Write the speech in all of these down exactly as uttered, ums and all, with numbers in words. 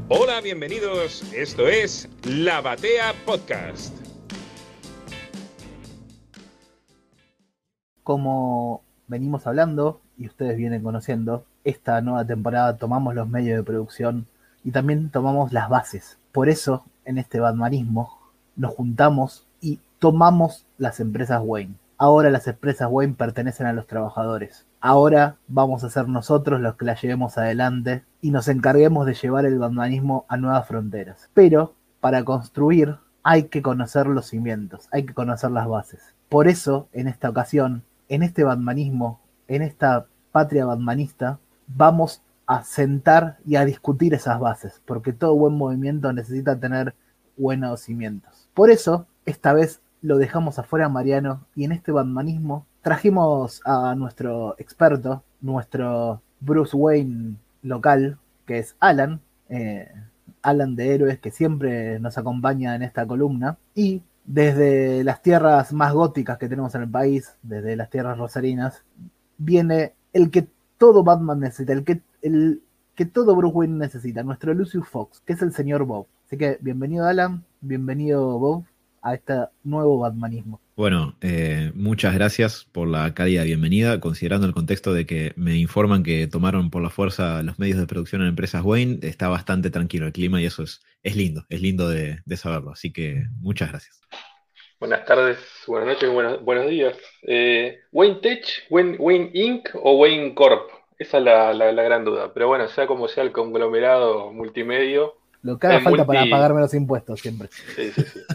Hola, bienvenidos. Esto es La Batea Podcast. Como venimos hablando y ustedes vienen conociendo, esta nueva temporada tomamos los medios de producción y también tomamos las bases. Por eso, en este batmanismo, nos juntamos y tomamos las empresas Wayne. Ahora las empresas Wayne pertenecen a los trabajadores. Ahora vamos a ser nosotros los que las llevemos adelante y nos encarguemos de llevar el batmanismo a nuevas fronteras. Pero, para construir, hay que conocer los cimientos, hay que conocer las bases. Por eso, en esta ocasión, en este batmanismo, en esta patria batmanista, vamos a sentar y a discutir esas bases, porque todo buen movimiento necesita tener buenos cimientos. Por eso, esta vez lo dejamos afuera a Mariano y en este batmanismo trajimos a nuestro experto, nuestro Bruce Wayne local, que es Alan, eh, Alan de Héroes, que siempre nos acompaña en esta columna, y desde las tierras más góticas que tenemos en el país, desde las tierras rosarinas, viene el que todo Batman necesita, el que, el que todo Bruce Wayne necesita, nuestro Lucius Fox, que es el señor Bob. Así que bienvenido Alan, bienvenido Bob a este nuevo batmanismo. Bueno, eh, muchas gracias por la cálida bienvenida, considerando el contexto de que me informan que tomaron por la fuerza los medios de producción en Empresas Wayne. Está bastante tranquilo el clima y eso es, es lindo, es lindo de, de saberlo, así que muchas gracias. Buenas tardes, buenas noches, buenos, buenos días. Eh, ¿Wayne Tech, Wayne, Wayne Incorporated o Wayne Corp? Esa es la, la, la gran duda. Pero bueno, sea como sea el conglomerado multimedio. Lo que haga falta multi... para pagarme los impuestos siempre. Sí, sí, sí.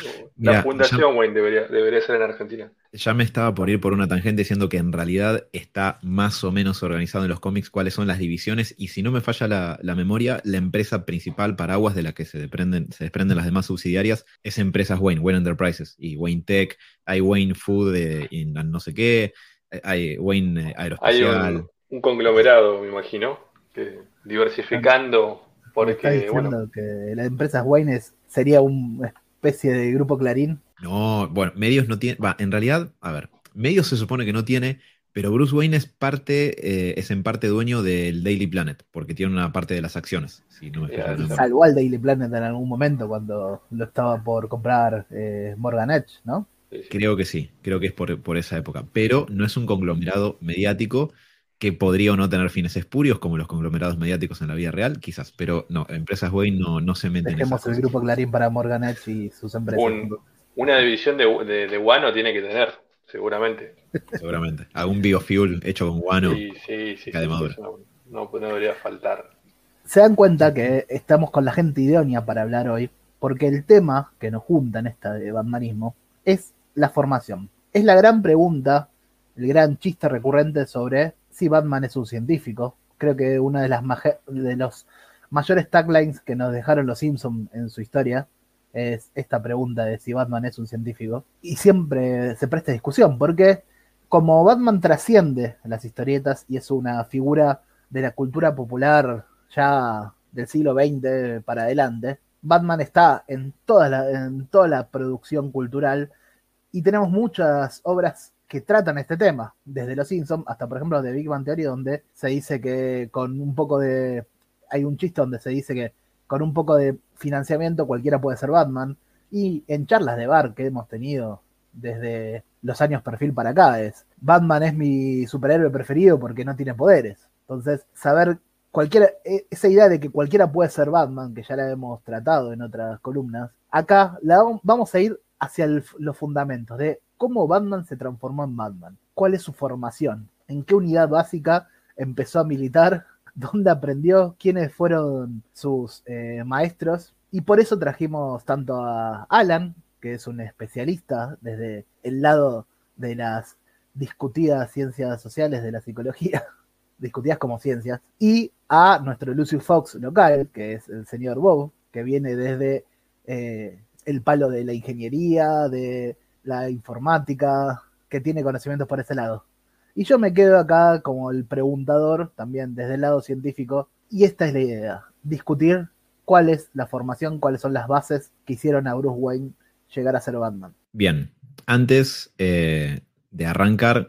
La Mirá, Fundación ya, Wayne debería, debería ser en Argentina. Ya me estaba por ir por una tangente diciendo que en realidad está más o menos organizado en los cómics cuáles son las divisiones, y si no me falla la, la memoria, la empresa principal paraguas de la que se desprenden, se desprenden las demás subsidiarias es Empresas Wayne, Wayne Enterprises y Wayne Tech. Hay Wayne Food de, en no sé qué, hay Wayne Aeroespacial. Hay un, un conglomerado, me imagino, que diversificando. Porque, ¿Está diciendo bueno, que las empresas Wayne es, sería una especie de grupo Clarín? No, bueno, medios no tiene. Va, en realidad, a ver, medios se supone que no tiene, pero Bruce Wayne es parte, eh, es en parte dueño del Daily Planet, porque tiene una parte de las acciones. Si no me Yeah, y salvó al Daily Planet en algún momento cuando lo estaba por comprar eh, Morgan Edge, ¿no? Sí, sí. Creo que sí, creo que es por, por esa época, pero no es un conglomerado mediático que podría o no tener fines espurios como los conglomerados mediáticos en la vida real, quizás, pero no, Empresas Wayne no, no se meten en esas Dejemos el cosas. grupo Clarín para Morgan Edge y sus empresas. Un, una división de, de, de guano tiene que tener, seguramente. Seguramente. Algún biofuel hecho con guano. Sí, sí, sí, sí, de madura. no, no, no debería faltar. Se dan cuenta que estamos con la gente idónea para hablar hoy, porque el tema que nos junta en esta de batmanismo es la formación. Es la gran pregunta, el gran chiste recurrente sobre si Batman es un científico. Creo que una de las de los mayores taglines que nos dejaron los Simpsons en su historia es esta pregunta de si Batman es un científico. Y siempre se presta discusión, porque como Batman trasciende las historietas y es una figura de la cultura popular ya del siglo veinte para adelante, Batman está en toda la, en toda la producción cultural y tenemos muchas obras que tratan este tema, desde Los Simpsons hasta, por ejemplo, de Big Bang Theory, donde se dice que con un poco de... Hay un chiste donde se dice que con un poco de financiamiento cualquiera puede ser Batman, y en charlas de bar que hemos tenido desde los años perfil para acá es Batman es mi superhéroe preferido porque no tiene poderes. Entonces, saber cualquiera, esa idea de que cualquiera puede ser Batman, que ya la hemos tratado en otras columnas, acá la vamos a ir hacia el, los fundamentos de cómo Batman se transformó en Batman, cuál es su formación, en qué unidad básica empezó a militar, dónde aprendió, quiénes fueron sus eh, maestros, y por eso trajimos tanto a Alan, que es un especialista desde el lado de las discutidas ciencias sociales de la psicología, discutidas como ciencias, y a nuestro Lucius Fox local, que es el señor Bob, que viene desde eh, el palo de la ingeniería, de la informática, que tiene conocimientos por ese lado. Y yo me quedo acá como el preguntador, también desde el lado científico, y esta es la idea, discutir cuál es la formación, cuáles son las bases que hicieron a Bruce Wayne llegar a ser Batman. Bien, antes eh, de arrancar,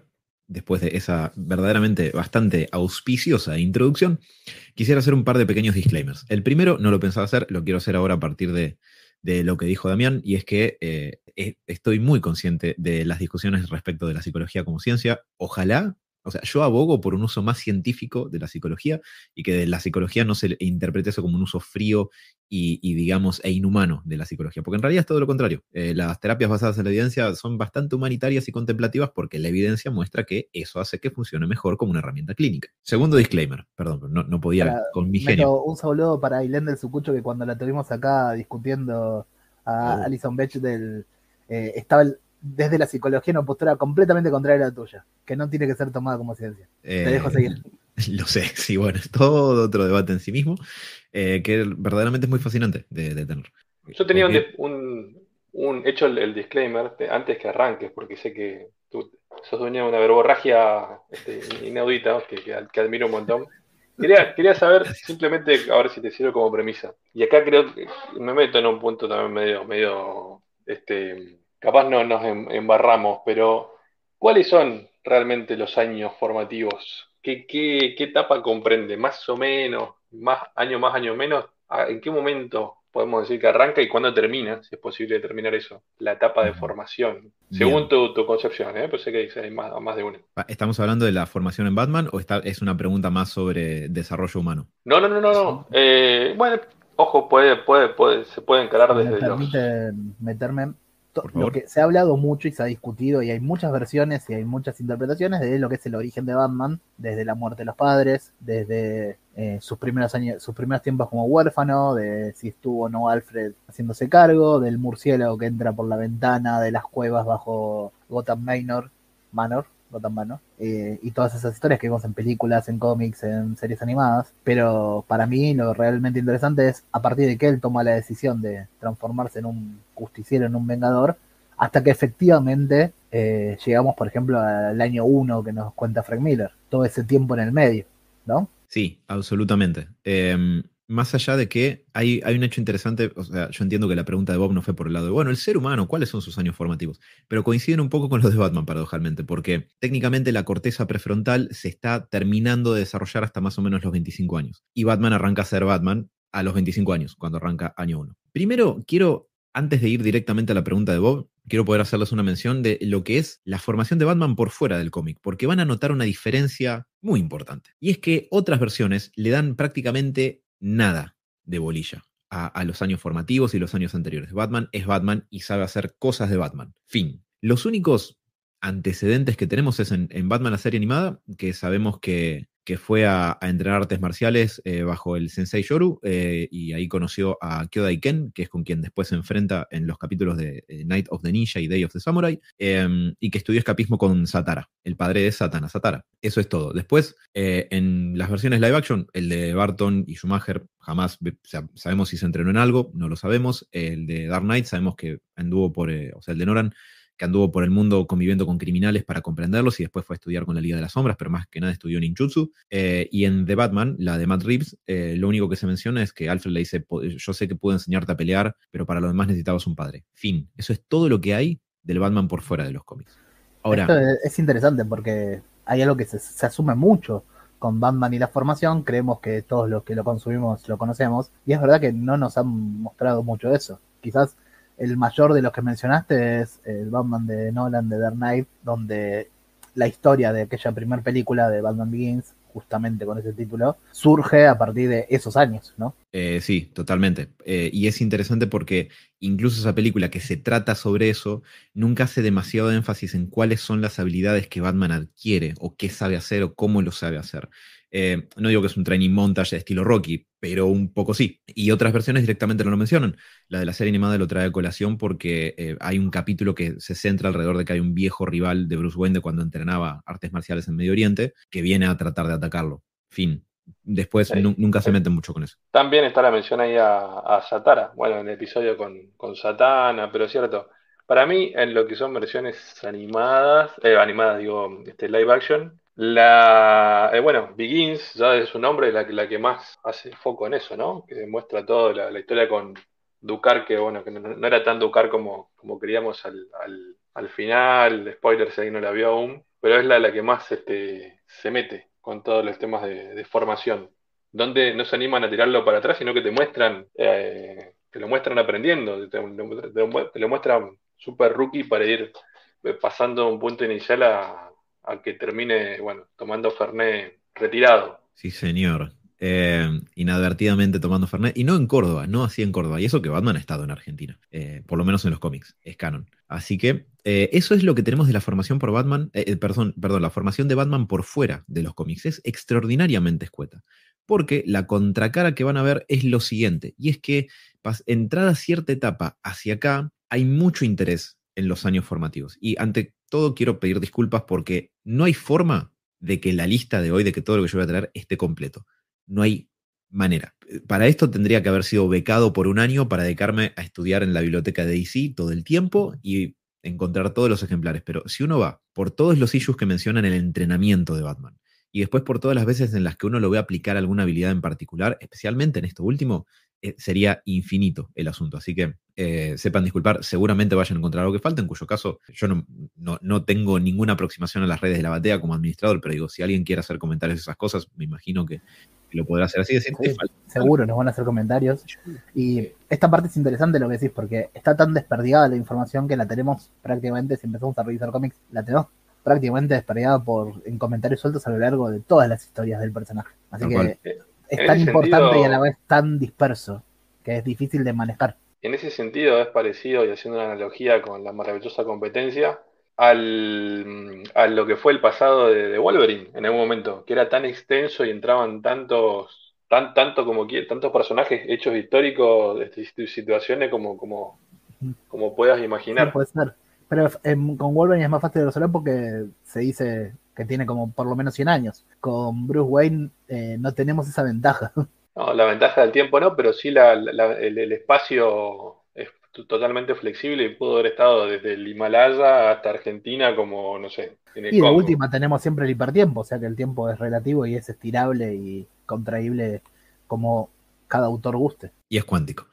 después de esa verdaderamente bastante auspiciosa introducción, quisiera hacer un par de pequeños disclaimers. El primero no lo pensaba hacer, lo quiero hacer ahora a partir de, de lo que dijo Damián, y es que eh, estoy muy consciente de las discusiones respecto de la psicología como ciencia. Ojalá, o sea, yo abogo por un uso más científico de la psicología y que de la psicología no se interprete eso como un uso frío y, y digamos, e inhumano de la psicología, porque en realidad es todo lo contrario. Eh, las terapias basadas en la evidencia son bastante humanitarias y contemplativas porque la evidencia muestra que eso hace que funcione mejor como una herramienta clínica. Segundo disclaimer, perdón, no, no podía Para, con mi meto genio. un saludo para Ailén del Sucucho, que cuando la tuvimos acá discutiendo a Oh. Alison Bech del, eh, estaba el- desde la psicología en una postura completamente contraria a la tuya, que no tiene que ser tomada como ciencia. Eh, Te dejo seguir. Lo sé, sí, bueno, es todo otro debate en sí mismo, eh, que verdaderamente es muy fascinante de, de tener. Yo tenía un, Porque, de- un, un- hecho el, el disclaimer de- antes que arranques, porque sé que tú sos dueño de una verborragia este, inaudita, que, que, que admiro un montón. Quería, quería saber, simplemente, a ver si te sirve como premisa. Y acá creo que me meto en un punto también medio, medio, este, capaz no nos em- embarramos, pero ¿cuáles son realmente los años formativos? ¿Qué, qué, qué etapa comprende? ¿Más o menos? ¿Más año más, año menos? ¿A- ¿En qué momento podemos decir que arranca y cuándo termina, si es posible determinar eso? La etapa de formación. Según bien, tu, tu concepción, ¿eh? Pues sé que dice, hay más, más de una. ¿estamos hablando de la formación en Batman o está, es una pregunta más sobre desarrollo humano? No, no, no, no, Si, no. Eh, bueno, ojo, puede, puede, puede, se puede encarar si me desde los... permiten meterme, to- Por lo favor. que se ha hablado mucho y se ha discutido, y hay muchas versiones y hay muchas interpretaciones de lo que es el origen de Batman, desde la muerte de los padres, desde eh, sus primeros años, sus primeros tiempos como huérfano, de si estuvo o no Alfred haciéndose cargo, del murciélago que entra por la ventana de las cuevas bajo Gotham Manor, Manor, Gotham Manor, eh, y todas esas historias que vemos en películas, en cómics, en series animadas. Pero para mí lo realmente interesante es a partir de que él toma la decisión de transformarse en un justiciero, en un vengador, hasta que efectivamente eh, llegamos, por ejemplo, al año uno que nos cuenta Frank Miller, todo ese tiempo en el medio, ¿no? Sí, absolutamente. Eh, más allá de que hay, hay un hecho interesante, o sea, yo entiendo que la pregunta de Bob no fue por el lado de, bueno, el ser humano, ¿cuáles son sus años formativos? Pero coinciden un poco con los de Batman, paradojalmente, porque técnicamente la corteza prefrontal se está terminando de desarrollar hasta más o menos los veinticinco años. Y Batman arranca a ser Batman a los veinticinco años, cuando arranca año uno. Primero, quiero, antes de ir directamente a la pregunta de Bob, quiero poder hacerles una mención de lo que es la formación de Batman por fuera del cómic, porque van a notar una diferencia muy importante. Y es que otras versiones le dan prácticamente nada de bolilla a, a los años formativos y los años anteriores. Batman es Batman y sabe hacer cosas de Batman. Fin. Los únicos antecedentes que tenemos es en, en Batman la serie animada, que sabemos que, que fue a, a entrenar artes marciales eh, bajo el Sensei Yoru, eh, y ahí conoció a Kyodai Ken, que es con quien después se enfrenta en los capítulos de eh, Night of the Ninja y Day of the Samurai, eh, y que estudió escapismo con Satara, el padre de Satana, Satara. Eso es todo. Después, eh, en las versiones live action, el de Barton y Schumacher, jamás o sea, sabemos si se entrenó en algo, no lo sabemos. El de Dark Knight, sabemos que anduvo por, eh, o sea, el de Nolan, que anduvo por el mundo conviviendo con criminales para comprenderlos y después fue a estudiar con la Liga de las Sombras, pero más que nada estudió ninjutsu. Eh, y en The Batman, la de Matt Reeves, eh, lo único que se menciona es que Alfred le dice, yo sé que puedo enseñarte a pelear, pero para lo demás necesitabas un padre. Fin. Eso es todo lo que hay del Batman por fuera de los cómics. Ahora, Esto es, es interesante porque hay algo que se, se asume mucho con Batman y la formación, creemos que todos los que lo consumimos lo conocemos, y es verdad que no nos han mostrado mucho de eso. Quizás el mayor de los que mencionaste es el Batman de Nolan, de Dark Knight, donde la historia de aquella primera película de Batman Begins, justamente con ese título, surge a partir de esos años, ¿no? Eh, sí, totalmente. Eh, y es interesante porque incluso esa película que se trata sobre eso, nunca hace demasiado énfasis en cuáles son las habilidades que Batman adquiere, o qué sabe hacer, o cómo lo sabe hacer. Eh, no digo que es un training montage de estilo Rocky, pero un poco sí. Y otras versiones directamente no lo mencionan. La de la serie animada lo trae a colación porque eh, hay un capítulo que se centra alrededor de que hay un viejo rival de Bruce Wayne de cuando entrenaba artes marciales en Medio Oriente, que viene a tratar de atacarlo. Fin. Después Eh, nu- nunca se eh, meten mucho con eso. También está la mención ahí a, a Satara, bueno, en el episodio con, con Satana, pero cierto. Para mí, en lo que son versiones animadas, eh, animadas digo, este, live action, la, eh, bueno, Begins, ya es su nombre, la, que- la que más hace foco en eso, ¿no? Que muestra toda la, la historia con Ducar, que bueno, que no, no era tan Ducar como, como queríamos al, al, al final, spoilers ahí no la vio aún. pero es la, la que más este, se mete con todos los temas de, de formación, donde no se animan a tirarlo para atrás, sino que te muestran, eh, te lo muestran aprendiendo, te, te- te lo muestran super rookie para ir eh, pasando un punto inicial a, a que termine, bueno, tomando Fernet retirado. Sí, señor. Eh, inadvertidamente tomando Fernet. Y no en Córdoba, no así en Córdoba. Y eso que Batman ha estado en Argentina. Eh, por lo menos en los cómics. Es canon. Así que eh, eso es lo que tenemos de la formación por Batman. eh, eh, perdón, perdón, la formación de Batman por fuera de los cómics. Es extraordinariamente escueta. Porque la contracara que van a ver es lo siguiente. Y es que pas- entrada cierta etapa hacia acá, hay mucho interés en los años formativos. Y ante todo quiero pedir disculpas porque no hay forma de que la lista de hoy, de que todo lo que yo voy a traer esté completo. No hay manera. Para esto tendría que haber sido becado por un año para dedicarme a estudiar en la biblioteca de D C todo el tiempo y encontrar todos los ejemplares. Pero si uno va por todos los issues que mencionan el entrenamiento de Batman y después por todas las veces en las que uno lo ve aplicar alguna habilidad en particular, especialmente en esto último, eh, sería infinito el asunto. Así que eh, sepan disculpar, seguramente vayan a encontrar algo que falta, en cuyo caso yo no, no, no tengo ninguna aproximación a las redes de la batea como administrador, pero digo, si alguien quiere hacer comentarios de esas cosas, me imagino que, que lo podrá hacer así. Decir, Sí, falta, seguro nos van a hacer comentarios. Y esta parte es interesante lo que decís, porque está tan desperdigada la información que la tenemos prácticamente, si empezamos a revisar cómics, la tenemos prácticamente desperdigada por, en comentarios sueltos a lo largo de todas las historias del personaje. Así Tal que cual. es En tan ese importante y a la sentido, vez tan disperso que es difícil de manejar. en ese sentido es parecido, y haciendo una analogía con la maravillosa competencia, al, a lo que fue el pasado de, de Wolverine en algún momento, que era tan extenso y entraban tantos, tan, tanto como qui- tantos personajes, hechos históricos, este, situaciones como, como, como puedas Sí, imaginar. puede ser. Pero em, con Wolverine es más fácil de resolver porque se dice que tiene como por lo menos cien años. Con Bruce Wayne eh, no tenemos esa ventaja. No, la ventaja del tiempo no, pero sí la, la- el, el espacio es t- totalmente flexible y pudo haber estado desde el Himalaya hasta Argentina como, no sé, en el Y de Congo. última tenemos siempre el hipertiempo, o sea que el tiempo es relativo y es estirable y contraíble como cada autor guste. Y es cuántico.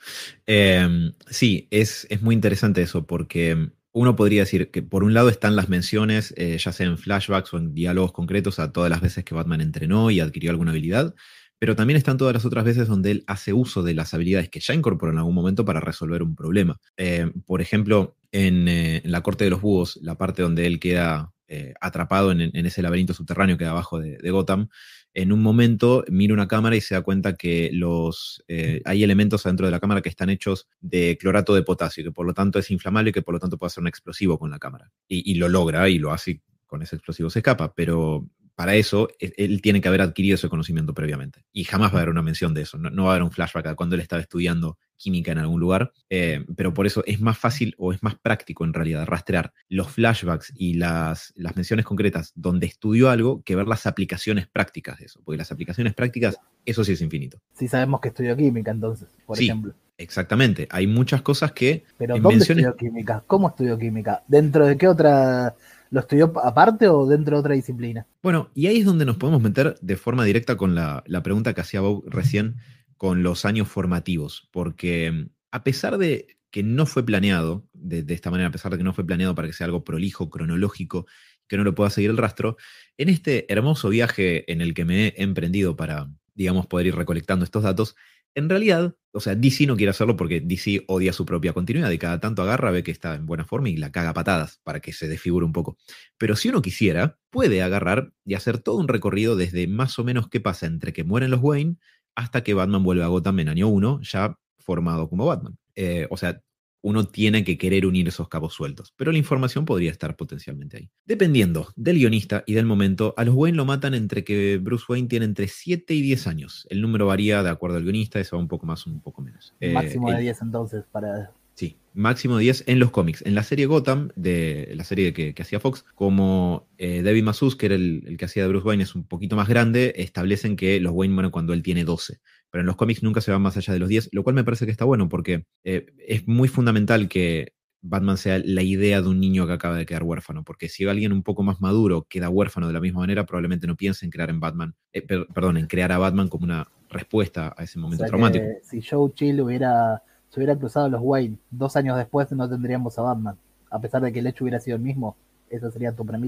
Eh, sí, es, es muy interesante eso, porque uno podría decir que por un lado están las menciones, eh, ya sea en flashbacks o en diálogos concretos, a todas las veces que Batman entrenó y adquirió alguna habilidad, pero también están todas las otras veces donde él hace uso de las habilidades que ya incorporó en algún momento para resolver un problema. Eh, por ejemplo, en, eh, en La Corte de los Búhos, la parte donde él queda eh, atrapado en, en ese laberinto subterráneo que hay abajo de, de Gotham, en un momento mira una cámara y se da cuenta que los, eh, hay elementos adentro de la cámara que están hechos de clorato de potasio, que por lo tanto es inflamable y que por lo tanto puede hacer un explosivo con la cámara. Y, y lo logra y lo hace, y con ese explosivo se escapa, pero para eso e- él tiene que haber adquirido ese conocimiento previamente. Y jamás va a haber una mención de eso, no, no va a haber un flashback a cuando él estaba estudiando química en algún lugar, eh, pero por eso es más fácil o es más práctico en realidad rastrear los flashbacks y las, las menciones concretas donde estudió algo que ver las aplicaciones prácticas de eso, porque las aplicaciones prácticas, eso sí es infinito. Si sabemos que estudió química, entonces, por Sí, ejemplo. exactamente. Hay muchas cosas que Pero en ¿dónde menciones... estudió química? ¿Cómo estudió química? ¿Dentro de qué otra? ¿Lo estudió aparte o dentro de otra disciplina? Bueno, y ahí es donde nos podemos meter de forma directa con la, la pregunta que hacía Bob recién con los años formativos, porque a pesar de que no fue planeado de, de esta manera, a pesar de que no fue planeado para que sea algo prolijo, cronológico, que no lo pueda seguir el rastro, en este hermoso viaje en el que me he emprendido para, digamos, poder ir recolectando estos datos, en realidad, o sea, D C no quiere hacerlo porque D C odia su propia continuidad y cada tanto agarra, ve que está en buena forma y la caga a patadas para que se desfigure un poco. Pero si uno quisiera, puede agarrar y hacer todo un recorrido desde más o menos qué pasa entre que mueren los Wayne hasta que Batman vuelve a Gotham en año uno, ya formado como Batman. Eh, o sea, uno tiene que querer unir esos cabos sueltos, pero la información podría estar potencialmente ahí. Dependiendo del guionista y del momento, a los Wayne lo matan entre que Bruce Wayne tiene entre siete y diez años. El número varía de acuerdo al guionista, eso va un poco más, un poco menos. Eh, Máximo de el- diez entonces para... Sí, máximo diez en los cómics. En la serie Gotham, de la serie que, que hacía Fox, como eh, David Mazouz, que era el, el que hacía de Bruce Wayne, es un poquito más grande, establecen que los Wayne mueren cuando él tiene doce. Pero en los cómics nunca se van más allá de los diez, lo cual me parece que está bueno porque eh, es muy fundamental que Batman sea la idea de un niño que acaba de quedar huérfano, porque si alguien un poco más maduro queda huérfano de la misma manera, probablemente no piense en crear en Batman, eh, per- perdón, en crear a Batman como una respuesta a ese O momento sea traumático. que si Joe Chill hubiera, se hubiera cruzado a los Wayne dos años después no tendríamos a Batman. A pesar de que el hecho hubiera sido el mismo, esa sería tu premisa.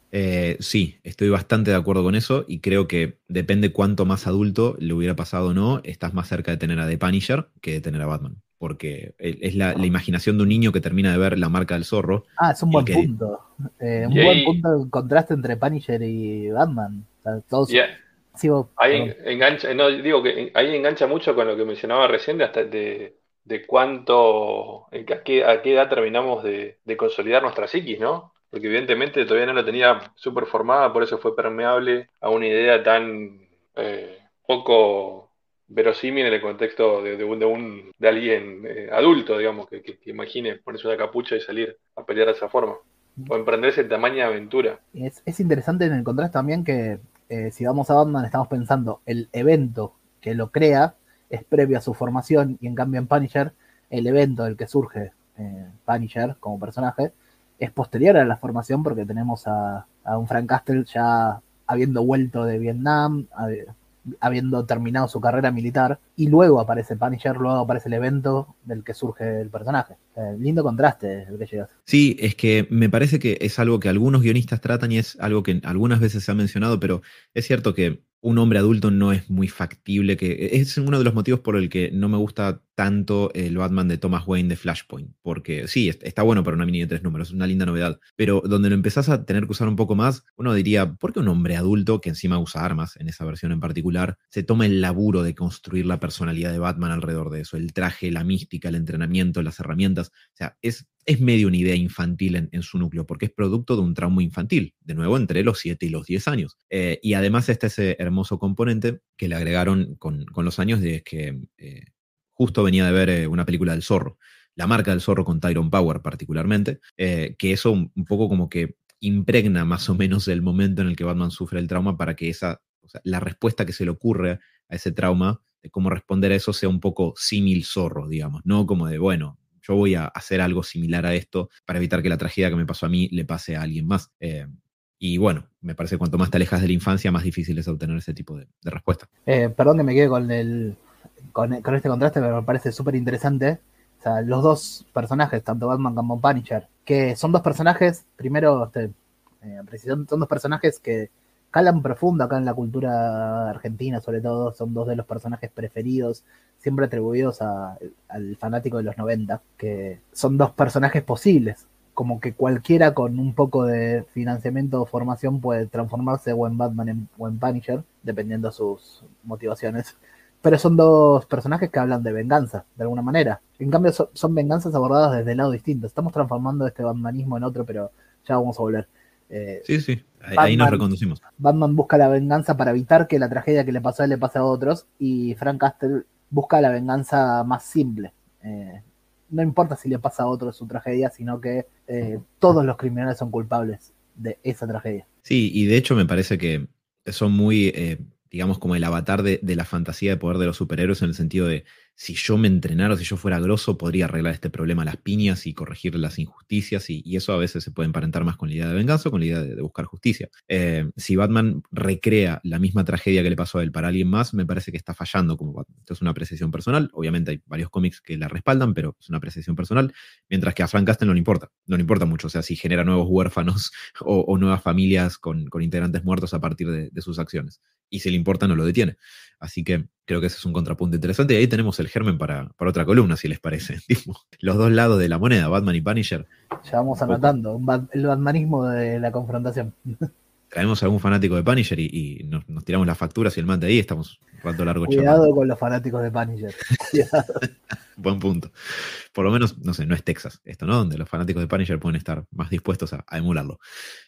Eh, sí, estoy bastante de acuerdo con eso y creo que depende cuánto más adulto le hubiera pasado o no, estás más cerca de tener a The Punisher que de tener a Batman. Porque es la, la imaginación de un niño que termina de ver La Marca del Zorro Ah, es un y el buen que... punto. Eh, un Y buen ahí, punto de contraste entre Punisher y Batman. O sea, todos... y Sí, vos- ahí perdón. engancha, no, digo que ahí engancha mucho con lo que mencionaba recién de hasta de, de cuánto, en qué- a qué, a qué edad terminamos de, de consolidar nuestra psiquis, ¿no? Porque evidentemente todavía no la tenía súper formada, por eso fue permeable a una idea tan eh, poco verosímil en el contexto de, de un, de un- de alguien eh, adulto, digamos, que, que, que imagine ponerse una capucha y salir a pelear de esa forma, o emprenderse el tamaño de aventura. Es, es interesante en el contraste también que eh, si vamos a Batman estamos pensando el evento que lo crea es previo a su formación y en cambio en Punisher el evento del que surge eh, Punisher como personaje es posterior a la formación porque tenemos a, a un Frank Castle ya habiendo vuelto de Vietnam, hab- habiendo terminado su carrera militar y luego aparece Punisher, luego aparece el evento del que surge el personaje. Eh, lindo contraste el que llegas. Sí, es que me parece que es algo que algunos guionistas tratan y es algo que algunas veces se ha mencionado, pero es cierto que un hombre adulto no es muy factible, que es uno de los motivos por el que no me gusta tanto el Batman de Thomas Wayne de Flashpoint, porque sí, est- está bueno para una mini de tres números, es una linda novedad, pero donde lo empezás a tener que usar un poco más, uno diría, ¿por qué un hombre adulto, que encima usa armas en esa versión en particular, se toma el laburo de construir la personalidad de Batman alrededor de eso? El traje, la mística, el entrenamiento, las herramientas, o sea, es, es medio una idea infantil en, en su núcleo, porque es producto de un trauma infantil, de nuevo entre los siete y los diez años. Eh, y además está ese hermoso componente que le agregaron con, con los años de que eh, justo venía de ver eh, una película del Zorro, La Marca del Zorro con Tyrone Power particularmente, eh, que eso un, un poco como que impregna más o menos el momento en el que Batman sufre el trauma para que esa, o sea, la respuesta que se le ocurre a ese trauma, de cómo responder a eso, sea un poco símil Zorro, digamos, no como de, bueno, yo voy a hacer algo similar a esto para evitar que la tragedia que me pasó a mí le pase a alguien más. Eh, y bueno, me parece que cuanto más te alejas de la infancia, más difícil es obtener ese tipo de, de respuesta. Eh, perdón que me quede con el con, con este contraste, pero me parece súper interesante. O sea, los dos personajes, tanto Batman como Punisher, que son dos personajes, primero, este, eh, precisión, son dos personajes que calan profundo acá en la cultura argentina, sobre todo, son dos de los personajes preferidos, siempre atribuidos a- al fanático de los noventa, que son dos personajes posibles, como que cualquiera con un poco de financiamiento o formación puede transformarse o en Batman en- o en Punisher, dependiendo de sus motivaciones. Pero son dos personajes que hablan de venganza, de alguna manera. En cambio, so- son venganzas abordadas desde el lado distinto. Estamos transformando este batmanismo en otro, pero ya vamos a volver. Eh, Sí, sí, ahí, ahí nos Batman, reconducimos. Batman busca la venganza para evitar que la tragedia que le pasó a él le pase a otros, y Frank Castle busca la venganza más simple. Eh, no importa si le pasa a otros su tragedia, sino que eh, todos los criminales son culpables de esa tragedia. Sí, y de hecho me parece que son muy, eh, digamos, como el avatar de, de la fantasía de poder de los superhéroes en el sentido de si yo me entrenara o si yo fuera grosso, podría arreglar este problema a las piñas y corregir las injusticias, y, y eso a veces se puede emparentar más con la idea de venganza o con la idea de, de buscar justicia. Eh, si Batman recrea la misma tragedia que le pasó a él para alguien más, me parece que está fallando como Batman. Esto es una apreciación personal, obviamente hay varios cómics que la respaldan, pero es una apreciación personal, mientras que a Frank Castle no le importa, no le importa mucho, o sea, si genera nuevos huérfanos o, o nuevas familias con, con integrantes muertos a partir de, de sus acciones. Y si le importa, no lo detiene. Así que creo que ese es un contrapunto interesante. Y ahí tenemos el germen para, para otra columna, si les parece. Tipo, los dos lados de la moneda, Batman y Punisher. Ya vamos Un poco. anotando, un bat- el batmanismo de la confrontación. Traemos a algún fanático de Punisher y, y nos, nos tiramos las facturas y el mate ahí, estamos un rato largo charlando. Cuidado con los fanáticos de Punisher. Cuidado. Buen punto. Por lo menos, no sé, no es Texas esto, ¿no? Donde los fanáticos de Punisher pueden estar más dispuestos a, a emularlo.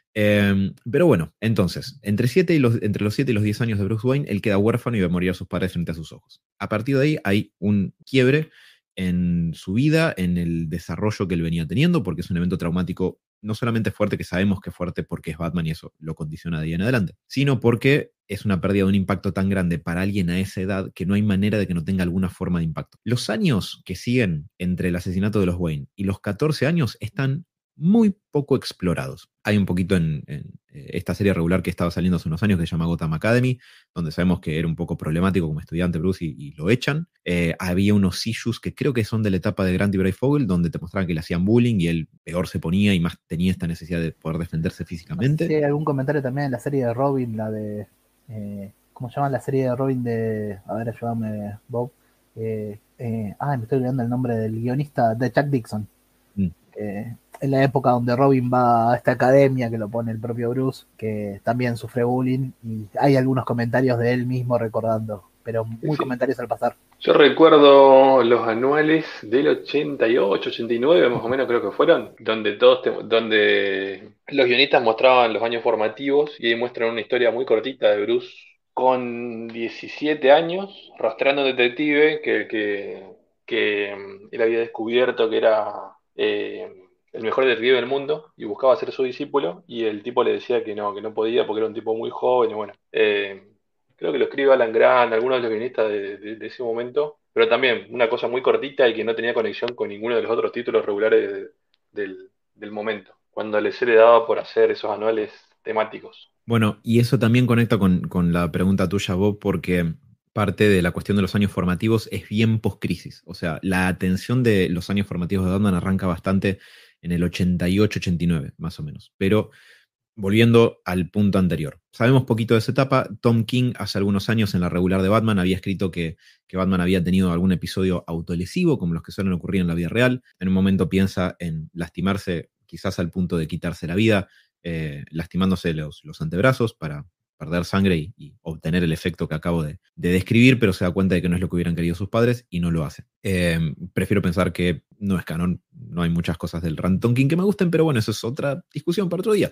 Eh, pero bueno, entonces, entre, siete y los, entre los siete y los diez años de Bruce Wayne, él queda huérfano y ve morir a sus padres frente a sus ojos. A partir de ahí hay un quiebre en su vida, en el desarrollo que él venía teniendo, porque es un evento traumático no solamente fuerte, que sabemos que es fuerte porque es Batman y eso lo condiciona de ahí en adelante, sino porque es una pérdida de un impacto tan grande para alguien a esa edad que no hay manera de que no tenga alguna forma de impacto. Los años que siguen entre el asesinato de los Wayne y los catorce años están muy poco explorados. Hay un poquito en, en eh, esta serie regular que estaba saliendo hace unos años que se llama Gotham Academy, donde sabemos que era un poco problemático como estudiante Bruce y, y lo echan. Eh, había unos issues que creo que son de la etapa de Grant y Breyfogle, donde te mostraban que le hacían bullying y él peor se ponía y más tenía esta necesidad de poder defenderse físicamente. Sí, hay algún comentario también en la serie de Robin, la de... Eh, ¿Cómo se llama la serie de Robin de... A ver, ayúdame, Bob. Eh, eh, ah, me estoy olvidando el nombre del guionista, de Chuck Dixon. Mm. Eh, en la época donde Robin va a esta academia que lo pone el propio Bruce, que también sufre bullying, y hay algunos comentarios de él mismo recordando, pero muy sí. comentarios al pasar. Yo recuerdo los anuales del ochenta y ocho, ochenta y nueve más o menos creo que fueron, donde todos te, donde los guionistas mostraban los años formativos y ahí muestran una historia muy cortita de Bruce con diecisiete años, rastreando un detective que, que, que él había descubierto que era eh, el mejor detective del mundo y buscaba ser su discípulo, y el tipo le decía que no, que no podía porque era un tipo muy joven y bueno... Eh, Creo que lo escribe Alan Grant, algunos de los guionistas de, de, de ese momento, pero también una cosa muy cortita y que no tenía conexión con ninguno de los otros títulos regulares de, del, del momento, cuando le se le daba por hacer esos anuales temáticos. Bueno, y eso también conecta con, con la pregunta tuya, Bob, porque parte de la cuestión de los años formativos es bien post-crisis. O sea, la atención de los años formativos de Batman arranca bastante en el ochenta y ocho, ochenta y nueve, más o menos, pero... Volviendo al punto anterior. Sabemos poquito de esa etapa. Tom King hace algunos años en la regular de Batman había escrito que, que Batman había tenido algún episodio autolesivo, como los que suelen ocurrir en la vida real. En un momento piensa en lastimarse, quizás al punto de quitarse la vida, eh, lastimándose los, los antebrazos para perder sangre y, y obtener el efecto que acabo de, de describir, pero se da cuenta de que no es lo que hubieran querido sus padres y no lo hace. Eh, prefiero pensar que no es canon, no hay muchas cosas del Rand Tom King que me gusten, pero bueno, eso es otra discusión para otro día.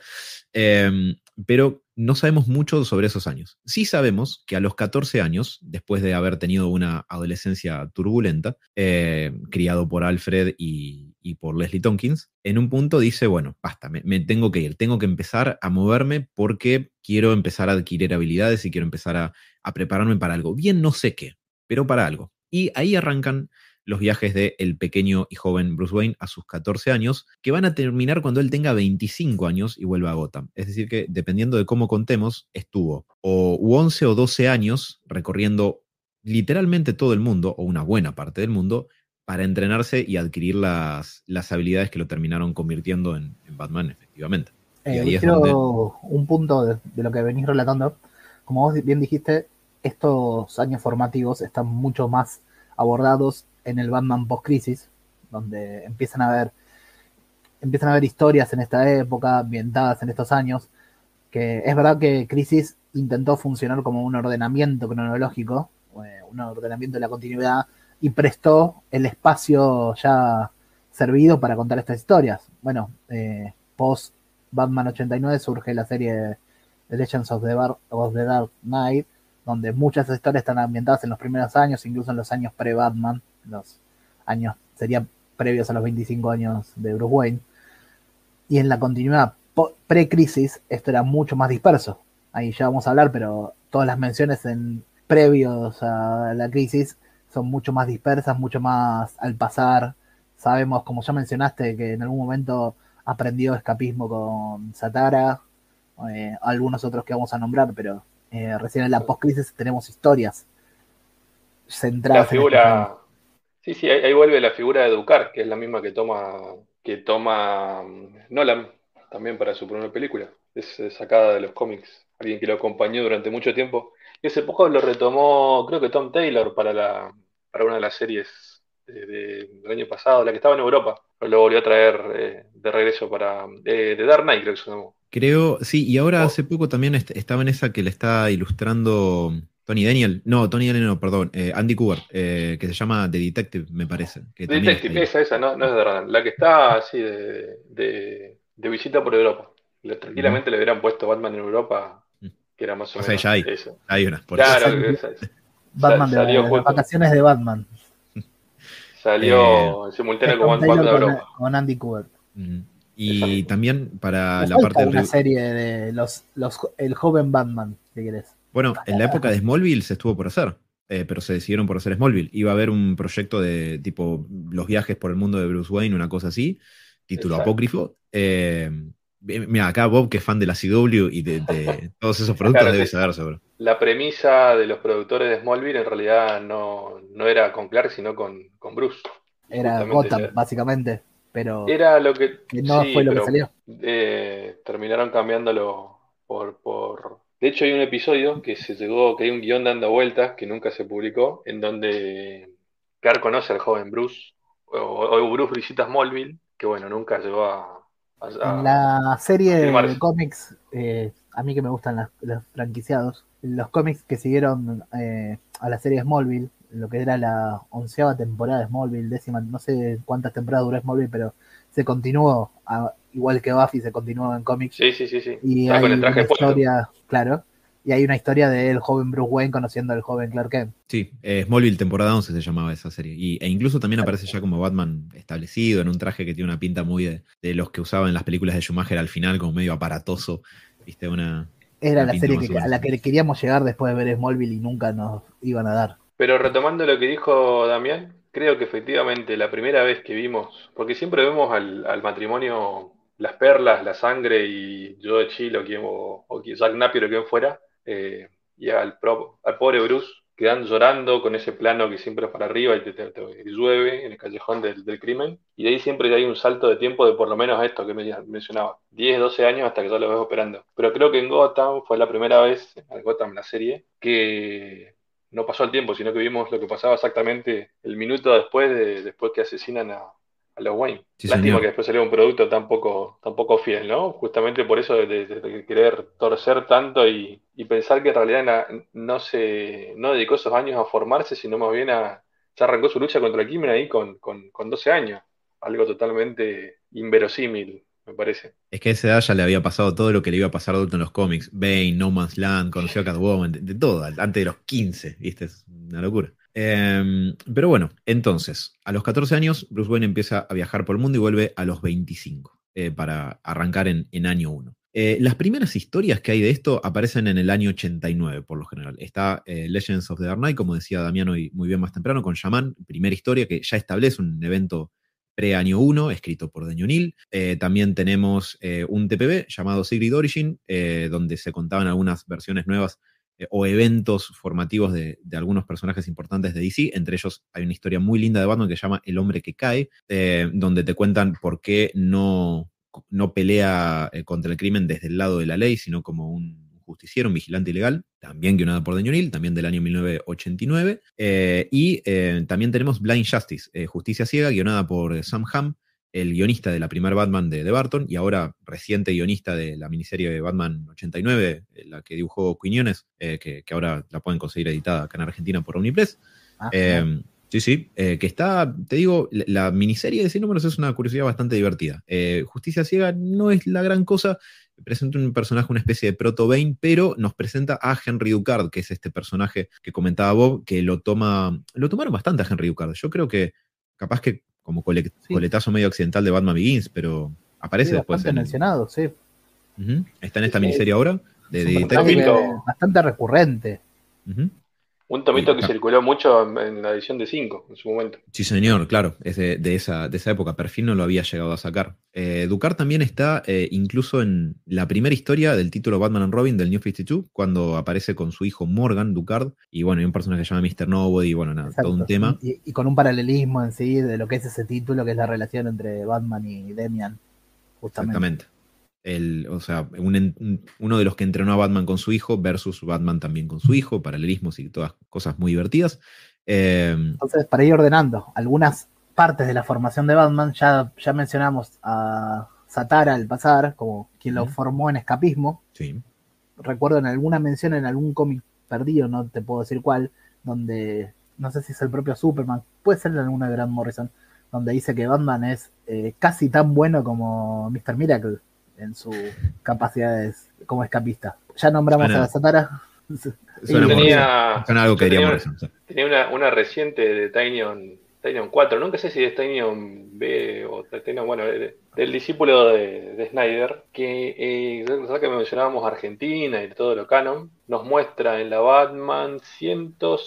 Eh, pero no sabemos mucho sobre esos años. Sí sabemos que a los catorce años, después de haber tenido una adolescencia turbulenta, eh, criado por Alfred y, y por Leslie Tompkins, en un punto dice, bueno, basta, me, me tengo que ir, tengo que empezar a moverme porque quiero empezar a adquirir habilidades y quiero empezar a, a prepararme para algo. Bien, no sé qué, pero para algo. Y ahí arrancan los viajes de el pequeño y joven Bruce Wayne a sus catorce años, que van a terminar cuando él tenga veinticinco años y vuelva a Gotham. Es decir que, dependiendo de cómo contemos, estuvo o once o doce años recorriendo literalmente todo el mundo, o una buena parte del mundo, para entrenarse y adquirir las, las habilidades que lo terminaron convirtiendo en, en Batman, efectivamente. Eh, y ahí es quiero donde... un punto de, de lo que venís relatando. Como vos bien dijiste, estos años formativos están mucho más abordados en el Batman post-crisis, donde empiezan a haber empiezan a haber historias en esta época, ambientadas en estos años, que es verdad que Crisis intentó funcionar como un ordenamiento cronológico, un ordenamiento de la continuidad, y prestó el espacio ya servido para contar estas historias. Bueno, eh, post Batman ochenta y nueve surge la serie The Legends of the, Bar of the Dark Knight, donde muchas historias están ambientadas en los primeros años, incluso en los años pre-Batman, los años serían previos a los veinticinco años de Bruce Wayne, y en la continuidad pre-crisis esto era mucho más disperso. Ahí ya vamos a hablar, pero todas las menciones en previos a la crisis son mucho más dispersas, mucho más al pasar. Sabemos, como ya mencionaste, que en algún momento aprendió escapismo con Satara, eh, algunos otros que vamos a nombrar, pero eh, recién en la post-crisis tenemos historias centradas la figura, en sí, sí, ahí, ahí vuelve la figura de Ducar, que es la misma que toma que toma Nolan también para su primera película. Es, es sacada de los cómics, alguien que lo acompañó durante mucho tiempo. Y hace poco lo retomó, creo que Tom Taylor, para la para una de las series de, de, del año pasado, la que estaba en Europa. Pero lo volvió a traer eh, de regreso para eh, The Dark Knight, creo que se llamó. Creo, sí, y ahora oh. hace poco también est estaba en esa que le está ilustrando Tony Daniel, no, Tony Daniel no, perdón, eh, Andy Kubert, eh, que se llama The Detective, me parece. Que The Detective, esa, esa, no, no es de verdad, la que está así de, de, de visita por Europa. Le, tranquilamente mm. le hubieran puesto Batman en Europa, que era más o, o menos sea, ya hay, eso. Hay una, por claro, eso. Esa, esa. Batman Sa de, de las vacaciones de Batman. Salió eh, simultáneo con Batman de Europa. Con Andy Kubert. Mm. Y Exacto. también para Me la parte de una serie de los, los el joven Batman, si querés. Bueno, en la época de Smallville se estuvo por hacer, eh, pero se decidieron por hacer Smallville. Iba a haber un proyecto de tipo los viajes por el mundo de Bruce Wayne, una cosa así, título Exacto. apócrifo, eh, Mira, acá Bob, que es fan de la C W y de, de todos esos productos, Claro, debe sí. saber sobre. La premisa de los productores de Smallville en realidad no, no era con Clark, sino con, con Bruce. Y Era justamente Gotham, ya- básicamente, pero era lo que, que no fue sí, lo que pero salió. eh, terminaron cambiándolo por, por... De hecho, hay un episodio que se llegó, que hay un guión dando vueltas que nunca se publicó, en donde Clark conoce al joven Bruce, o, o Bruce visita Smallville, que bueno, nunca llegó a, a, En a- la a serie de filmarse. cómics, eh, a mí que me gustan las- los franquiciados, los cómics que siguieron eh, a la serie Smallville, lo que era la onceava temporada de Smallville, décima, no sé cuántas temporadas duró Smallville, pero se continuó, a- igual que Buffy, se continuó en cómics. Sí, sí, sí, sí. Y Va con el hay una traje puesto. historia, claro, y hay una historia del joven Bruce Wayne conociendo al joven Clark Kent. Sí, eh, Smallville temporada once se llamaba esa serie. Y, e incluso también aparece ya como Batman establecido, en un traje que tiene una pinta muy de, de los que usaba en las películas de Schumacher al final, como medio aparatoso. Viste, una, Era una la pinta serie más o que, a menos. la que queríamos llegar después de ver Smallville y nunca nos iban a dar. Pero retomando lo que dijo Damián, creo que efectivamente la primera vez que vimos, porque siempre vemos al, al matrimonio las perlas, la sangre y yo de Chile o, quien, o, o quien- Jack Napier o quien fuera, eh, y al, pro- al pobre Bruce quedando llorando con ese plano que siempre es para arriba y te, te- te- y llueve en el callejón del, del crimen. Y de ahí siempre hay un salto de tiempo de por lo menos esto que me mencionaba, diez doce años hasta que ya lo ves operando. Pero creo que en Gotham fue la primera vez, en Gotham la serie, que no pasó el tiempo, sino que vimos lo que pasaba exactamente el minuto después de después que asesinan a, a los Wayne. Sí, Lástima que señor. después salió un producto tan poco, tan poco fiel, ¿no? Justamente por eso de, de- de querer torcer tanto y, y pensar que en realidad na- no se no dedicó esos años a formarse, sino más bien a ya arrancó su lucha contra el crimen ahí con, con, con doce años. Algo totalmente inverosímil, me parece. Es que a esa edad ya le había pasado todo lo que le iba a pasar adulto en los cómics. Bane, No Man's Land, conoció a Catwoman, de, de todo, antes de los quince, ¿viste? Es una locura. Eh, pero bueno, entonces, a los catorce años, Bruce Wayne empieza a viajar por el mundo y vuelve a los veinticinco, eh, para arrancar en, en año uno. Eh, las primeras historias que hay de esto aparecen en el año ochenta y nueve, por lo general. Está eh, Legends of the Dark Knight, como decía Damián hoy muy bien más temprano, con Shaman, primera historia que ya establece un evento pre-año uno, escrito por Daniel O'Neill. Eh, también tenemos eh, un T P B llamado Secret Origin, eh, donde se contaban algunas versiones nuevas eh, o eventos formativos de, de algunos personajes importantes de D C. Entre ellos hay una historia muy linda de Batman que se llama El hombre que cae, eh, donde te cuentan por qué no, no pelea eh, contra el crimen desde el lado de la ley, sino como un justiciero, un vigilante ilegal, también guionada por Daniel O'Neill, también del año mil novecientos ochenta y nueve. Eh, y eh, también tenemos Blind Justice, eh, Justicia Ciega, guionada por Sam Hamm, el guionista de la primera Batman de, de Burton, y ahora reciente guionista de la miniserie de Batman ochenta y nueve, eh, la que dibujó Quiñones, eh, que, que ahora la pueden conseguir editada acá en Argentina por Omnipress. Ah, Eh, sí, sí, eh, que está, te digo, la, la miniserie de cien números es una curiosidad bastante divertida. Eh, Justicia Ciega no es la gran cosa, presenta un personaje, una especie de proto-Bane, pero nos presenta a Henry Ducard, que es este personaje que comentaba Bob, que lo toma, lo tomaron bastante a Henry Ducard. Yo creo que capaz que como cole- sí, coletazo medio occidental de Batman Begins, pero sí, aparece después bastante en... mencionado, sí. Ujú, está en esta Sí, miniserie ahora, de, Es de un un personaje Detective. que- tomito, bastante recurrente. Ujú, un y tomito que está- circuló mucho en, en la edición de cinco en su momento. Sí, señor, claro, es de, de esa, de esa época. Perfil no lo había llegado a sacar. Eh, Ducard también está eh, incluso en la primera historia del título Batman and Robin del New cincuenta y dos, cuando aparece con su hijo Morgan Ducard, y bueno, hay un personaje que se llama míster Nobody, y bueno, nada, todo un Exacto. tema. Y, y con un paralelismo en sí de lo que es ese título, que es la relación entre Batman y Damian, justamente. Exactamente. El, o sea, un en- un- uno de los que entrenó a Batman con su hijo versus Batman también con su hijo, paralelismos y todas cosas muy divertidas. Eh, Entonces, para ir ordenando, algunas partes de la formación de Batman, ya, ya mencionamos a Satara al pasar, como quien lo Ujú. formó en Escapismo. sí. Recuerdo en alguna mención en algún cómic perdido, no te puedo decir cuál, donde, no sé si es el propio Superman, puede ser en alguna de Grant Morrison, donde dice que Batman es eh, casi tan bueno como míster Miracle en sus capacidades como escapista. Ya nombramos Suena- a Satara. Suena, Y- tenía, Suena algo que yo diría tenía, Morrison. Sí. tenía una, una reciente de Tinyon, Tinyon cuatro, nunca sé si es Tinyon B o Tinyon, bueno, de- del discípulo de, de Snyder, que, eh, ya que mencionábamos Argentina y todo lo canon, nos muestra en la Batman ciento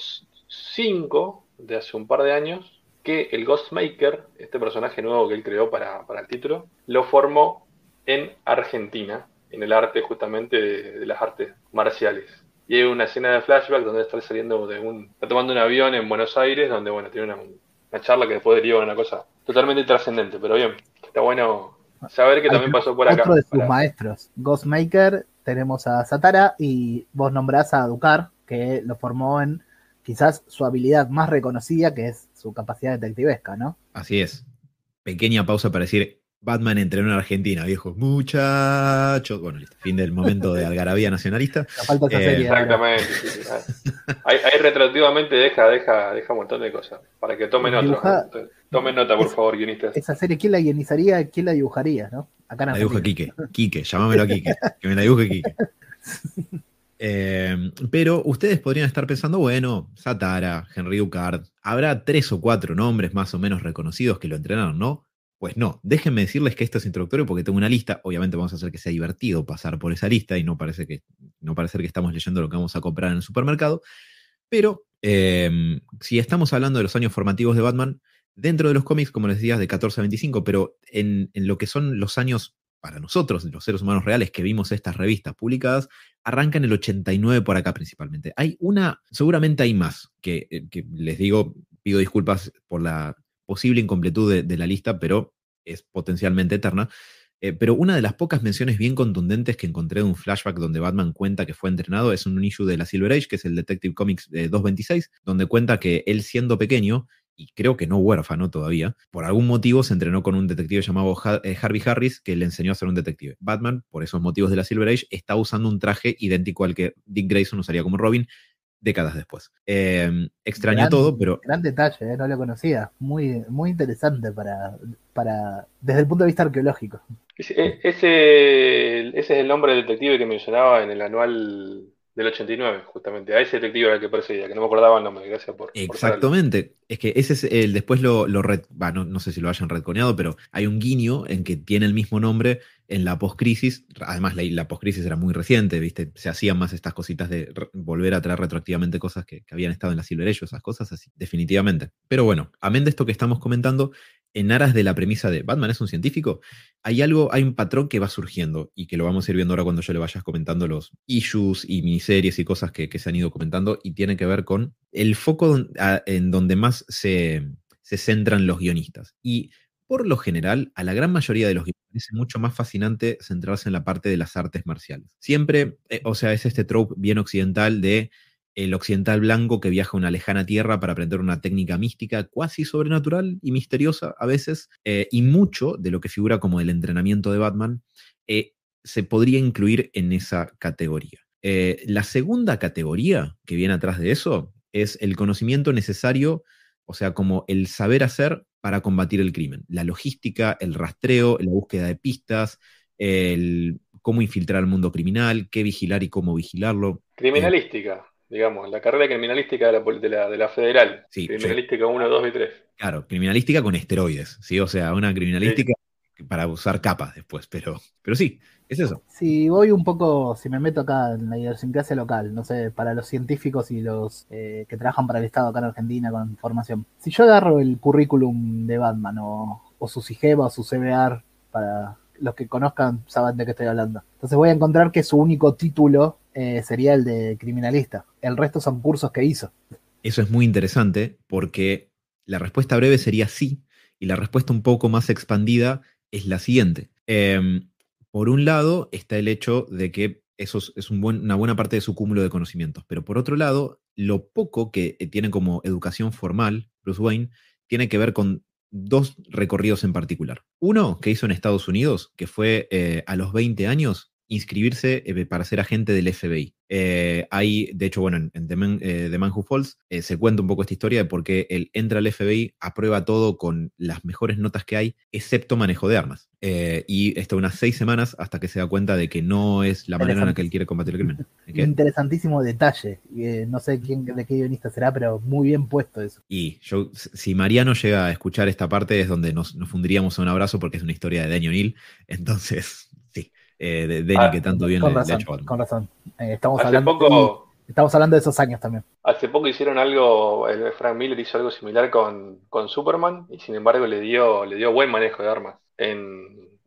cinco de hace un par de años que el Ghostmaker, este personaje nuevo que él creó para, para el título, lo formó en Argentina, en el arte justamente de, de las artes marciales. Y hay una escena de flashback donde está saliendo de un, está tomando un avión en Buenos Aires, donde bueno, tiene una, una charla que después deriva en una cosa totalmente trascendente, pero bien, está bueno saber que también pasó por acá. Otro de sus para... maestros, Ghostmaker, tenemos a Zatara y vos nombrás a Ducar, que lo formó en quizás su habilidad más reconocida, que es su capacidad detectivesca, ¿no? Así es. Pequeña pausa para decir, Batman entrenó en Argentina, viejos muchachos. Bueno, listo. Fin del momento de algarabía nacionalista. La falta esa Eh, serie. Exactamente. Sí, sí. Ahí, ahí retroactivamente deja, deja, deja un montón de cosas. Para que tomen Dibuja- nota. Tomen nota, por es- favor, guionistas. Esa serie, ¿quién la guionizaría? ¿Quién la dibujaría? ¿No? Acá en la dibuja Argentina. Quique. Quique, llámamelo a Quique. Que me la dibuje Quique. Eh, pero ustedes podrían estar pensando, bueno, Zatara, Henry Ducard, habrá tres o cuatro nombres más o menos reconocidos que lo entrenaron, ¿no? Pues no, déjenme decirles que esto es introductorio porque tengo una lista. Obviamente vamos a hacer que sea divertido pasar por esa lista y no parece que, no parecer que estamos leyendo lo que vamos a comprar en el supermercado. Pero eh, si estamos hablando de los años formativos de Batman, dentro de los cómics, como les decía, de catorce a veinticinco, pero en, en lo que son los años para nosotros, los seres humanos reales que vimos estas revistas publicadas, arranca en el ochenta y nueve por acá principalmente. Hay una, seguramente hay más, que, que les digo, pido disculpas por la posible incompletud de, de la lista, pero es potencialmente eterna. Eh, pero una de las pocas menciones bien contundentes que encontré de un flashback donde Batman cuenta que fue entrenado es un issue de la Silver Age, que es el Detective Comics eh, doscientos veintiséis, donde cuenta que él siendo pequeño, y creo que no huérfano todavía, por algún motivo se entrenó con un detective llamado ha eh, Harvey Harris, que le enseñó a ser un detective. Batman, por esos motivos de la Silver Age, está usando un traje idéntico al que Dick Grayson usaría como Robin décadas después. Eh, extraño Gran, todo, pero... Gran detalle, ¿eh? No lo conocía. Muy, muy interesante para, para, desde el punto de vista arqueológico. Ese, ese, ese es el nombre del detective que mencionaba en el anual del ochenta y nueve, justamente. A ese detective era el que perseguía, que no me acordaba el nombre. Gracias por, por saberlo. Exactamente. Es que ese es el, después lo, lo red, bah, no, no sé si lo hayan retconeado, pero hay un guiño en que tiene el mismo nombre en la post-crisis. Además, la, la post-crisis era muy reciente, ¿viste? Se hacían más estas cositas de re, volver a traer retroactivamente cosas que, que habían estado en la Silver Age, esas cosas así, definitivamente. Pero bueno, amén de esto que estamos comentando, en aras de la premisa de Batman es un científico, hay algo, hay un patrón que va surgiendo y que lo vamos a ir viendo ahora cuando yo le vayas comentando los issues y miniseries y cosas que, que se han ido comentando, y tiene que ver con el foco don, a, en donde más se, se centran los guionistas. Y por lo general, a la gran mayoría de los guionistas es mucho más fascinante centrarse en la parte de las artes marciales. Siempre, eh, o sea, es este trope bien occidental de el occidental blanco que viaja a una lejana tierra para aprender una técnica mística cuasi sobrenatural y misteriosa a veces, eh, y mucho de lo que figura como el entrenamiento de Batman eh, se podría incluir en esa categoría. Eh, la segunda categoría que viene atrás de eso es el conocimiento necesario, o sea, como el saber hacer para combatir el crimen. La logística, el rastreo, la búsqueda de pistas, el cómo infiltrar al mundo criminal, qué vigilar y cómo vigilarlo. Criminalística. Eh, digamos, la carrera criminalística de la, de la, de la federal. Sí, criminalística uno, dos y tres. Claro, criminalística con esteroides, ¿sí? O sea, una criminalística sí. para usar capas después, pero, pero sí, es eso. Si voy un poco, si me meto acá en la idiosincrasia local, no sé, para los científicos y los eh, que trabajan para el Estado acá en Argentina con formación. Si yo agarro el currículum de Batman o, o su SIGEBA o su C B R, para los que conozcan saben de qué estoy hablando. Entonces voy a encontrar que su único título eh, sería el de criminalista. El resto son cursos que hizo. Eso es muy interesante porque la respuesta breve sería sí, y la respuesta un poco más expandida es la siguiente. Eh, por un lado está el hecho de que eso es, es un buen, una buena parte de su cúmulo de conocimientos, pero por otro lado, lo poco que tiene como educación formal Bruce Wayne tiene que ver con dos recorridos en particular. Uno que hizo en Estados Unidos, que fue eh, a los veinte años inscribirse eh, para ser agente del F B I. Eh, hay, de hecho, bueno, en, en The, Man, eh, The Man Who Falls eh, se cuenta un poco esta historia de por qué él entra al F B I, aprueba todo con las mejores notas que hay, excepto manejo de armas. Eh, y está unas seis semanas hasta que se da cuenta de que no es la manera en la que él quiere combatir el crimen. ¿Qué? Interesantísimo detalle. Eh, no sé quién, de qué guionista será, pero muy bien puesto eso. Y yo, si Mariano llega a escuchar esta parte es donde nos, nos fundiríamos a un abrazo porque es una historia de Danny O'Neill. Entonces, sí. Eh, de Denny ah, que tanto bien con le, razón, le ha hecho. Con razón. Eh, estamos, hace hablando poco, de, estamos hablando de esos años también. Hace poco hicieron algo, el Frank Miller hizo algo similar con, con Superman y sin embargo le dio, le dio buen manejo de armas en,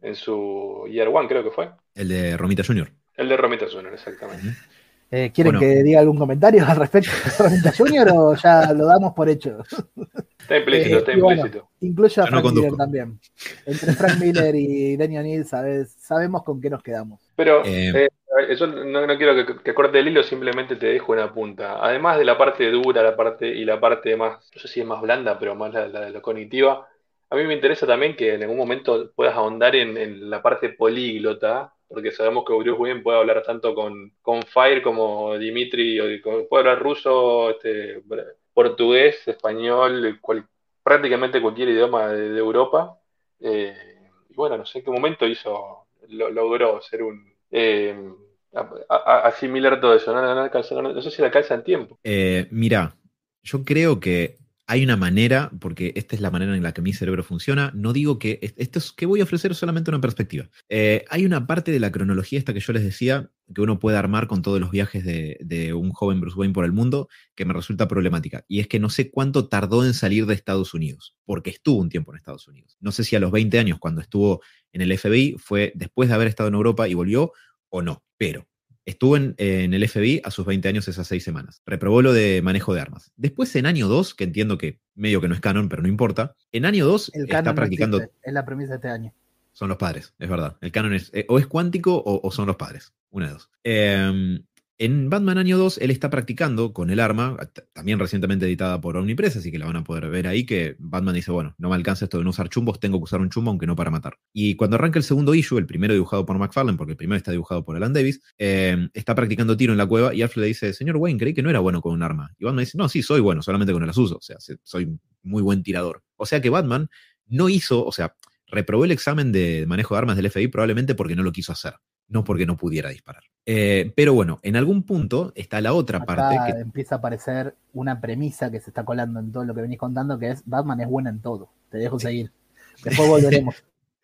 en su Year One, creo que fue. El de Romita junior El de Romita junior, exactamente. Uh-huh. Eh, ¿Quieren Bueno. que diga algún comentario al respecto de Romita junior o ya lo damos por hecho? Está implícito, Eh, está y bueno, implícito. incluyo a Yo no Frank Miller conduzco. también. Entre Frank Miller y Denny O'Neil sabes, sabemos con qué nos quedamos. Pero Eh, eh, yo no, no quiero que, que corte el hilo, simplemente te dejo una punta. Además de la parte dura, la parte y la parte más, no sé si es más blanda, pero más la, la de lo cognitiva, a mí me interesa también que en algún momento puedas ahondar en, en la parte políglota, porque sabemos que Bruce Wayne puede hablar tanto con, con Fire como Dimitri, o con- puede hablar ruso, este, portugués, español, cual- prácticamente cualquier idioma de, de Europa. Eh, y bueno, no sé en qué momento hizo, lo- logró ser un eh, a- a- asimilar todo eso. No, no, no alcanza- no- no sé si le alcanza en tiempo. Eh, mira, yo creo que hay una manera, porque esta es la manera en la que mi cerebro funciona. No digo que esto es que voy a ofrecer solamente una perspectiva. Eh, hay una parte de la cronología esta que yo les decía que uno puede armar con todos los viajes de, de un joven Bruce Wayne por el mundo que me resulta problemática. Y es que no sé cuánto tardó en salir de Estados Unidos, porque estuvo un tiempo en Estados Unidos. No sé si a los veinte años, cuando estuvo en el F B I, fue después de haber estado en Europa y volvió o no. Pero estuvo en, en el F B I a sus veinte años esas seis semanas. Reprobó lo de manejo de armas. Después en año dos, que entiendo que medio que no es canon, pero no importa, en año dos El está canon no practicando... existe, es la premisa de este año. Son los padres, es verdad. El canon es eh, o es cuántico o, o son los padres. Una de dos. Eh, en Batman año dos, él está practicando con el arma, t- también recientemente editada por Omnipress, así que la van a poder ver ahí, que Batman dice, bueno, no me alcanza esto de no usar chumbos, tengo que usar un chumbo, aunque no para matar. Y cuando arranca el segundo issue, el primero dibujado por McFarlane, porque el primero está dibujado por Alan Davis, eh, está practicando tiro en la cueva y Alfred le dice, señor Wayne, creí que no era bueno con un arma. Y Batman dice, no, sí, soy bueno, solamente con las uso, o sea, soy muy buen tirador. O sea que Batman no hizo, o sea, reprobó el examen de manejo de armas del F B I probablemente porque no lo quiso hacer, no porque no pudiera disparar. Eh, pero bueno, en algún punto está la otra Acá parte que... empieza a aparecer una premisa que se está colando en todo lo que venís contando, que es Batman es bueno en todo. Te dejo Sí. seguir. Después volveremos.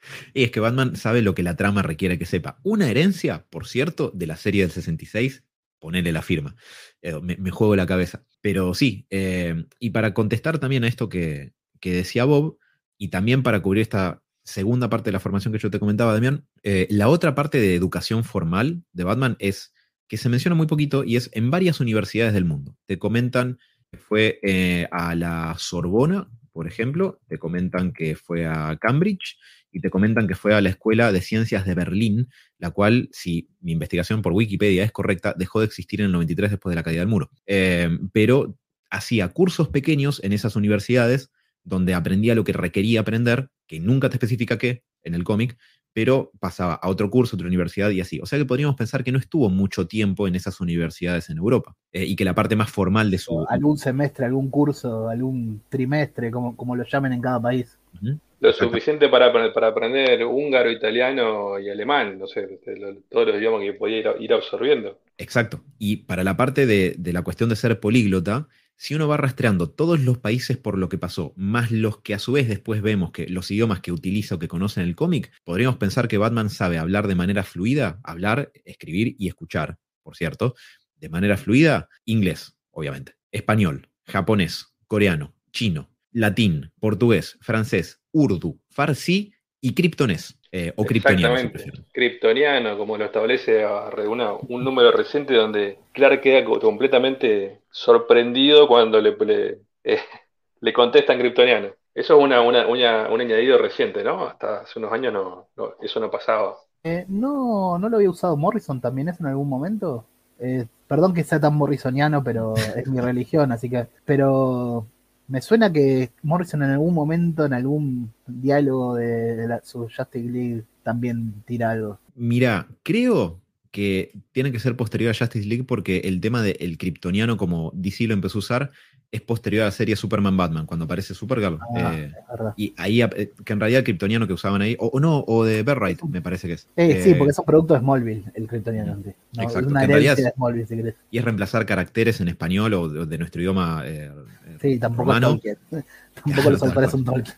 Y es que Batman sabe lo que la trama requiere que sepa. Una herencia, por cierto, de la serie del sesenta y seis, ponele la firma. Eh, me, me juego la cabeza. Pero sí, eh, y para contestar también a esto que, que decía Bob, y también para cubrir esta segunda parte de la formación que yo te comentaba, Damián, eh, la otra parte de educación formal de Batman es que se menciona muy poquito y es en varias universidades del mundo. Te comentan que fue eh, a la Sorbona, por ejemplo, te comentan que fue a Cambridge, y te comentan que fue a la Escuela de Ciencias de Berlín, la cual, si mi investigación por Wikipedia es correcta, dejó de existir en el noventa y tres después de la caída del muro. Eh, pero hacía cursos pequeños en esas universidades donde aprendía lo que requería aprender, que nunca te especifica qué en el cómic, pero pasaba a otro curso, otra universidad y así. O sea que podríamos pensar que no estuvo mucho tiempo en esas universidades en Europa eh, y que la parte más formal de su... Algún semestre, algún curso, algún trimestre, como, como lo llamen en cada país. Uh-huh. Lo suficiente para, para aprender húngaro, italiano y alemán, no sé, lo- todos los idiomas que podía ir, ir absorbiendo. Exacto. Y para la parte de, de la cuestión de ser políglota, si uno va rastreando todos los países por lo que pasó, más los que a su vez después vemos que los idiomas que utiliza o que conoce en el cómic, podríamos pensar que Batman sabe hablar de manera fluida, hablar, escribir y escuchar, por cierto, de manera fluida, inglés, obviamente, español, japonés, coreano, chino, latín, portugués, francés, urdu, farsi y kryptonés. Eh, o kryptoniano, si Exactamente. prefieren. Kryptoniano, como lo establece a- una- un número reciente donde Clark queda co- completamente sorprendido cuando le, le, eh, le contestan kryptoniano. Eso es una, una, una- un añadido reciente, ¿no? Hasta hace unos años no, no- eso no pasaba. Eh, no, no lo había usado Morrison también eso en algún momento. Eh, perdón que sea tan morrisoniano, pero es mi religión, así que. Pero me suena que Morrison en algún momento, en algún diálogo de, de la- su Justice League, también tira algo. Mira, creo que tiene que ser posterior a Justice League porque el tema del kryptoniano, como D C lo empezó a usar, es posterior a la serie Superman Batman, cuando aparece Supergirl. Ah, eh, es verdad. y ahí, eh, que en realidad el kryptoniano que usaban ahí, o, o no, o de Berright, me parece que es. Eh, sí, Eh, porque es un producto de Smallville, el kryptoniano. Sí. No, Exacto, es una que en realidad herencia es- de Smallville, si querés. Y es reemplazar caracteres en español o de, de nuestro idioma eh, eh, Sí, tampoco romano. es Tolkien. Tampoco Claro, los tal autores cual. son Tolkien.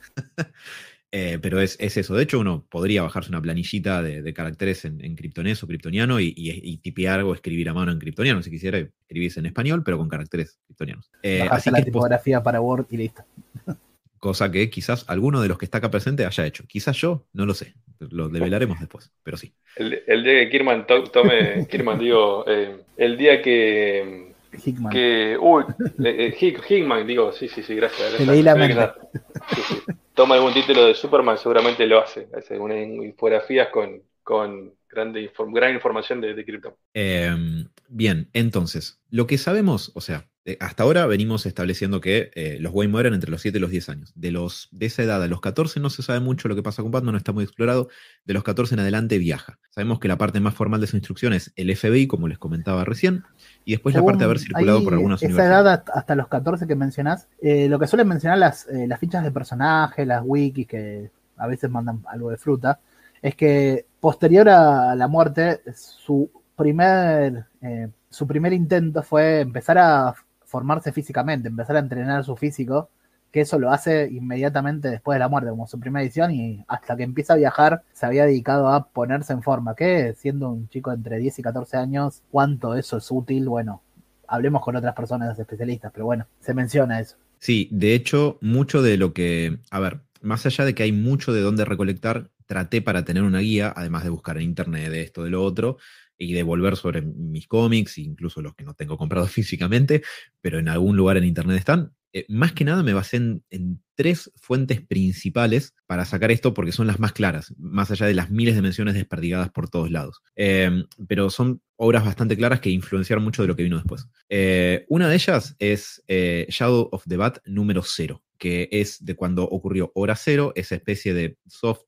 Eh, pero es, es eso. De hecho, uno podría bajarse una planillita de, de caracteres en, en kryptonés o kryptoniano y, y, y tipear o escribir a mano en kryptoniano. Si quisiera, escribirse en español, pero con caracteres kryptonianos. Eh, Bajarse así la que es pos- tipografía para Word y listo. cosa que quizás alguno de los que está acá presente haya hecho. Quizás yo, no lo sé, lo develaremos después, pero sí. El, el día que Kirman to- tome, Kirman digo, eh, el día que, Hickman. que, uy, eh, eh, Hick- Hickman, digo, sí, sí, sí, gracias. Te gracias. leí la Se ve que mente. ya- sí, sí. Toma algún título de Superman, seguramente lo hace. Hace unas infografías con, con grande inform- gran información de, de Krypton. Eh, bien, entonces, lo que sabemos, o sea, eh, hasta ahora venimos estableciendo que eh, los Wayne mueren entre los siete y los diez años. De, los, de esa edad a los catorce no se sabe mucho lo que pasa con Batman, no está muy explorado. De los catorce en adelante viaja. Sabemos que la parte más formal de su instrucción es el F B I, como les comentaba recién, y después la parte de haber circulado ahí, por algunas esa universidades. edad hasta, hasta los catorce que mencionás, eh, lo que suelen mencionar las, eh, las fichas de personaje, las wikis que a veces mandan algo de fruta, es que posterior a la muerte, su primer, eh, su primer intento fue empezar a formarse físicamente, empezar a entrenar su físico, que eso lo hace inmediatamente después de la muerte, como su primera edición, y hasta que empieza a viajar se había dedicado a ponerse en forma, que siendo un chico entre diez y catorce años, ¿cuánto eso es útil? Bueno, hablemos con otras personas especialistas, pero bueno, se menciona eso. Sí, de hecho, mucho de lo que, a ver, más allá de que hay mucho de dónde recolectar, traté para tener una guía, además de buscar en internet de esto, de lo otro, y de volver sobre mis cómics, incluso los que no tengo comprados físicamente, pero en algún lugar en internet están. Eh, más que nada me basé en, en tres fuentes principales para sacar esto porque son las más claras, más allá de las miles de menciones desperdigadas por todos lados. Eh, pero son obras bastante claras que influenciaron mucho de lo que vino después. Eh, una de ellas es eh, Shadow of the Bat número cero, que es de cuando ocurrió Hora Cero, esa especie de soft,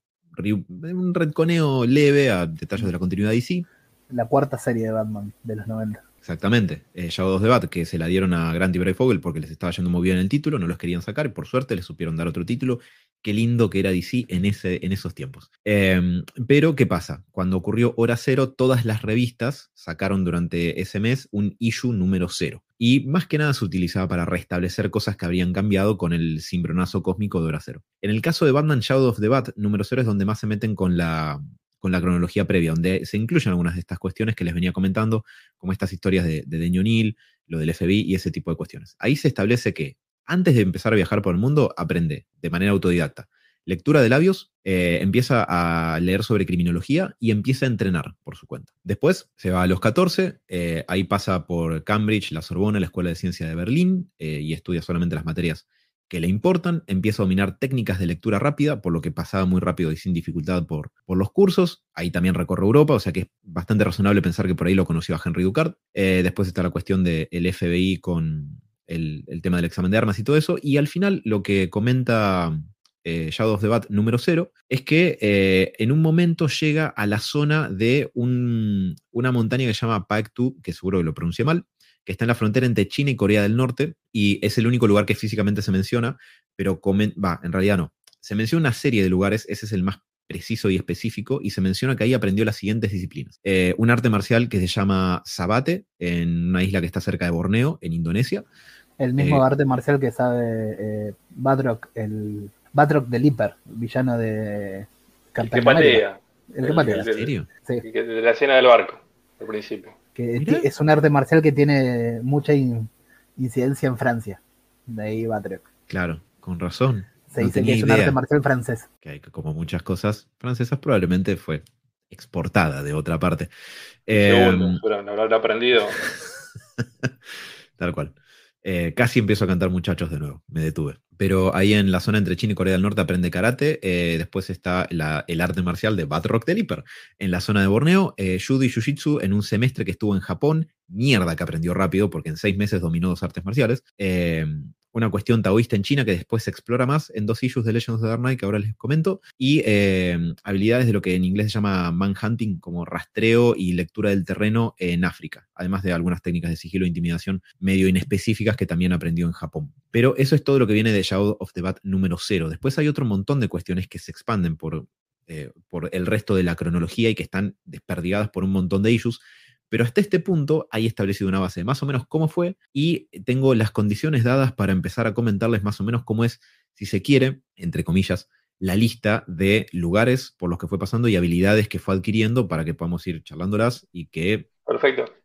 un retconeo leve a detalles de la continuidad de D C. La cuarta serie de Batman de los noventa. Exactamente, eh, Shadow of the Bat, que se la dieron a Grant y Breyfogle porque les estaba yendo muy bien el título, no los querían sacar y por suerte les supieron dar otro título. Qué lindo que era D C en, ese, en esos tiempos. Eh, pero, ¿qué pasa? Cuando ocurrió Hora Cero, todas las revistas sacaron durante ese mes un issue número cero. Y más que nada se utilizaba para restablecer cosas que habrían cambiado con el cimbronazo cósmico de Hora Cero. En el caso de Batman Shadow of the Bat número cero es donde más se meten con la... con la cronología previa, donde se incluyen algunas de estas cuestiones que les venía comentando, como estas historias de, de Denny O'Neil, lo del F B I y ese tipo de cuestiones. Ahí se establece que antes de empezar a viajar por el mundo, aprende de manera autodidacta. Lectura de labios, eh, empieza a leer sobre criminología y empieza a entrenar por su cuenta. Después se va a los catorce, eh, ahí pasa por Cambridge, la Sorbona, la Escuela de Ciencia de Berlín, eh, y estudia solamente las materias que le importan, empieza a dominar técnicas de lectura rápida, por lo que pasaba muy rápido y sin dificultad por, por los cursos. Ahí también recorre Europa, o sea que es bastante razonable pensar que por ahí lo conoció a Henry Ducard. Eh, después está la cuestión del F B I con el, el tema del examen de armas y todo eso. Y al final lo que comenta eh, Shadow of the Bat número cero es que eh, en un momento llega a la zona de un, una montaña que se llama Paektu, que seguro que lo pronuncié mal, que está en la frontera entre China y Corea del Norte, y es el único lugar que físicamente se menciona, pero comen, va, en realidad no. Se menciona una serie de lugares, ese es el más preciso y específico, y se menciona que ahí aprendió las siguientes disciplinas. Eh, un arte marcial que se llama Sabate, en una isla que está cerca de Borneo, en Indonesia. El mismo Eh, arte marcial que sabe eh, Batroc, el Batroc de Liper, villano de El que Capitán América. patea. El que El- patea. ¿En el- serio? Sí. el que- de la escena del barco, al principio. Que Mirá. ti- es un arte marcial que tiene mucha in- incidencia en Francia. De ahí Batroc. Claro, con razón. Se No dice que tenía es un idea. arte marcial francés. Que hay, que, como muchas cosas francesas, probablemente fue exportada de otra parte. Eh, Segundo, seguro, no habrá aprendido. Tal cual. Eh, casi empiezo a cantar Muchachos de nuevo, me detuve. Pero ahí en la zona entre China y Corea del Norte aprende karate. Eh, después está la- el arte marcial de Batroc de Liper. En la zona de Borneo, eh, judo y jiu-jitsu en un semestre que estuvo en Japón. Mierda que aprendió rápido porque en seis meses dominó dos artes marciales. Eh, una cuestión taoísta en China que después se explora más en dos issues de Legends of the Dark Knight que ahora les comento. Y eh, habilidades de lo que en inglés se llama manhunting, como rastreo y lectura del terreno en África. Además de algunas técnicas de sigilo e intimidación medio inespecíficas que también aprendió en Japón. Pero eso es todo lo que viene de Shadow of the Bat número cero. Después hay otro montón de cuestiones que se expanden por, eh, por el resto de la cronología y que están desperdigadas por un montón de issues. Pero hasta este punto hay establecido una base de más o menos cómo fue y tengo las condiciones dadas para empezar a comentarles más o menos cómo es, si se quiere, entre comillas, la lista de lugares por los que fue pasando y habilidades que fue adquiriendo para que podamos ir charlándolas y que... Perfecto. Y,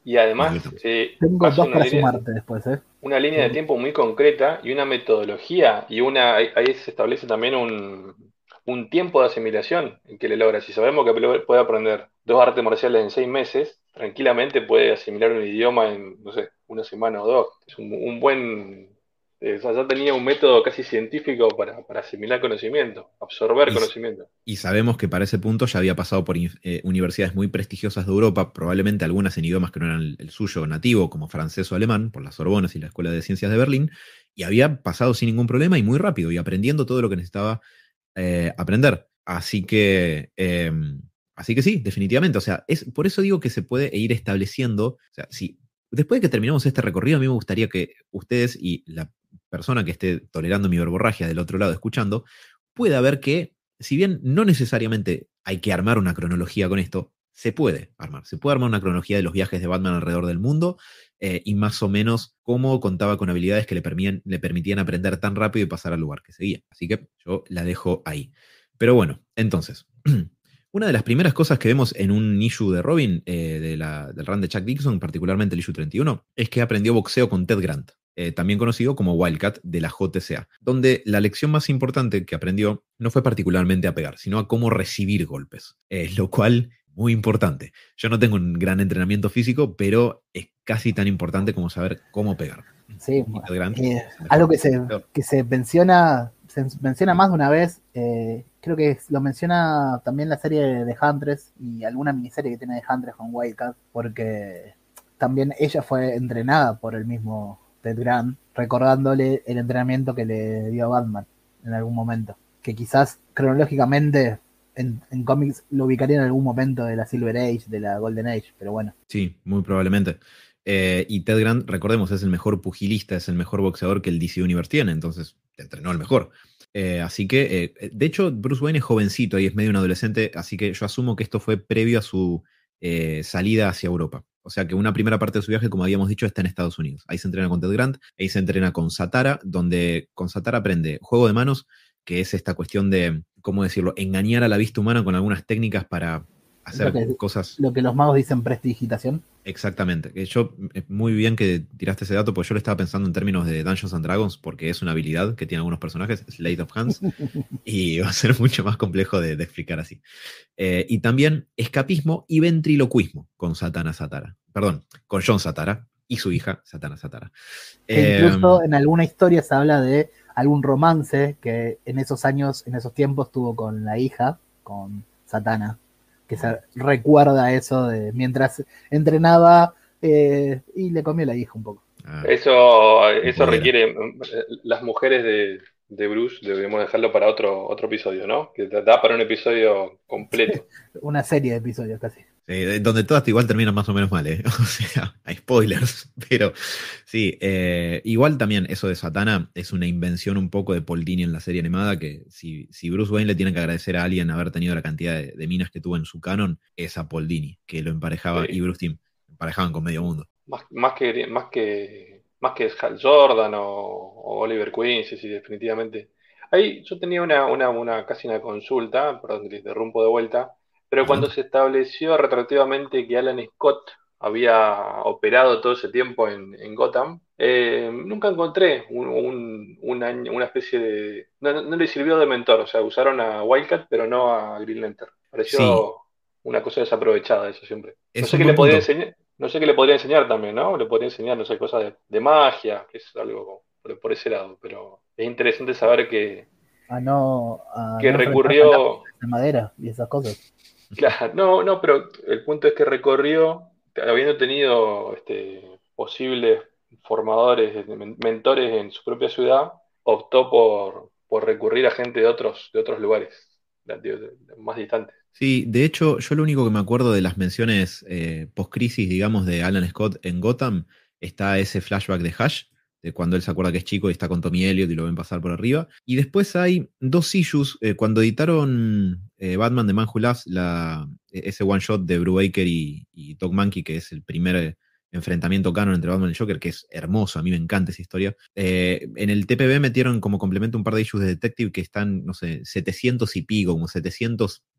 Y además eh, Tengo hace dos una para línea, sumarte después, ¿eh? una línea de tiempo muy concreta y una metodología y una ahí ahí se establece también un, un tiempo de asimilación en que le logra. Si sabemos que puede puede aprender dos artes marciales en seis meses, tranquilamente puede asimilar un idioma en, no sé, una semana o dos. Es un, un buen... eh, o sea, ya tenía un método casi científico para, para asimilar conocimiento, absorber Y, conocimiento. y sabemos que para ese punto ya había pasado por eh, universidades muy prestigiosas de Europa, probablemente algunas en idiomas que no eran el, el suyo nativo, como francés o alemán, por las Sorbonas y la Escuela de Ciencias de Berlín, y había pasado sin ningún problema y muy rápido, y aprendiendo todo lo que necesitaba eh, aprender. Así que, eh, así que sí, definitivamente. O sea, es, por eso digo que se puede ir estableciendo. O sea, si después de que terminemos este recorrido, a mí me gustaría que ustedes y la persona que esté tolerando mi verborragia del otro lado escuchando, pueda ver que, si bien no necesariamente hay que armar una cronología con esto, se puede armar. Se puede armar una cronología de los viajes de Batman alrededor del mundo eh, y más o menos cómo contaba con habilidades que le, permitían, le permitían aprender tan rápido y pasar al lugar que seguía. Así que yo la dejo ahí. Pero bueno, entonces, una de las primeras cosas que vemos en un issue de Robin, eh, de la, del run de Chuck Dixon, particularmente el issue treinta y uno, es que aprendió boxeo con Ted Grant, eh, también conocido como Wildcat de la J T C A, donde la lección más importante que aprendió no fue particularmente a pegar, sino a cómo recibir golpes, eh, lo cual, muy importante. Yo no tengo un gran entrenamiento físico, pero es casi tan importante como saber cómo pegar. Sí, Y Ted Grant eh, es el mejor algo que se, boxeador. que se menciona, se menciona más de una vez, eh, creo que lo menciona también la serie de Huntress y alguna miniserie que tiene de Huntress con Wildcat, porque también ella fue entrenada por el mismo Ted Grant, recordándole el entrenamiento que le dio a Batman en algún momento, que quizás cronológicamente en, en cómics lo ubicaría en algún momento de la Silver Age, de la Golden Age, pero bueno. Sí, muy probablemente. Eh, y Ted Grant, recordemos, es el mejor pugilista, es el mejor boxeador que el D C Universe tiene, entonces te entrenó el mejor. Eh, así que, eh, de hecho, Bruce Wayne es jovencito y es medio un adolescente, así que yo asumo que esto fue previo a su eh, salida hacia Europa. O sea que una primera parte de su viaje, como habíamos dicho, está en Estados Unidos. Ahí se entrena con Ted Grant, ahí se entrena con Satara, donde con Satara aprende juego de manos, que es esta cuestión de, ¿cómo decirlo?, engañar a la vista humana con algunas técnicas para hacer Lo que, cosas... lo que los magos dicen prestidigitación. Exactamente. Que yo, es muy bien que tiraste ese dato, porque yo lo estaba pensando en términos de Dungeons and Dragons, porque es una habilidad que tienen algunos personajes, Slate of Hands, y va a ser mucho más complejo de, de explicar así. Eh, y también escapismo y ventriloquismo con Satana Satara. Perdón, con John Satara y su hija Satana Satara. Que Eh, incluso en alguna historia se habla de algún romance que en esos años, en esos tiempos tuvo con la hija, con Satana, que se recuerda eso de mientras entrenaba eh, y le comió la hija un poco. ah, Eso, eso Podera. requiere, mm, las mujeres de, de Bruce, debemos dejarlo para otro, otro episodio, ¿no? Que da para un episodio completo. Una serie de episodios casi. Eh, donde todas igual terminan más o menos mal, ¿eh? O sea, hay spoilers, pero sí, eh, igual también eso de Satana es una invención un poco de Paul Dini en la serie animada, que si, si Bruce Wayne le tiene que agradecer a alguien haber tenido la cantidad de, de minas que tuvo en su canon, es a Paul Dini, que lo emparejaba, Sí. y Bruce Timm, emparejaban con medio mundo. Más, más que, más que, más que Hal Jordan o, o Oliver Queen, sí, sí, definitivamente. Ahí yo tenía una, una, una casi una consulta, perdón que les interrumpo de vuelta, pero cuando Adelante. se estableció retroactivamente que Alan Scott había operado todo ese tiempo en, en Gotham, eh, nunca encontré un, un- un año- una especie de... No, no- no le sirvió de mentor, o sea, usaron a Wildcat, pero no a Green Lantern. Sí, Pareció una cosa desaprovechada eso siempre. No es sé un qué le buen podría punto. enseñar. No sé qué le podría enseñar también, ¿no? Le podría enseñar, no sé, cosas de, de magia, que es algo por, por ese lado, pero es interesante saber que, A no, a que no enfrentarse a recurrió, lápices de madera y esas cosas. claro, no, no, pero el punto es que recorrió, habiendo tenido este, posibles formadores, men- mentores en su propia ciudad, optó por, por recurrir a gente de otros, de otros lugares, de- de- de- más distantes. Sí, de hecho, yo lo único que me acuerdo de las menciones eh, post-crisis, digamos, de Alan Scott en Gotham, está ese flashback de Hash, de cuando él se acuerda que es chico y está con Tommy Elliot y lo ven pasar por arriba. Y después hay dos issues, eh, cuando editaron eh, Batman The Man Who Laughs, la, e- ese one shot de Brubaker y, y Doc Mankey, que es el primer eh, enfrentamiento canon entre Batman y Joker, que es hermoso, a mí me encanta esa historia. Eh, en el T P B metieron como complemento un par de issues de Detective que están, no sé, setecientos y pico, como setecientos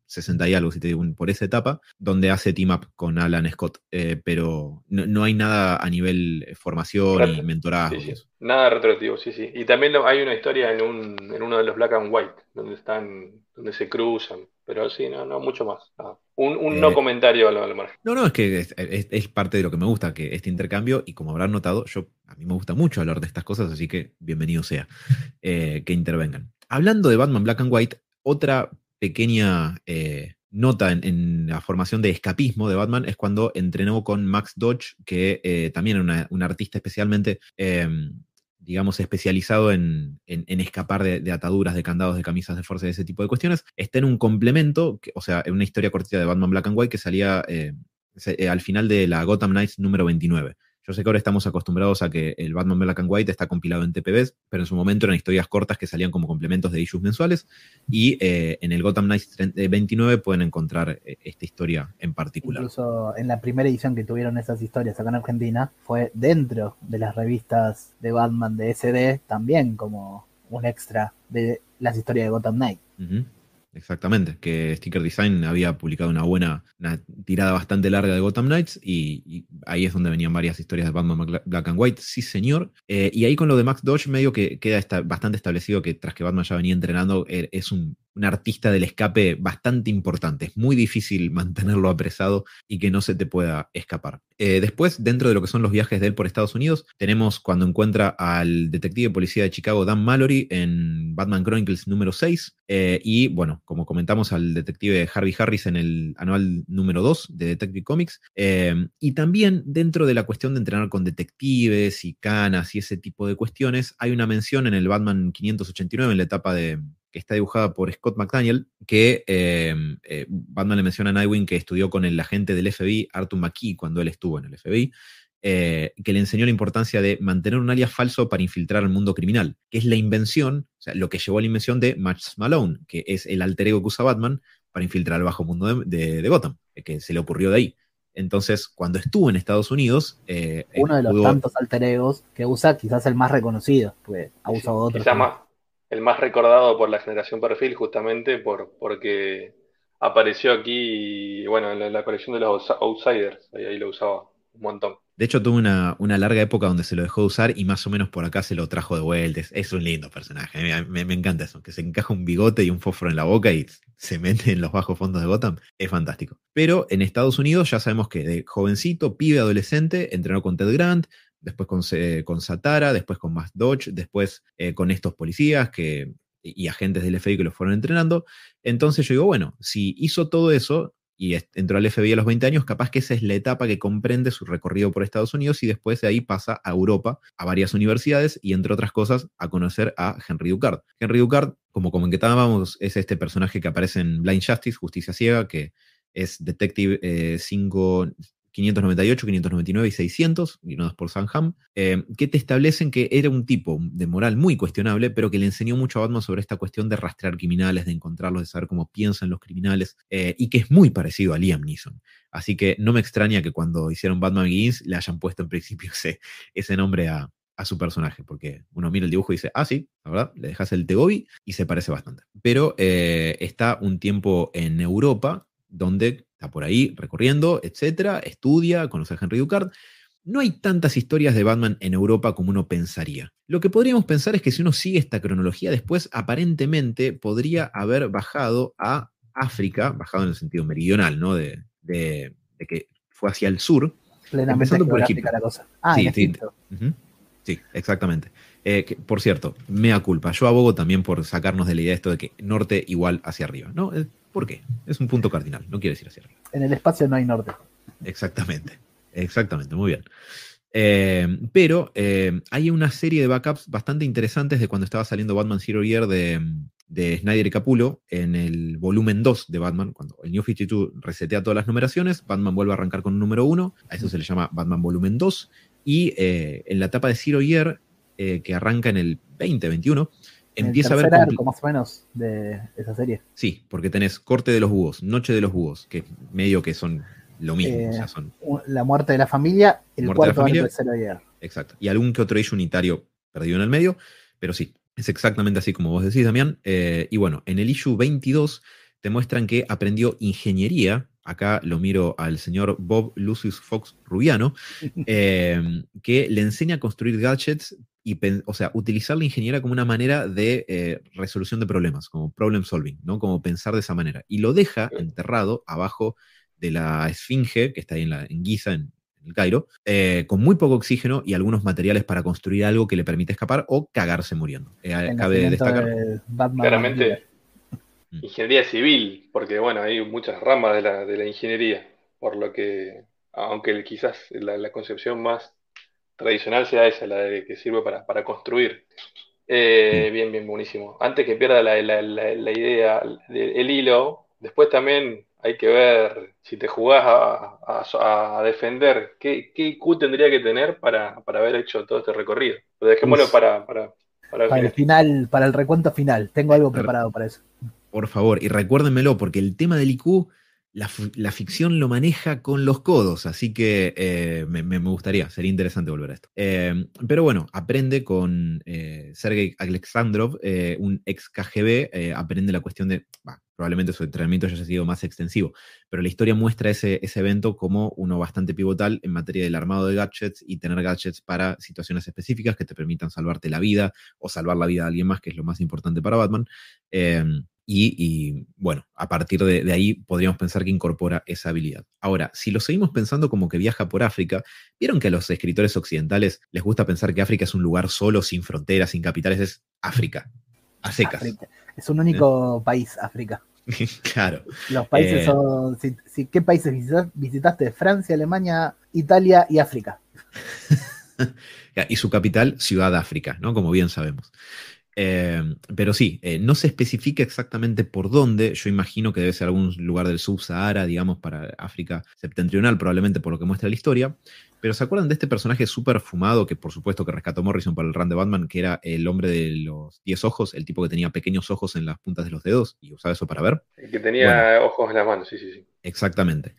sesenta y algo, si te digo, por esa etapa, donde hace team up con Alan Scott. Eh, pero no, no hay nada a nivel formación Retro. y mentorazgo. Sí, sí. Y eso. Nada retroactivo, sí, sí. Y también lo- hay una historia en un, en uno de los Black and White, donde están, donde se cruzan. Pero sí, no, no mucho más. Nada. Un, un no Eh, comentario a lo, a lo margen. No, no, es que es, es- es parte de lo que me gusta, que este intercambio, y como habrán notado, yo a mí me gusta mucho hablar de estas cosas, así que bienvenido sea eh, que intervengan. Hablando de Batman Black and White, otra pequeña eh, nota en, en la formación de escapismo de Batman es cuando entrenó con Max Dodge, que eh, también era una- un artista especialmente, eh, digamos, especializado en, en- en escapar de, de ataduras, de candados, de camisas de fuerza y ese tipo de cuestiones. Está en un complemento, que- o sea, en una historia cortita de Batman Black and White que salía eh, se- eh, al final de la Gotham Knights número veintinueve. Yo sé que ahora estamos acostumbrados a que el Batman Black and White está compilado en T P Bs, pero en su momento eran historias cortas que salían como complementos de issues mensuales, y eh, en el Gotham Knights veintinueve pueden encontrar eh, esta historia en particular. Incluso en la primera edición que tuvieron esas historias acá en Argentina, fue dentro de las revistas de Batman de S D, también como un extra de las historias de Gotham Knight. Uh-huh. Exactamente, que Sticker Design había publicado una buena, una tirada bastante larga de Gotham Knights, y, y ahí es donde venían varias historias de Batman Black and White, sí señor. Eh, y ahí con lo de Max Dodge medio que queda esta, bastante establecido que tras que Batman ya venía entrenando, er, es un, un artista del escape bastante importante. Es muy difícil mantenerlo apresado y que no se te pueda escapar. Eh, después, dentro de lo que son los viajes de él por Estados Unidos, tenemos cuando encuentra al detective de policía de Chicago, Dan Mallory, en Batman Chronicles número seis, eh, y bueno, como comentamos, al detective Harvey Harris en el anual número dos de Detective Comics, eh, y también dentro de la cuestión de entrenar con detectives y canas y ese tipo de cuestiones, hay una mención en el Batman quinientos ochenta y nueve, en la etapa de... que está dibujada por Scott McDaniel, que eh, eh, Batman le menciona a Nightwing que estudió con el agente del F B I, Arthur McKee, cuando él estuvo en el F B I, eh, que le enseñó la importancia de mantener un alias falso para infiltrar el mundo criminal, que es la invención, o sea, lo que llevó a la invención de Max Malone, que es el alter ego que usa Batman para infiltrar el bajo mundo de, de, de Gotham, que se le ocurrió de ahí. Entonces, cuando estuvo en Estados Unidos... Eh, Uno de los pudo... tantos alter egos que usa, quizás el más reconocido, porque ha Sí, usado otros. quizá más, el más recordado por la generación Perfil, justamente por, porque apareció aquí, bueno, en la, la colección de los Outsiders, ahí, ahí lo usaba un montón. De hecho, tuvo una, una larga época donde se lo dejó de usar y más o menos por acá se lo trajo de vuelta. Es, es un lindo personaje. Me, me, me encanta eso. Que se encaja un bigote y un fósforo en la boca y se mete en los bajos fondos de Gotham. Es fantástico. Pero en Estados Unidos ya sabemos que de jovencito, pibe, adolescente, entrenó con Ted Grant, después con, eh, con Satara, después con Max Dodge, después eh, con estos policías que, y agentes del F B I que lo fueron entrenando. Entonces yo digo, bueno, si hizo todo eso y entró al F B I a los veinte años, capaz que esa es la etapa que comprende su recorrido por Estados Unidos, y después de ahí pasa a Europa, a varias universidades, y entre otras cosas a conocer a Henry Ducard. Henry Ducard, como comentábamos, es este personaje que aparece en Blind Justice, Justicia Ciega, que es Detective eh, cinco... quinientos noventa y ocho, quinientos noventa y nueve y seiscientos, guionados por Sam Hamm, eh, que te establecen que era un tipo de moral muy cuestionable, pero que le enseñó mucho a Batman sobre esta cuestión de rastrear criminales, de encontrarlos, de saber cómo piensan los criminales, eh, y que es muy parecido a Liam Neeson. Así que no me extraña que cuando hicieron Batman Begins le hayan puesto en principio ese, ese nombre a, a su personaje, porque uno mira el dibujo y dice, ah, sí, la verdad, le dejas el Tegobi y se parece bastante. Pero eh, está un tiempo en Europa, donde está por ahí recorriendo, etcétera, estudia, conoce a Henry Ducard. No hay tantas historias de Batman en Europa como uno pensaría. Lo que podríamos pensar es que si uno sigue esta cronología, después aparentemente podría haber bajado a África, bajado en el sentido meridional, ¿no? De, de, de que fue hacia el sur. Plenamente empezando por Egipto. La cosa. Ah, sí, en sí, Egipto. Uh-huh. Sí, exactamente. Eh, que, por cierto, mea culpa. Yo abogo también por sacarnos de la idea esto de que norte igual hacia arriba. ¿No? ¿Por qué? Es un punto cardinal, no quiere decir hacia arriba. En el espacio no hay norte. Exactamente, exactamente, muy bien. Eh, pero eh, hay una serie de backups bastante interesantes de cuando estaba saliendo Batman Zero Year de, de Snyder y Capullo en el volumen dos de Batman, cuando el New cincuenta y dos resetea todas las numeraciones, Batman vuelve a arrancar con un número uno, a eso se le llama Batman volumen dos, y eh, en la etapa de Zero Year, eh, que arranca en el veinte veintiuno, empieza a haber... Arco, más o menos, de esa serie. Sí, porque tenés Corte de los Búhos, Noche de los Búhos, que medio que son lo mismo. Eh, o sea, son la muerte de la familia, el cuarto arco de Zero Year. Exacto. Y algún que otro issue unitario perdido en el medio, pero sí, es exactamente así como vos decís, Damián. Eh, y bueno, en el issue veintidós te muestran que aprendió ingeniería. Acá lo miro al señor Bob Lucius Fox Rubiano, eh, que le enseña a construir gadgets y, o sea, utilizar la ingeniería como una manera de eh, resolución de problemas, como problem solving, ¿no? Como pensar de esa manera. Y lo deja enterrado abajo de la esfinge, que está ahí en, la, en Giza, en, en el Cairo, eh, con muy poco oxígeno y algunos materiales para construir algo que le permite escapar o cagarse muriendo. Eh, cabe destacar. De Batman claramente, ingeniería civil, porque bueno, hay muchas ramas de la, de la ingeniería, por lo que, aunque quizás la, la concepción más tradicional sea esa, la de que sirve para, para construir. Eh, Sí. bien, bien, buenísimo. Antes que pierda la, la, la, la idea, el hilo, después también hay que ver si te jugás a, a, a defender, ¿qué, qué I Q tendría que tener para, para haber hecho todo este recorrido? Pero dejémoslo Uf, para, para, para el para el final. final, para el recuento final. Tengo algo preparado para eso. Por favor, y recuérdenmelo, porque el tema del I Q, la, la ficción lo maneja con los codos, así que eh, me, me gustaría, sería interesante volver a esto. Eh, pero bueno, aprende con eh, Sergei Alexandrov, eh, un ex K G B, eh, aprende la cuestión de, bah, probablemente su entrenamiento haya sido más extensivo, pero la historia muestra ese, ese evento como uno bastante pivotal en materia del armado de gadgets y tener gadgets para situaciones específicas que te permitan salvarte la vida o salvar la vida de alguien más, que es lo más importante para Batman. Eh, Y, y bueno, a partir de, de ahí podríamos pensar que incorpora esa habilidad. Ahora, si lo seguimos pensando como que viaja por África, ¿vieron que a los escritores occidentales les gusta pensar que África es un lugar solo, sin fronteras, sin capitales? Es África, a secas. África. Es un único ¿Eh? país, África. Claro. Los países eh, son... Si, si, ¿Qué países visitaste? visitaste? Francia, Alemania, Italia y África. Y su capital, Ciudad África, ¿no? Como bien sabemos. Eh, pero sí, eh, no se especifica exactamente por dónde. Yo imagino que debe ser algún lugar del Sub-Sahara, digamos, para África septentrional, probablemente por lo que muestra la historia. Pero ¿se acuerdan de este personaje súper fumado que por supuesto que rescató Morrison para el run de Batman, que era el hombre de los diez ojos, el tipo que tenía pequeños ojos en las puntas de los dedos y usaba eso para ver? El que tenía bueno, ojos en las manos, sí, sí, sí. Exactamente.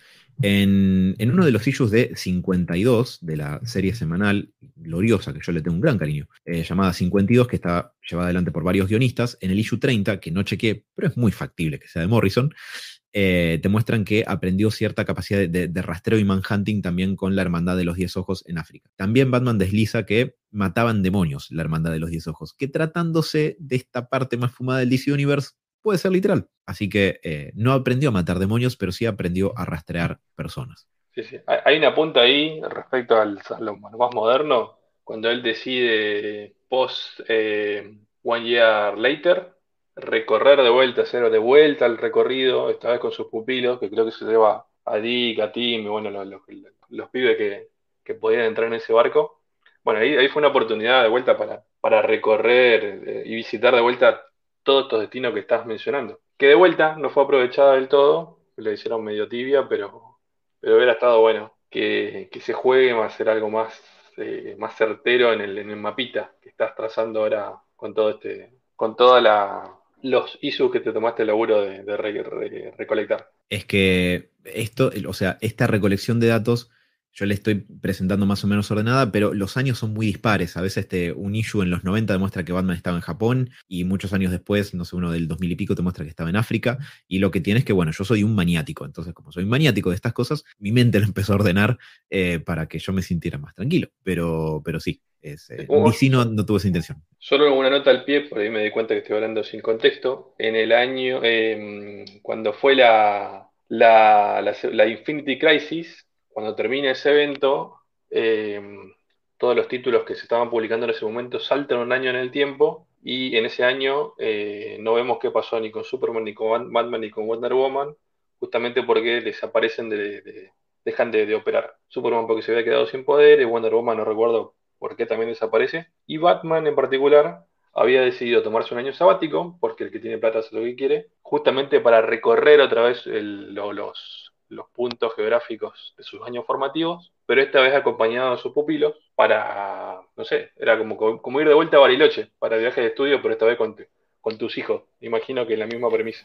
En, en uno de los issues de cincuenta y dos de la serie semanal gloriosa, que yo le tengo un gran cariño, eh, llamada cincuenta y dos, que está llevada adelante por varios guionistas, en el issue treinta, que no chequeé, pero es muy factible que sea de Morrison, eh, te muestran que aprendió cierta capacidad de, de, de rastreo y manhunting también con la Hermandad de los Diez Ojos en África. También Batman desliza que mataban demonios la Hermandad de los Diez Ojos, que tratándose de esta parte más fumada del D C Universe, puede ser literal. Así que eh, no aprendió a matar demonios, pero sí aprendió a rastrear personas. Sí, sí. Hay una punta ahí respecto al, a lo más moderno, cuando él decide post eh, One Year Later recorrer de vuelta, hacer de vuelta el recorrido, esta vez con sus pupilos, que creo que se lleva a Dick, a Tim y bueno, los, los, los pibes que, que podían entrar en ese barco. Bueno, ahí, ahí fue una oportunidad de vuelta para, para recorrer eh, y visitar de vuelta todos estos destinos que estás mencionando. Que de vuelta no fue aprovechada del todo, lo hicieron medio tibia, pero, pero hubiera estado bueno que, que se juegue a hacer algo más, eh, más certero en el, en el mapita que estás trazando ahora con todo este, con toda la los issues que te tomaste el laburo de, de re, re, recolectar. Es que esto, o sea, esta recolección de datos yo le estoy presentando más o menos ordenada, pero los años son muy dispares. A veces este, un issue en los noventa demuestra que Batman estaba en Japón y muchos años después, no sé, uno del dos mil y pico te muestra que estaba en África. Y lo que tiene es que, bueno, yo soy un maniático. Entonces, como soy un maniático de estas cosas, mi mente lo empezó a ordenar eh, para que yo me sintiera más tranquilo. Pero, pero sí, es, eh, Oh, D C no, no tuvo esa intención. Solo una nota al pie, por ahí me di cuenta que estoy hablando sin contexto. En el año, eh, cuando fue la, la, la, la Infinity Crisis, cuando termina ese evento, eh, todos los títulos que se estaban publicando en ese momento saltan un año en el tiempo y en ese año eh, no vemos qué pasó ni con Superman, ni con Batman, ni con Wonder Woman, justamente porque desaparecen, de, de, dejan de, de operar. Superman porque se había quedado sin poder y Wonder Woman no recuerdo por qué también desaparece. Y Batman en particular había decidido tomarse un año sabático, porque el que tiene plata hace lo que quiere, justamente para recorrer otra vez el, lo, los, los puntos geográficos de sus años formativos, pero esta vez acompañado de sus pupilos para, no sé, era como, como ir de vuelta a Bariloche, para el viaje de estudio, pero esta vez con, con tus hijos. Imagino que es la misma premisa.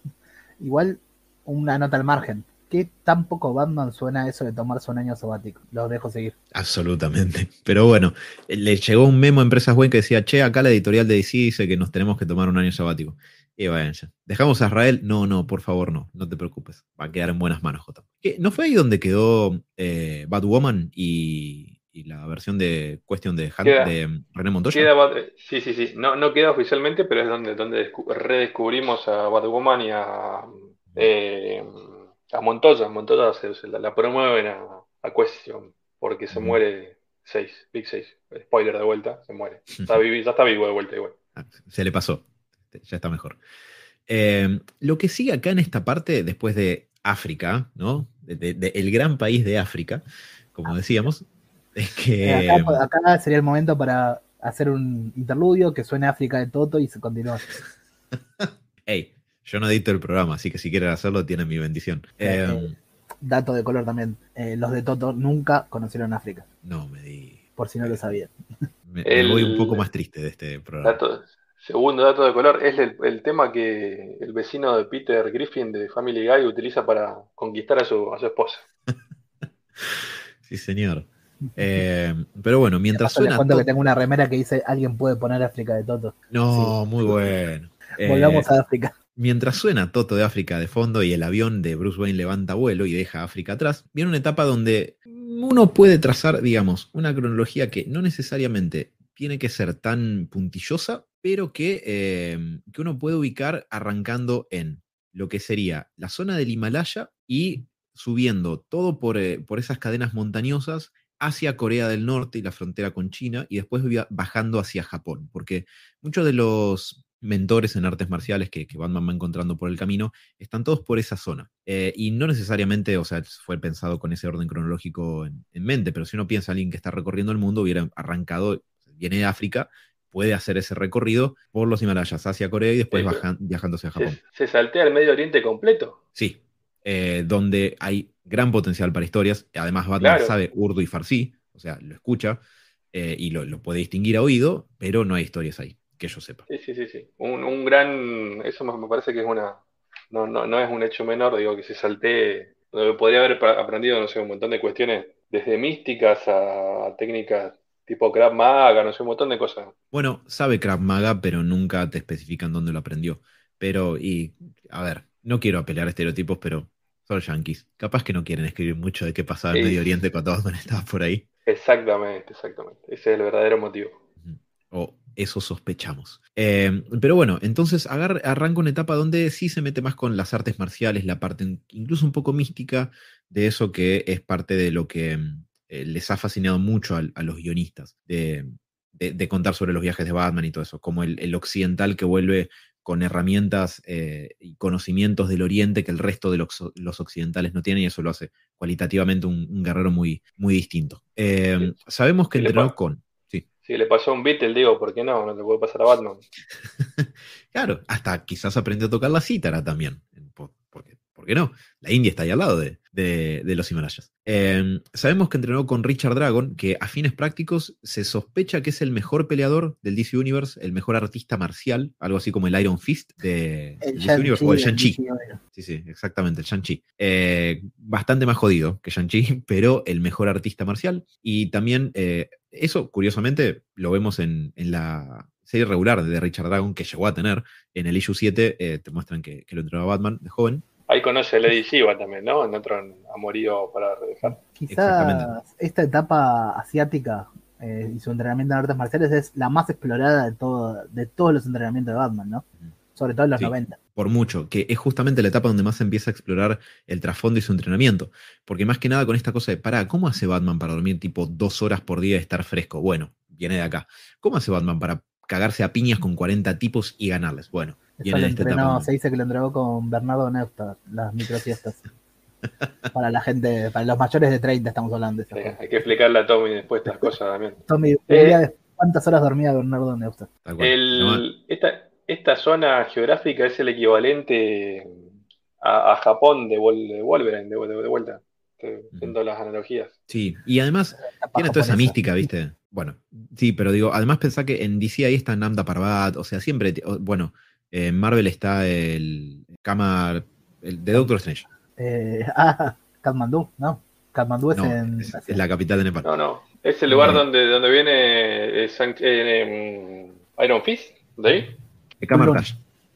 Igual, una nota al margen. ¿Qué tan poco Batman suena eso de tomarse un año sabático? Los dejo seguir. Absolutamente. Pero bueno, le llegó un memo a Empresas Web que decía, che, acá la editorial de D C dice que nos tenemos que tomar un año sabático. Y bueno, ya. ¿Dejamos a Israel? No, no, por favor, no. No te preocupes. Va a quedar en buenas manos, J. ¿Qué? ¿No fue ahí donde quedó eh, Batwoman y, y la versión de Question de, Han, Queda, de René Montoya? queda Bat- sí, sí, sí. No, no queda oficialmente, pero es donde, donde descu- redescubrimos a Batwoman y a, eh, a Montoya. Montoya se, se la, la promueven a, a Question porque se Ujú. muere seis, Big seis. Spoiler de vuelta, se muere. Está vivi- ya está vivo de vuelta igual. Ah, se le pasó. Ya está mejor. Eh, lo que sigue acá en esta parte, después de África, ¿no? De, de- de el gran país de África, como decíamos, es Eh, que. acá, acá sería el momento para hacer un interludio que suene África de Toto y se continúa. Hey, yo no edito el programa, así que si quieren hacerlo, tienen mi bendición. Eh, Eh, eh, dato de color también. Eh, los de Toto nunca conocieron África, no me di. por si no lo sabían. Me, me voy un El poco más triste de este programa. dato, segundo dato de color es el, el tema que el vecino de Peter Griffin de Family Guy utiliza para conquistar a su, a su esposa. Sí, señor. Eh, pero bueno, mientras Paso, les suena. cuento que to- tengo una remera que dice alguien puede poner África de Toto. No, muy bueno. Eh, Volvamos a África. Mientras suena Toto de África de fondo y el avión de Bruce Wayne levanta vuelo y deja África atrás, viene una etapa donde uno puede trazar, digamos, una cronología que no necesariamente tiene que ser tan puntillosa, pero que, eh, que uno puede ubicar arrancando en lo que sería la zona del Himalaya y subiendo todo por, eh, por esas cadenas montañosas hacia Corea del Norte y la frontera con China, y después via- bajando hacia Japón, porque muchos de los mentores en artes marciales que, que Batman va encontrando por el camino están todos por esa zona. Eh, y no necesariamente, o sea, fue pensado con ese orden cronológico en, en mente, pero si uno piensa en alguien que está recorriendo el mundo, hubiera arrancado, viene de África, puede hacer ese recorrido por los Himalayas hacia Corea y después Sí, pero bajan, viajando hacia Japón. se, se saltea el Medio Oriente completo. Sí, eh, donde hay gran potencial para historias. Además, Batman Claro. sabe urdu y farsi, o sea, lo escucha eh, y lo, lo puede distinguir a oído, pero no hay historias ahí, que yo sepa. Sí, sí, sí, sí. Un, un gran, eso me me parece que es una, no, no, no es un hecho menor, digo, que se saltee, donde podría haber pa- aprendido, no sé, un montón de cuestiones, desde místicas a, a técnicas tipo Krav Maga, no sé, un montón de cosas. Bueno, sabe Krav Maga, pero nunca te especifican dónde lo aprendió. Pero, y, a ver, no quiero apelar a estereotipos, pero son yanquis. Capaz que no quieren escribir mucho de qué pasaba en Es, Medio Oriente cuando Batman estaba por ahí. exactamente, exactamente. Ese es el verdadero motivo. Ujú. O eso sospechamos. Eh, pero bueno, entonces agar- arranca una etapa donde sí se mete más con las artes marciales, la parte in- incluso un poco mística de eso que es parte de lo que mm, eh, les ha fascinado mucho al- a, los guionistas, de, de- de contar sobre los viajes de Batman y todo eso, como el, el occidental que vuelve con herramientas eh, y conocimientos del oriente que el resto de los, los occidentales no tienen, y eso lo hace cualitativamente un, un guerrero muy, muy distinto. Eh, Si, sabemos que si le, entrenó pa- con... Sí. si le pasó a un Beatle, digo, ¿por qué no? No le puede pasar a Batman. Claro, hasta quizás aprendió a tocar la cítara también. Por, porque, ¿por qué no? La India está ahí al lado de, de- de los Himalayas. Eh, sabemos que entrenó con Richard Dragon, que a fines prácticos se sospecha que es el mejor peleador del D C Universe, el mejor artista marcial, algo así como el Iron Fist de, El del D C Universe, Shang-Chi, o el el Shang-Chi. D C Universe. Sí, sí, exactamente, el Shang-Chi. Eh, bastante más jodido que Shang-Chi, pero el mejor artista marcial. Y también, eh, eso, curiosamente, lo vemos en, en la serie regular de Richard Dragon que llegó a tener. En el issue siete eh, te muestran que, que lo entrenó Batman de joven. Ahí conoce a Lady Shiva también, ¿no? En otro amorío para dejar. Exactamente. Quizás esta etapa asiática eh, y su entrenamiento en artes marciales es la más explorada de, todo, de todos los entrenamientos de Batman, ¿no? Sobre todo en los Sí. noventa. Por mucho, que es justamente la etapa donde más se empieza a explorar el trasfondo y su entrenamiento. Porque más que nada con esta cosa de, pará, ¿cómo hace Batman para dormir tipo dos horas por día y estar fresco? Bueno, viene de acá. ¿Cómo hace Batman para cagarse a piñas con cuarenta tipos y ganarles? Bueno, Eso viene lo de esta etapa. entrenó, donde- se dice que lo entrenó con Bernardo Neustadt, las microsiestas. Para la gente, para los mayores de treinta estamos hablando de Sí, eso. hay que explicarle a Tommy después estas cosas también. Tommy, Eh, veía de cuántas horas dormía Bernardo Neustadt. Tal cual. Se llama- El, esta, esta zona geográfica es el equivalente a, a Japón de, Wol- de Wolverine, de, de- de vuelta, eh, viendo las analogías. Sí, y además Etapa tiene toda esa japonesa. mística, ¿viste? Bueno, sí, pero digo, además pensá que en D C ahí está Namda Parbat, o sea, siempre, o- bueno, en Marvel está el Kama, el de Doctor Strange. Eh, ah, Kathmandú, ¿no? Kathmandú es No, en es, es la capital de Nepal. No, no, es el lugar Eh. donde, donde viene eh, San- eh, em, Iron Fist, ¿de ahí? De Kama Ulum. Rush.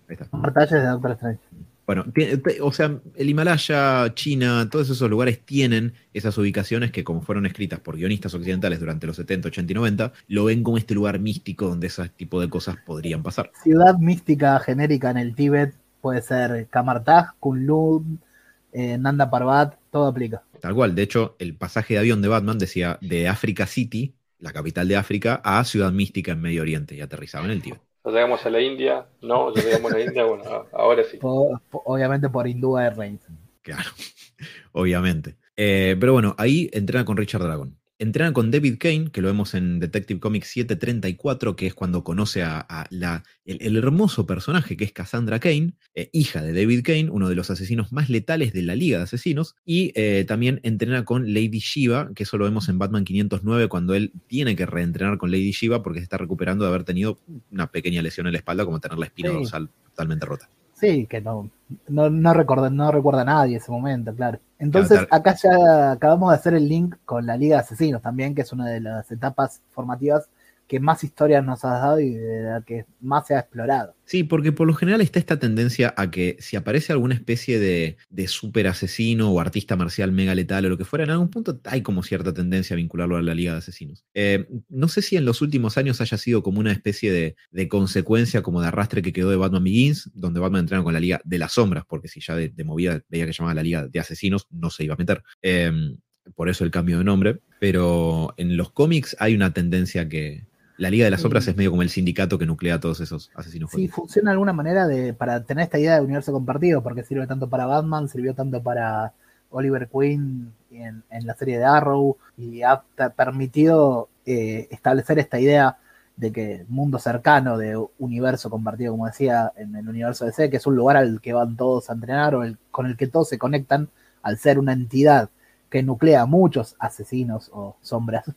Ahí está. Batallas de Doctor Strange. Bueno, tiene, o sea, el Himalaya, China, todos esos lugares tienen esas ubicaciones que, como fueron escritas por guionistas occidentales durante los setenta, ochenta y noventa, lo ven como este lugar místico donde ese tipo de cosas podrían pasar. Ciudad mística genérica en el Tíbet puede ser Kamartaj, Kunlun, eh, Nanda Parbat, todo aplica. Tal cual, de hecho, el pasaje de avión de Batman decía de Africa City, la capital de África, a Ciudad Mística en Medio Oriente y aterrizaba en el Tíbet. Ya llegamos a la India, no, ya llegamos a la India, bueno, ahora sí. Por, por, obviamente por Hindú Airlines. Claro, obviamente. Eh, pero bueno, ahí entrena con Richard Dragon. Entrena con David Kane, que lo vemos en Detective Comics setecientos treinta y cuatro, que es cuando conoce a, a la, el, el hermoso personaje que es Cassandra Kane, eh, hija de David Kane, uno de los asesinos más letales de la Liga de Asesinos, y eh, también entrena con Lady Shiva, que eso lo vemos en Batman quinientos nueve, cuando él tiene que reentrenar con Lady Shiva porque se está recuperando de haber tenido una pequeña lesión en la espalda, como tener la espina sí. dorsal totalmente rota. Sí, que no, no, no, recuerda, no recuerda a nadie ese momento, claro. Entonces, acá ya acabamos de hacer el link con la Liga de Asesinos también, que es una de las etapas formativas que más historias nos has dado y de la que más se ha explorado. Sí, porque por lo general está esta tendencia a que si aparece alguna especie de, de super asesino o artista marcial mega letal o lo que fuera, en algún punto hay como cierta tendencia a vincularlo a la Liga de Asesinos. Eh, no sé si en los últimos años haya sido como una especie de, de consecuencia, como de arrastre que quedó de Batman Begins, donde Batman entrena con la Liga de las Sombras, porque si ya de, de movida veía que llamaba la Liga de Asesinos, no se iba a meter. Eh, por eso el cambio de nombre. Pero en los cómics hay una tendencia que... La Liga de las Sombras sí. es medio como el sindicato que nuclea a todos esos asesinos. Sí, funciona de alguna manera de, para tener esta idea de universo compartido, porque sirve tanto para Batman, sirvió tanto para Oliver Queen en, en la serie de Arrow, y ha permitido eh, establecer esta idea de que mundo cercano, de universo compartido, como decía, en el universo D C, que es un lugar al que van todos a entrenar, o el, con el que todos se conectan, al ser una entidad que nuclea a muchos asesinos o sombras,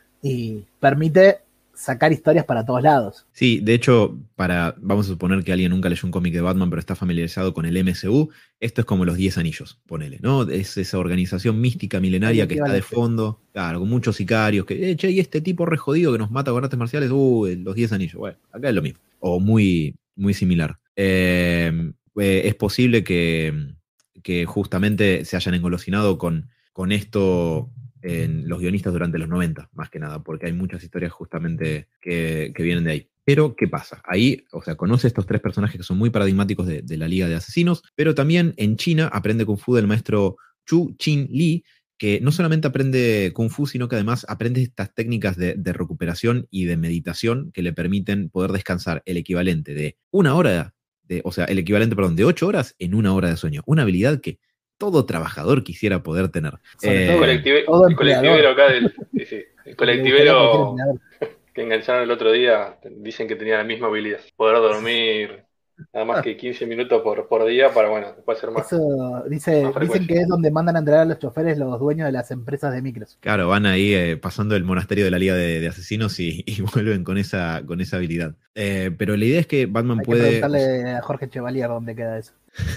y permite sacar historias para todos lados. Sí, de hecho, para vamos a suponer que alguien nunca leyó un cómic de Batman, pero está familiarizado con el M C U, esto es como los Diez Anillos, ponele, ¿no? Es esa organización mística milenaria que está de fondo, claro, con muchos sicarios, que, eh, che, y este tipo re jodido que nos mata con artes marciales, uh, los Diez Anillos, bueno, acá es lo mismo, o muy, muy similar. Eh, eh, es posible que, que justamente se hayan engolosinado con, con esto... en los guionistas durante los noventa, más que nada, porque hay muchas historias justamente que, que vienen de ahí. Pero, ¿qué pasa? Ahí, o sea, conoce estos tres personajes que son muy paradigmáticos de, de la Liga de Asesinos, pero también en China aprende Kung Fu del maestro Chu Chin Li, que no solamente aprende Kung Fu, sino que además aprende estas técnicas de, de recuperación y de meditación que le permiten poder descansar el equivalente de una hora, de, o sea, el equivalente, perdón, de ocho horas en una hora de sueño. Una habilidad que todo trabajador quisiera poder tener. Eh, el, colective, el colectivero acá del... Sí, sí, el colectivero que engancharon el otro día, dicen que tenía la misma habilidad. Poder dormir nada más que quince minutos por, por día para, bueno, después hacer más. Eso dice, más dicen que es donde mandan a entregar a los choferes los dueños de las empresas de micros. Claro, van ahí eh, pasando el monasterio de la Liga de, de Asesinos y, y vuelven con esa, con esa habilidad. Eh, pero la idea es que Batman Hay puede... Hay que preguntarle a Jorge Chevalier dónde queda eso.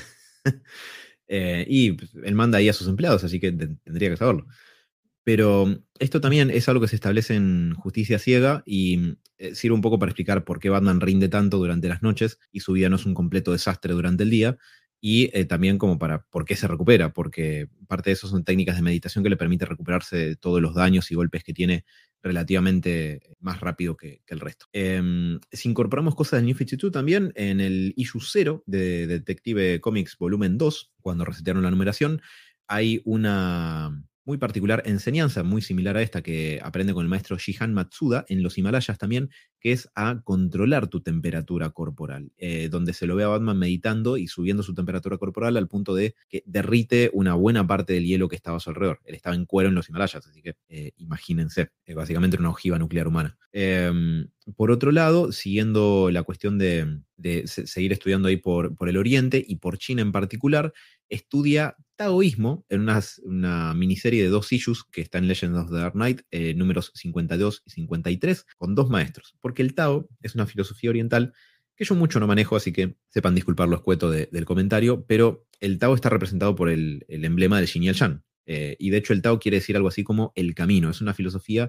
Eh, y él manda ahí a sus empleados, así que te, tendría que saberlo. Pero esto también es algo que se establece en Justicia Ciega y eh, sirve un poco para explicar por qué Batman rinde tanto durante las noches y su vida no es un completo desastre durante el día, y eh, también como para por qué se recupera, porque parte de eso son técnicas de meditación que le permite recuperarse de todos los daños y golpes que tiene relativamente más rápido que, que el resto. Eh, si incorporamos cosas del New cincuenta y dos también, en el issue cero de Detective Comics volumen dos, cuando resetearon la numeración, hay una muy particular enseñanza, muy similar a esta que aprende con el maestro Shihan Matsuda en los Himalayas también, que es a controlar tu temperatura corporal, eh, donde se lo ve a Batman meditando y subiendo su temperatura corporal al punto de que derrite una buena parte del hielo que estaba a su alrededor. Él estaba en cuero en los Himalayas, así que eh, imagínense, eh, básicamente una ojiva nuclear humana. Eh, por otro lado, siguiendo la cuestión de, de seguir estudiando ahí por, por el Oriente y por China en particular, estudia taoísmo en una, una miniserie de dos issues que está en Legends of the Dark Knight, eh, números cincuenta y dos y cincuenta y tres, con dos maestros. Porque el Tao es una filosofía oriental que yo mucho no manejo, así que sepan disculpar lo escueto de, del comentario, pero el Tao está representado por el, el emblema del Yin y el Yang. Eh, y de hecho el Tao quiere decir algo así como el camino. Es una filosofía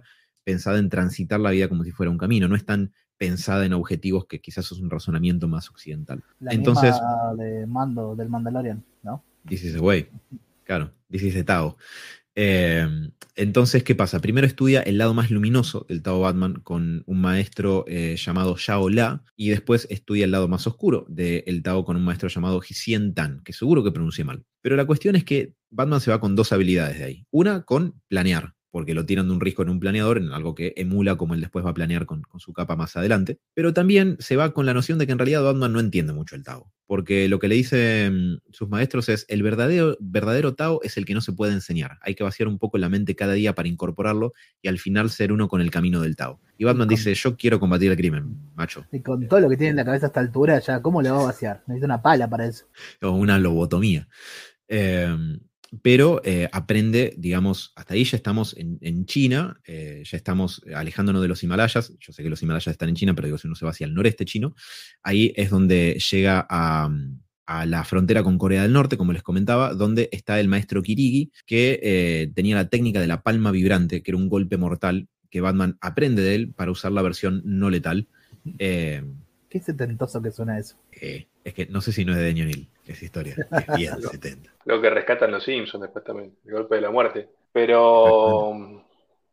pensada en transitar la vida como si fuera un camino, no es tan pensada en objetivos, que quizás es un razonamiento más occidental. La Entonces, misma de Mando, del Mandalorian, ¿no? this is the way. Claro, this is the Tao. Eh, entonces, ¿qué pasa? Primero estudia el lado más luminoso del Tao Batman con un maestro eh, llamado Shao La, y después estudia el lado más oscuro del Tao con un maestro llamado Hsien Tan, que seguro que pronuncié mal. Pero la cuestión es que Batman se va con dos habilidades de ahí. Una con planear, porque lo tiran de un risco en un planeador, en algo que emula como él después va a planear con, con su capa más adelante. Pero también se va con la noción de que en realidad Batman no entiende mucho el Tao, porque lo que le dicen sus maestros es: el verdadero, verdadero Tao es el que no se puede enseñar. Hay que vaciar un poco la mente cada día para incorporarlo y al final ser uno con el camino del Tao. Y Batman con, dice: yo quiero combatir el crimen, macho. Y con todo lo que tiene en la cabeza a esta altura, ya, ¿cómo le va a vaciar? Necesita una pala para eso. O una lobotomía. Eh, pero eh, aprende, digamos, hasta ahí ya estamos en, en China, eh, ya estamos alejándonos de los Himalayas. Yo sé que los Himalayas están en China, pero digo, si uno se va hacia el noreste chino, ahí es donde llega a, a la frontera con Corea del Norte, como les comentaba, donde está el maestro Kirigi, que eh, tenía la técnica de la palma vibrante, que era un golpe mortal que Batman aprende de él para usar la versión no letal. Eh, Qué setentoso que suena eso. Eh, es que no sé si no es de Denny O'Neil esa historia. Es bien lo, setenta. Lo que rescatan los Simpsons después también, el golpe de la muerte. Pero,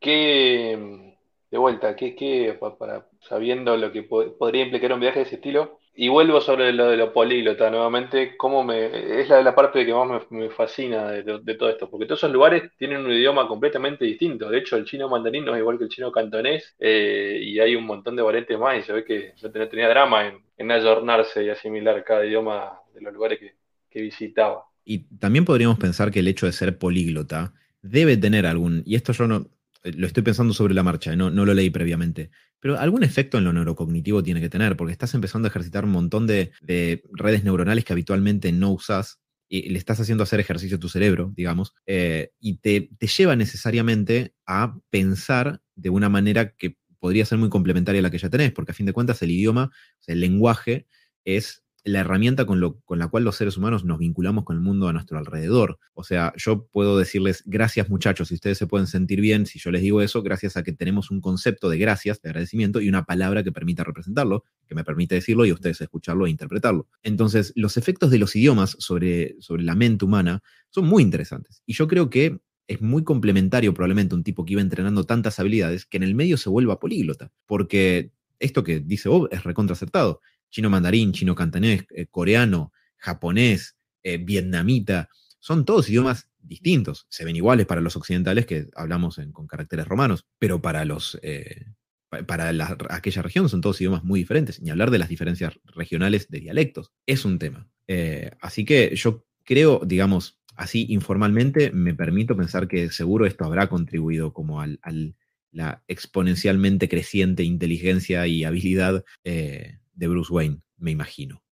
¿qué, de vuelta, qué, qué para, sabiendo lo que po podría implicar un viaje de ese estilo? Y vuelvo sobre lo de lo políglota nuevamente, cómo me, es la, la parte que más me, me fascina de, de, de todo esto, porque todos esos lugares tienen un idioma completamente distinto. De hecho, el chino mandarín no es igual que el chino cantonés, eh, y hay un montón de variantes más, y se ve que no tenía, tenía drama en, en ayornarse y asimilar cada idioma de los lugares que, que visitaba. Y también podríamos pensar que el hecho de ser políglota debe tener algún, y esto yo no lo estoy pensando sobre la marcha, no, no lo leí previamente, pero algún efecto en lo neurocognitivo tiene que tener, porque estás empezando a ejercitar un montón de, de redes neuronales que habitualmente no usás, y le estás haciendo hacer ejercicio a tu cerebro, digamos, eh, y te, te lleva necesariamente a pensar de una manera que podría ser muy complementaria a la que ya tenés, porque a fin de cuentas el idioma, o sea, el lenguaje, es la herramienta con, lo, con la cual los seres humanos nos vinculamos con el mundo a nuestro alrededor. O sea, yo puedo decirles gracias muchachos, y ustedes se pueden sentir bien si yo les digo eso, gracias a que tenemos un concepto de gracias, de agradecimiento, y una palabra que permita representarlo, que me permite decirlo y a ustedes escucharlo e interpretarlo. Entonces, los efectos de los idiomas sobre, sobre la mente humana son muy interesantes. Y yo creo que es muy complementario probablemente un tipo que iba entrenando tantas habilidades que en el medio se vuelva políglota. Porque esto que dice Bob es recontra acertado. Chino mandarín, chino cantonés, eh, coreano, japonés, eh, vietnamita, son todos idiomas distintos. Se ven iguales para los occidentales, que hablamos en, con caracteres romanos, pero para, los, eh, para la, aquella región son todos idiomas muy diferentes. Ni hablar de las diferencias regionales de dialectos. Es un tema. Eh, así que yo creo, digamos, así informalmente, me permito pensar que seguro esto habrá contribuido como al, al la exponencialmente creciente inteligencia y habilidad eh, de Bruce Wayne, me imagino.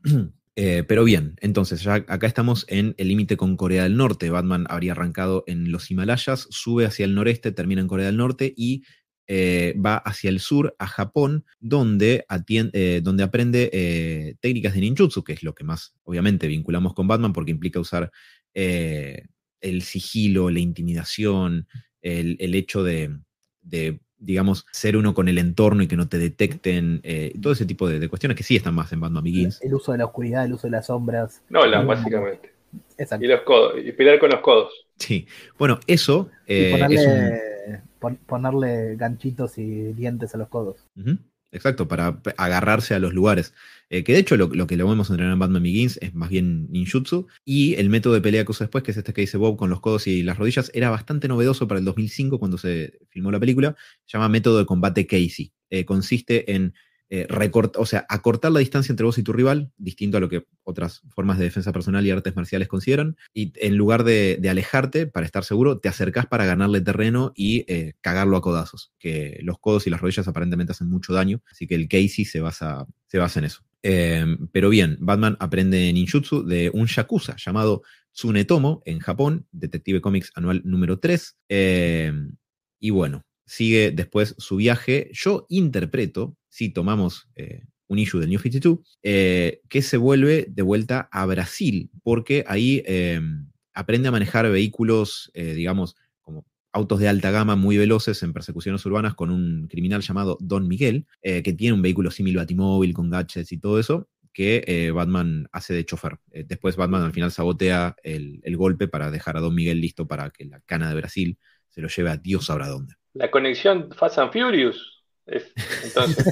eh, pero bien, entonces ya acá estamos en el límite con Corea del Norte. Batman habría arrancado en los Himalayas, sube hacia el noreste, termina en Corea del Norte y eh, va hacia el sur, a Japón, donde, atiende, eh, donde aprende eh, técnicas de ninjutsu, que es lo que más obviamente vinculamos con Batman porque implica usar eh, el sigilo, la intimidación, el, el hecho de, de digamos, ser uno con el entorno y que no te detecten, eh, todo ese tipo de, de cuestiones que sí están más en Batman Begins. El uso de la oscuridad, el uso de las sombras. Nolan, básicamente. Exacto. Y los codos, y pelear con los codos. Sí, bueno, eso eh, y ponerle, es un... pon, ponerle ganchitos y dientes a los codos. Uh-huh. Exacto, para agarrarse a los lugares. Eh, que de hecho lo, lo que lo vemos entrenar en Batman Begins es más bien ninjutsu. Y el método de pelea que usa después, que es este que dice Bob con los codos y las rodillas, era bastante novedoso para el dos mil cinco cuando se filmó la película. Se llama método de combate Casey. Eh, consiste en eh, recortar, o sea, acortar la distancia entre vos y tu rival, distinto a lo que otras formas de defensa personal y artes marciales consideran. Y en lugar de, de alejarte, para estar seguro, te acercás para ganarle terreno y eh, cagarlo a codazos. Que los codos y las rodillas aparentemente hacen mucho daño, así que el Casey se basa, se basa en eso. Eh, pero bien, Batman aprende ninjutsu de un yakuza llamado Tsunetomo en Japón, Detective Comics anual número tres. Eh, y bueno, sigue después su viaje. Yo interpreto, si tomamos eh, un issue del New cincuenta y dos, eh, que se vuelve de vuelta a Brasil, porque ahí eh, aprende a manejar vehículos, eh, digamos, como autos de alta gama muy veloces en persecuciones urbanas con un criminal llamado Don Miguel, eh, que tiene un vehículo similar a Batimóvil con gadgets y todo eso, que eh, Batman hace de chofer. Eh, después Batman al final sabotea el, el golpe para dejar a Don Miguel listo para que la cana de Brasil se lo lleve a Dios sabrá dónde. La conexión Fast and Furious es, entonces.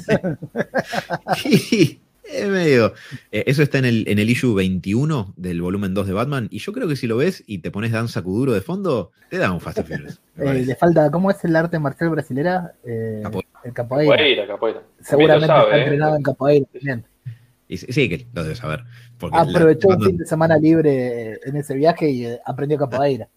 Sí, es medio. Eh, eso está en el, en el issue veintiuno del volumen dos de Batman, y yo creo que si lo ves y te pones Danza Kuduro de fondo, te da un Fast and Furious. Eh, le falta, ¿cómo es el arte marcial brasilera? Eh, Capoeira. El capoeira. Capoeira, capoeira. Seguramente sabe, está ¿eh? entrenado en capoeira también. Y sí, sí, que lo debes saber. Porque Aprovechó la, un Batman, fin de semana libre en ese viaje y eh, aprendió capoeira.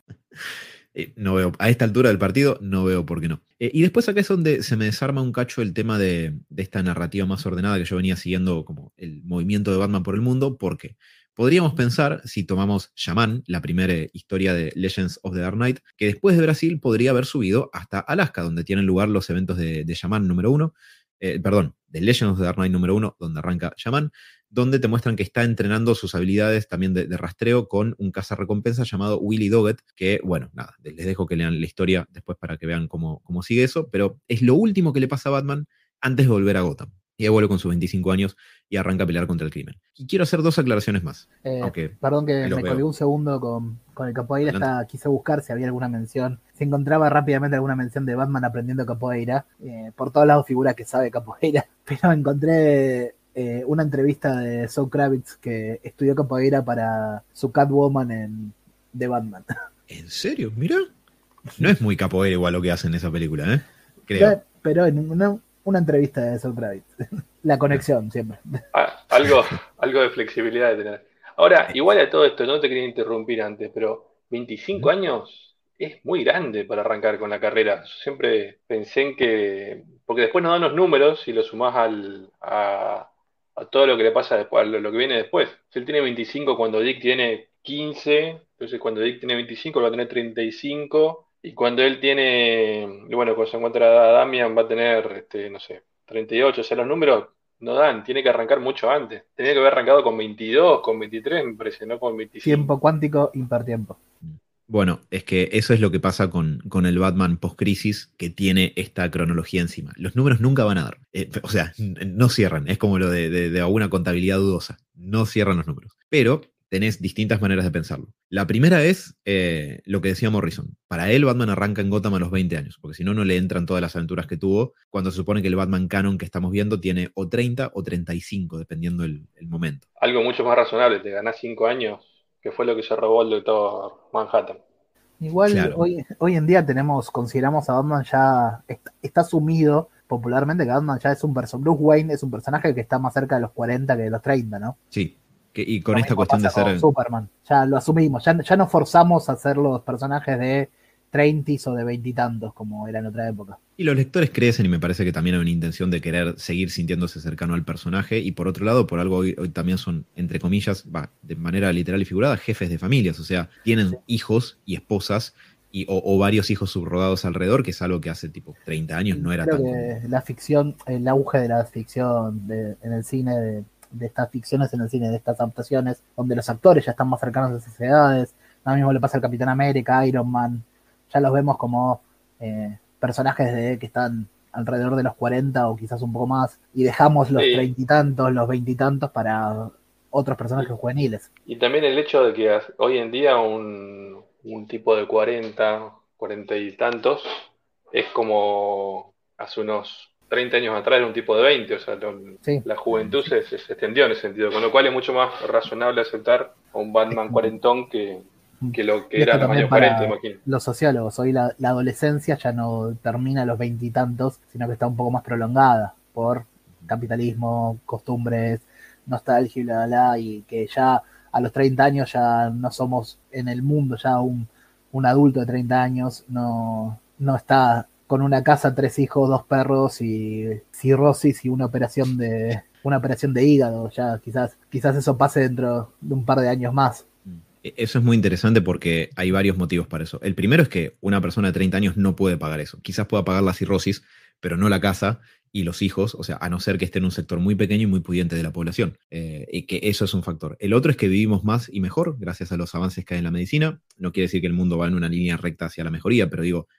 eh, no veo, a esta altura del partido, no veo por qué no. Eh, y después acá es donde se me desarma un cacho el tema de, de esta narrativa más ordenada que yo venía siguiendo como el movimiento de Batman por el mundo, porque podríamos pensar, si tomamos Shaman, la primera historia de Legends of the Dark Knight, que después de Brasil podría haber subido hasta Alaska, donde tienen lugar los eventos de, de Shaman número uno, eh, perdón, de Legends of the Dark Knight número uno, donde arranca Shaman, donde te muestran que está entrenando sus habilidades también de, de rastreo con un cazarrecompensa llamado Willy Doggett, que, bueno, nada, les dejo que lean la historia después para que vean cómo, cómo sigue eso, pero es lo último que le pasa a Batman antes de volver a Gotham. Y ahí vuelve con sus veinticinco años y arranca a pelear contra el crimen. Y quiero hacer dos aclaraciones más. Eh, aunque perdón que me los me veo. colgué un segundo con, con el capoeira. Adelante. Está, quise buscar si había alguna mención. Si encontraba rápidamente alguna mención de Batman aprendiendo capoeira. Eh, por todos lados figura que sabe capoeira. Pero encontré eh, una entrevista de Zoe Kravitz que estudió capoeira para su Catwoman en The Batman. ¿En serio? Mira. No es muy capoeira igual lo que hacen en esa película, ¿eh? Creo. Pero en una, una entrevista de Zoe Kravitz. La conexión siempre. Ah, algo, algo de flexibilidad de tener. Ahora, igual a todo esto, no te quería interrumpir antes, pero veinticinco años es muy grande para arrancar con la carrera. Yo siempre pensé en que, porque después nos dan los números y lo sumás al, a, a todo lo que le pasa después, a lo, lo que viene después. Si él tiene veinticinco cuando Dick tiene quince, entonces cuando Dick tiene veinticinco él va a tener treinta y cinco, y cuando él tiene, y bueno, cuando se encuentra a Damian va a tener, este, no sé, treinta y ocho, o sea, los números no dan, tiene que arrancar mucho antes. Tenía que haber arrancado con veintidós, con veintitrés, me parece, no con veinticinco. Tiempo cuántico, impertiempo. Bueno, es que eso es lo que pasa con, con el Batman post-crisis, que tiene esta cronología encima. Los números nunca van a dar. Eh, o sea, no cierran. Es como lo de, de, de alguna contabilidad dudosa. No cierran los números. Pero tenés distintas maneras de pensarlo. La primera es eh, lo que decía Morrison. Para él, Batman arranca en Gotham a los veinte años, porque si no, no le entran todas las aventuras que tuvo, cuando se supone que el Batman canon que estamos viendo tiene o treinta o treinta y cinco, dependiendo el, el momento. Algo mucho más razonable, te ganás cinco años, que fue lo que se robó el Doctor Manhattan. Igual Claro. hoy, hoy en día tenemos, consideramos a Batman ya, está, está asumido popularmente que Batman ya es un personaje, Bruce Wayne es un personaje que está más cerca de los cuarenta que de los treinta, ¿no? Sí. Que, y con Lo esta mismo cuestión de pasa con ser... Superman, ya lo asumimos, ya, ya no forzamos a hacer los personajes de treinta o de veintitantos como era en otra época. Y los lectores crecen y me parece que también hay una intención de querer seguir sintiéndose cercano al personaje, y por otro lado, por algo hoy, hoy también son, entre comillas, va, de manera literal y figurada, jefes de familias, o sea, tienen Sí. hijos y esposas y, o, o varios hijos subrogados alrededor, que es algo que hace tipo treinta años no era Creo tan que común. la ficción, el auge de la ficción de, en el cine, de, de estas ficciones en el cine, de estas adaptaciones, donde los actores ya están más cercanos a esas edades, lo mismo le pasa al Capitán América, Iron Man, ya los vemos como eh, personajes de que están alrededor de los cuarenta o quizás un poco más, y dejamos los Sí. treinta y tantos, los veintitantos para otros personajes juveniles. Y también el hecho de que hoy en día un, un tipo de cuarenta, cuarenta y tantos, es como hace unos treinta años atrás era un tipo de veinte, o sea, lo- Sí. la juventud se, se extendió en ese sentido, con lo cual es mucho más razonable aceptar a un Batman cuarentón que, que lo que Y era esto la también mayor cuarenta, para imagino. los sociólogos, hoy la, la adolescencia ya no termina a los veintitantos, sino que está un poco más prolongada por capitalismo, costumbres, nostalgia y bla, bla, bla, y que ya a los treinta años ya no somos en el mundo, ya un, un adulto de treinta años no, no está con una casa, tres hijos, dos perros y cirrosis y una operación de una operación de hígado. Ya quizás, quizás eso pase dentro de un par de años más. Eso es muy interesante porque hay varios motivos para eso. El primero es que una persona de treinta años no puede pagar eso. Quizás pueda pagar la cirrosis, pero no la casa y los hijos, o sea, a no ser que esté en un sector muy pequeño y muy pudiente de la población. Eh, y que eso es un factor. El otro es que vivimos más y mejor gracias a los avances que hay en la medicina. No quiere decir que el mundo va en una línea recta hacia la mejoría, pero digo,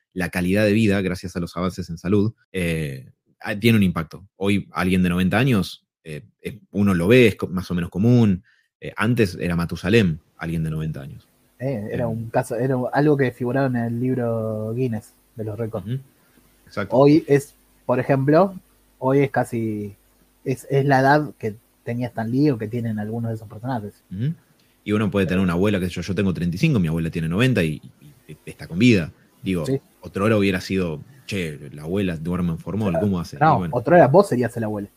la calidad de vida, gracias a los avances en salud, eh, tiene un impacto. Hoy alguien de noventa años, eh, uno lo ve, es más o menos común. Eh, antes era Matusalem, alguien de noventa años. Eh, era eh. un caso, era algo que figuraba en el libro Guinness de los récords. Uh-huh. Exacto. Hoy es, por ejemplo, hoy es casi, es, es la edad que tenía Stan Lee o que tienen algunos de esos personajes. Uh-huh. Y uno puede tener una abuela, que yo, yo tengo treinta y cinco, mi abuela tiene noventa y, y, y está con vida. Digo, sí. Otra hora hubiera sido, che, la abuela duerme en formol, ¿cómo hace? No, bueno. Otra hora vos serías el abuelo.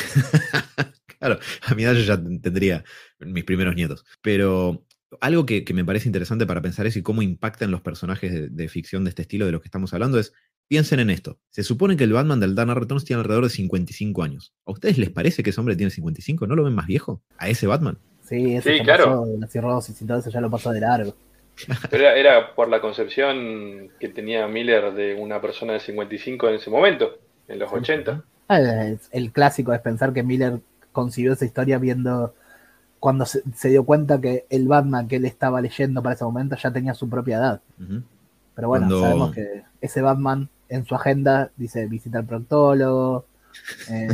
Claro, a mi edad yo ya tendría mis primeros nietos. Pero algo que, que me parece interesante para pensar es y cómo impactan los personajes de, de ficción de este estilo de los que estamos hablando es, piensen en esto. Se supone que el Batman del Dark Knight Returns tiene alrededor de cincuenta y cinco años. ¿A ustedes les parece que ese hombre tiene cincuenta y cinco? ¿No lo ven más viejo? ¿A ese Batman? Sí, ese sí, ya claro. pasó, la cirrosis y todo eso ya lo pasó de largo. Pero era, era por la concepción que tenía Miller de una persona de cincuenta y cinco en ese momento, en los ochenta. Ah, el, el clásico es pensar que Miller concibió esa historia viendo cuando se, se dio cuenta que el Batman que él estaba leyendo para ese momento ya tenía su propia edad. Uh-huh. Pero bueno, cuando... sabemos que ese Batman en su agenda dice visita al proctólogo, eh,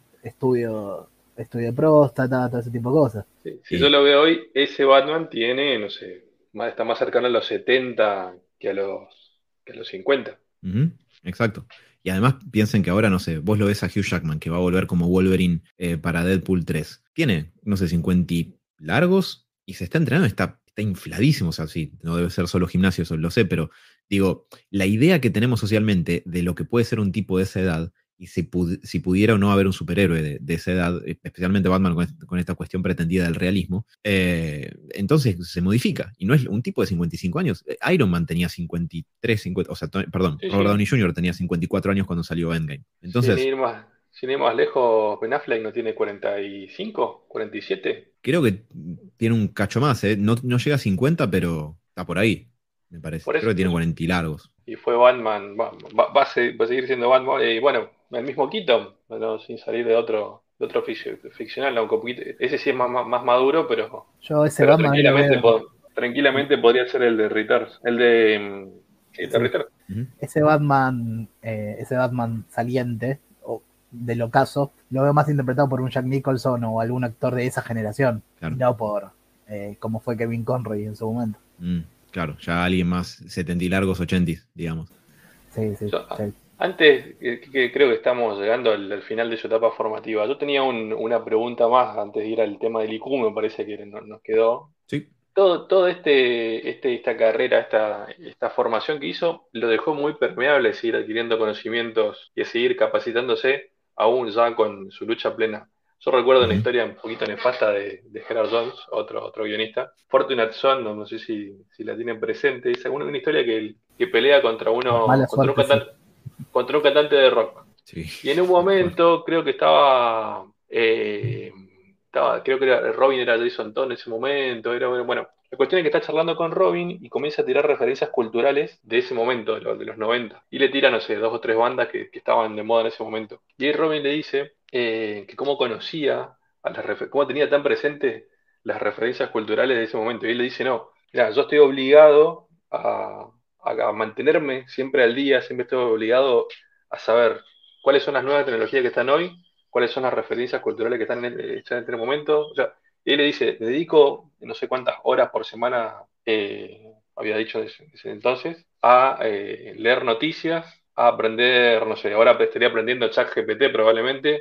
estudio, estudio de próstata, todo ese tipo de cosas. Sí, si sí. yo lo veo hoy, ese Batman tiene, no sé, más, está más cercano a los setenta que a los, que a los cincuenta. Uh-huh. Exacto. Y además piensen que ahora, no sé, vos lo ves a Hugh Jackman, que va a volver como Wolverine eh, para Deadpool tres. Tiene, no sé, cincuenta largos y se está entrenando, está, está infladísimo. O sea, sí, no debe ser solo gimnasio, eso lo sé, pero digo, la idea que tenemos socialmente de lo que puede ser un tipo de esa edad, y si, pud- si pudiera o no haber un superhéroe de, de esa edad, especialmente Batman con, este, con esta cuestión pretendida del realismo, eh, entonces se modifica. Y no es un tipo de cincuenta y cinco años. Iron Man tenía cincuenta y tres, cincuenta, o sea, to- perdón, sí, Robert sí. Downey junior tenía cincuenta y cuatro años cuando salió Endgame. Entonces, sin ir más, sin ir más lejos, Ben Affleck no tiene cuarenta y cinco, cuarenta y siete. Creo que tiene un cacho más, ¿eh? No, no llega a cincuenta, pero está por ahí, me parece. Por eso, creo que tiene cuarenta y largos. Y fue Batman, va, va, va, a, ser, va a seguir siendo Batman, y bueno, el mismo Keaton, bueno, sin salir de otro de otro ficcional, aunque un poquito, ese sí es más, más, más maduro, pero, Yo ese pero Batman tranquilamente, pod, tranquilamente podría ser el de Returns, el de, sí, de Returns. Uh-huh. Ese Batman, eh, ese Batman saliente, o del ocaso, lo veo más interpretado por un Jack Nicholson o algún actor de esa generación, claro. No por eh, como fue Kevin Conroy en su momento. Mm. Claro, ya alguien más setenta y largos, ochenta, digamos. Sí, sí. Yo, sí. Antes, que, que creo que estamos llegando al, al final de su etapa formativa. Yo tenía un, una pregunta más antes de ir al tema del I Q, me parece que no, nos quedó. Sí. Todo, todo este, este, esta carrera, esta, esta formación que hizo, lo dejó muy permeable a seguir adquiriendo conocimientos y a seguir capacitándose, aún ya con su lucha plena. Yo recuerdo uh-huh. una historia un poquito nefasta de, de Gerard Jones, otro, otro guionista. Fortunate Son, no, no sé si, si la tienen presente, es una, una historia que, que pelea contra uno contra, suerte, un cantante, sí. contra un cantante de rock. Sí. Y en un momento creo que estaba, eh, estaba, creo que era, Robin era Jason Todd en ese momento, era bueno. La cuestión es que está charlando con Robin y comienza a tirar referencias culturales de ese momento, de los, de los noventa. Y le tira, no sé, dos o tres bandas que, que estaban de moda en ese momento. Y ahí Robin le dice eh, que cómo conocía, a las refer- cómo tenía tan presente las referencias culturales de ese momento. Y él le dice, no, mira, yo estoy obligado a, a, a mantenerme siempre al día, siempre estoy obligado a saber cuáles son las nuevas tecnologías que están hoy, cuáles son las referencias culturales que están en, en este momento. O sea, y él le dice, me dedico no sé cuántas horas por semana, eh, había dicho desde, desde entonces, a eh, leer noticias, a aprender, no sé, ahora estaría aprendiendo ChatGPT probablemente,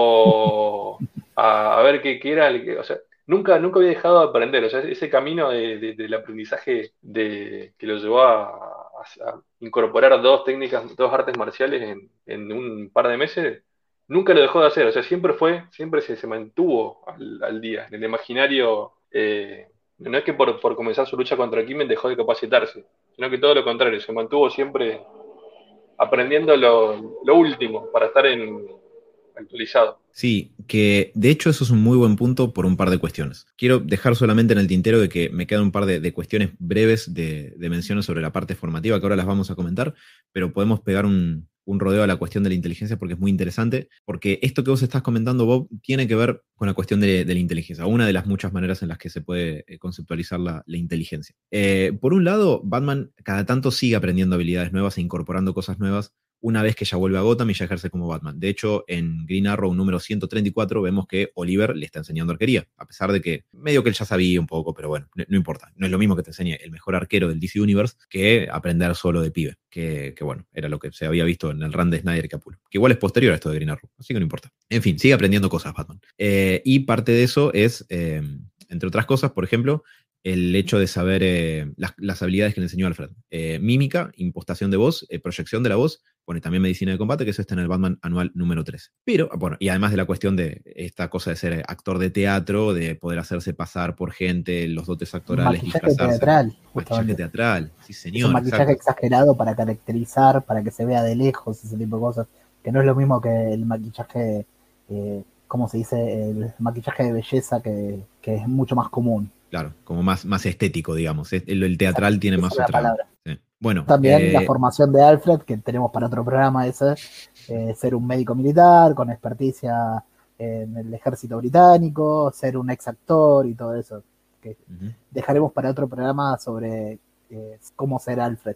o a, a ver qué, qué era, el, o sea, nunca, nunca había dejado de aprender, o sea, ese camino de, de, del aprendizaje de, que lo llevó a, a, a incorporar dos técnicas, dos artes marciales en, en un par de meses, nunca lo dejó de hacer, o sea, siempre fue, siempre se, se mantuvo al, al día, en el imaginario, eh, no es que por, por comenzar su lucha contra el crimen dejó de capacitarse, sino que todo lo contrario, se mantuvo siempre aprendiendo lo, lo último para estar en, actualizado. Sí, que de hecho eso es un muy buen punto por un par de cuestiones. Quiero dejar solamente en el tintero de que me quedan un par de, de cuestiones breves de, de menciones sobre la parte formativa que ahora las vamos a comentar, pero podemos pegar un, un rodeo a la cuestión de la inteligencia porque es muy interesante, porque esto que vos estás comentando, Bob, tiene que ver con la cuestión de, de la inteligencia, una de las muchas maneras en las que se puede eh, conceptualizar la, la inteligencia. Eh, por un lado, Batman cada tanto sigue aprendiendo habilidades nuevas e incorporando cosas nuevas una vez que ya vuelve a Gotham y ya ejerce como Batman. De hecho, en Green Arrow número ciento treinta y cuatro vemos que Oliver le está enseñando arquería, a pesar de que medio que él ya sabía un poco, pero bueno, no, no importa. No es lo mismo que te enseñe el mejor arquero del D C Universe que aprender solo de pibe, que, que bueno, era lo que se había visto en el run de Snyder y Capullo, que igual es posterior a esto de Green Arrow, así que no importa. En fin, sigue aprendiendo cosas Batman. Eh, y parte de eso es, eh, entre otras cosas, por ejemplo, el hecho de saber eh, las, las habilidades que le enseñó Alfred. Eh, mímica, impostación de voz, eh, proyección de la voz, pone también medicina de combate, que eso está en el Batman anual número trece. Pero, bueno, y además de la cuestión de esta cosa de ser actor de teatro, de poder hacerse pasar por gente, los dotes actorales, maquillaje disfrazarse. teatral. Maquillaje teatral, sí señor. Es un maquillaje exacto. exagerado para caracterizar, para que se vea de lejos, ese tipo de cosas. Que no es lo mismo que el maquillaje, eh, ¿cómo se dice? El maquillaje de belleza que, que es mucho más común. Claro, como más, más estético, digamos. El, el teatral tiene Esa más es la otra. palabra. Sí. Bueno, también eh, la formación de Alfred, que tenemos para otro programa, ese, eh, ser un médico militar con experticia en el ejército británico, ser un ex actor y todo eso. Que uh-huh. Dejaremos para otro programa sobre eh, cómo ser Alfred.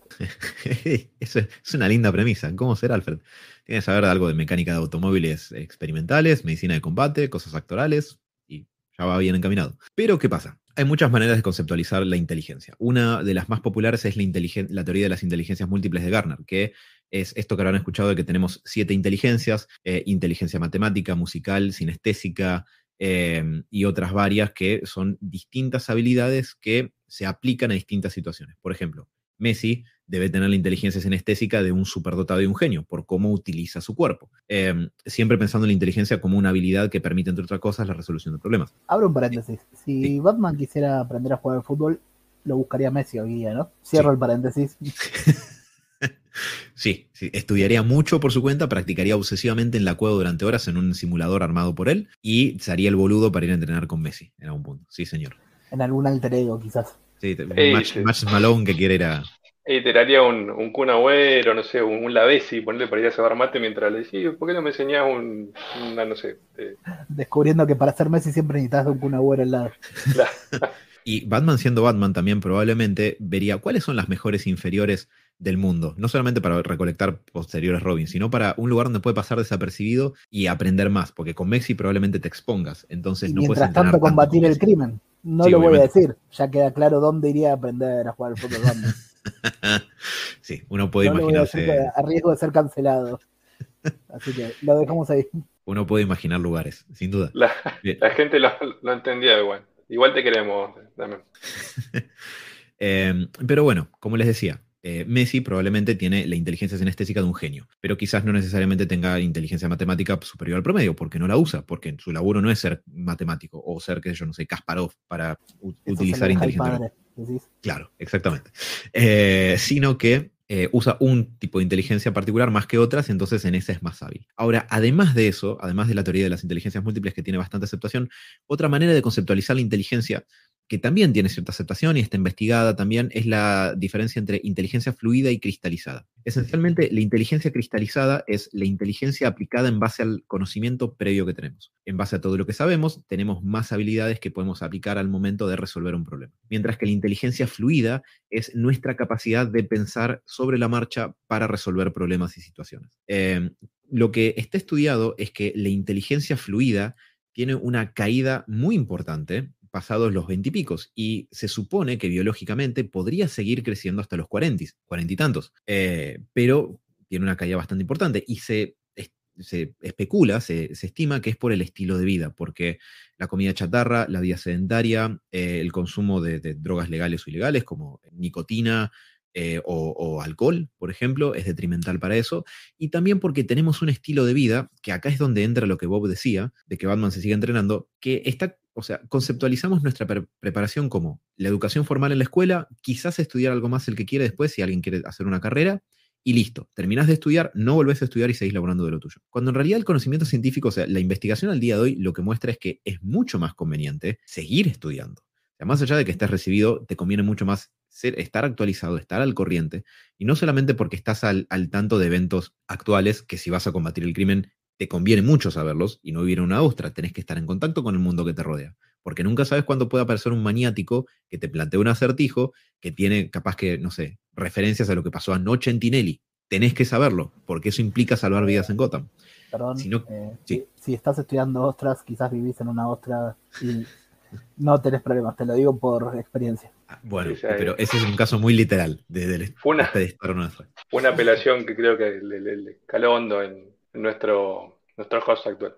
Eso es, es una linda premisa, cómo ser Alfred. Tienes que saber algo de mecánica de automóviles experimentales, medicina de combate, cosas actorales, y ya va bien encaminado. Pero, ¿qué pasa? Hay muchas maneras de conceptualizar la inteligencia. Una de las más populares es la, inteligen- la teoría de las inteligencias múltiples de Gardner, que es esto que habrán escuchado de que tenemos siete inteligencias, eh, inteligencia matemática, musical, sinestésica eh, y otras varias que son distintas habilidades que se aplican a distintas situaciones. Por ejemplo, Messi debe tener la inteligencia sinestésica de un superdotado y un genio, por cómo utiliza su cuerpo. Eh, siempre pensando en la inteligencia como una habilidad que permite, entre otras cosas, la resolución de problemas. Abro un paréntesis. Si sí. Batman quisiera aprender a jugar al fútbol, lo buscaría Messi hoy día, ¿no? Cierro sí. el paréntesis. Sí, sí, estudiaría mucho por su cuenta, practicaría obsesivamente en la cueva durante horas en un simulador armado por él y se haría el boludo para ir a entrenar con Messi en algún punto. Sí, señor. En algún alter ego, quizás. Sí, hey, Match, sí. Match Malone que quiere ir a... Y te haría un, un Kun Agüero, no sé, un, un Lavesi, ponerle para ir a cebar mate mientras le decís, ¿por qué no me enseñás un, una, no sé? Eh... Descubriendo que para ser Messi siempre necesitas un Kun Agüero al lado. Claro. Y Batman siendo Batman también probablemente vería cuáles son las mejores inferiores del mundo, no solamente para recolectar posteriores Robin, sino para un lugar donde puede pasar desapercibido y aprender más, porque con Messi probablemente te expongas, entonces y no mientras puedes entrenar tanto combatir tanto el crimen. No sí, lo obviamente. voy a decir, ya queda claro dónde iría a aprender a jugar al fútbol Batman. Sí, uno puede no imaginarse. Lo voy a, a riesgo de ser cancelado. Así que lo dejamos ahí. Uno puede imaginar lugares, sin duda. La, la gente lo, lo entendía igual. Igual te queremos, también. eh, pero bueno, como les decía, eh, Messi probablemente tiene la inteligencia sinestésica de un genio, pero quizás no necesariamente tenga inteligencia matemática superior al promedio, porque no la usa, porque su laburo no es ser matemático o ser, qué sé yo, no sé, Kasparov para u- utilizar inteligentemente. Claro, exactamente. Eh, sino que eh, usa un tipo de inteligencia particular más que otras, entonces en esa es más hábil. Ahora, además de eso, además de la teoría de las inteligencias múltiples que tiene bastante aceptación, otra manera de conceptualizar la inteligencia que también tiene cierta aceptación y está investigada también, es la diferencia entre inteligencia fluida y cristalizada. Esencialmente, la inteligencia cristalizada es la inteligencia aplicada en base al conocimiento previo que tenemos. En base a todo lo que sabemos, tenemos más habilidades que podemos aplicar al momento de resolver un problema. Mientras que la inteligencia fluida es nuestra capacidad de pensar sobre la marcha para resolver problemas y situaciones. Eh, lo que está estudiado es que la inteligencia fluida tiene una caída muy importante pasados los veintipicos, y se supone que biológicamente podría seguir creciendo hasta los cuarenta, cuarenta y tantos, eh, pero tiene una caída bastante importante, y se, es, se especula, se, se estima que es por el estilo de vida, porque la comida chatarra, la vida sedentaria, eh, el consumo de, de drogas legales o ilegales, como nicotina, Eh, o, o alcohol, por ejemplo, es detrimental para eso, y también porque tenemos un estilo de vida, que acá es donde entra lo que Bob decía, de que Batman se sigue entrenando, que está, o sea, conceptualizamos nuestra pre- preparación como la educación formal en la escuela, quizás estudiar algo más el que quiere después, si alguien quiere hacer una carrera, y listo, terminás de estudiar, no volvés a estudiar y seguís laburando de lo tuyo. Cuando en realidad el conocimiento científico, o sea, la investigación al día de hoy, lo que muestra es que es mucho más conveniente seguir estudiando. O sea, más allá de que estés recibido, te conviene mucho más ser, estar actualizado, estar al corriente, y no solamente porque estás al, al tanto de eventos actuales, que si vas a combatir el crimen, te conviene mucho saberlos y no vivir en una ostra, tenés que estar en contacto con el mundo que te rodea, porque nunca sabes cuándo puede aparecer un maniático que te plantea un acertijo que tiene capaz que, no sé, referencias a lo que pasó anoche en Tinelli. Tenés que saberlo, porque eso implica salvar vidas en Gotham. Perdón, Si no, eh, sí. si, si estás estudiando ostras, quizás vivís en una ostra y no tenés problemas, te lo digo por experiencia. Ah, bueno, Sí, sí, pero ese es un caso muy literal de, de, de, Fue una- de estar en una ostra. Fue una apelación que creo que le, le- le caló hondo en, en nuestro, nuestro host actual.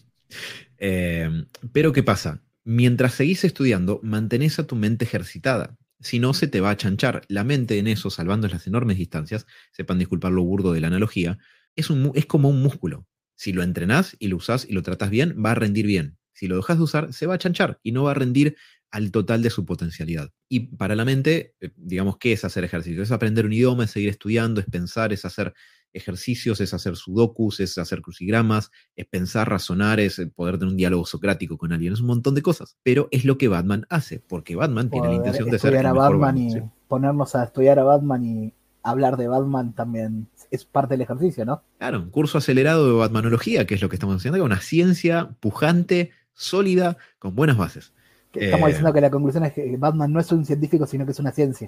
Eh, pero ¿qué pasa? Mientras seguís estudiando, mantenés a tu mente ejercitada. Si no, se te va a chanchar. La mente en eso, salvando las enormes distancias, sepan disculpar lo burdo de la analogía, es, un, es como un músculo. Si lo entrenás y lo usás y lo tratás bien, va a rendir bien. Si lo dejas de usar, se va a chanchar y no va a rendir al total de su potencialidad. Y para la mente, eh, digamos, ¿qué es hacer ejercicio? Es aprender un idioma, es seguir estudiando, es pensar, es hacer ejercicios, es hacer sudokus, es hacer crucigramas, es pensar, razonar, es poder tener un diálogo socrático con alguien, es un montón de cosas. Pero es lo que Batman hace, porque Batman tiene la intención de ser el Estudiar a mejor Batman Batman. y ¿Sí? ponernos a estudiar a Batman y hablar de Batman también es parte del ejercicio, ¿no? Claro, un curso acelerado de Batmanología, que es lo que estamos haciendo, que es una ciencia pujante, sólida, con buenas bases. Que estamos Eh, diciendo que la conclusión es que Batman no es un científico, sino que es una ciencia.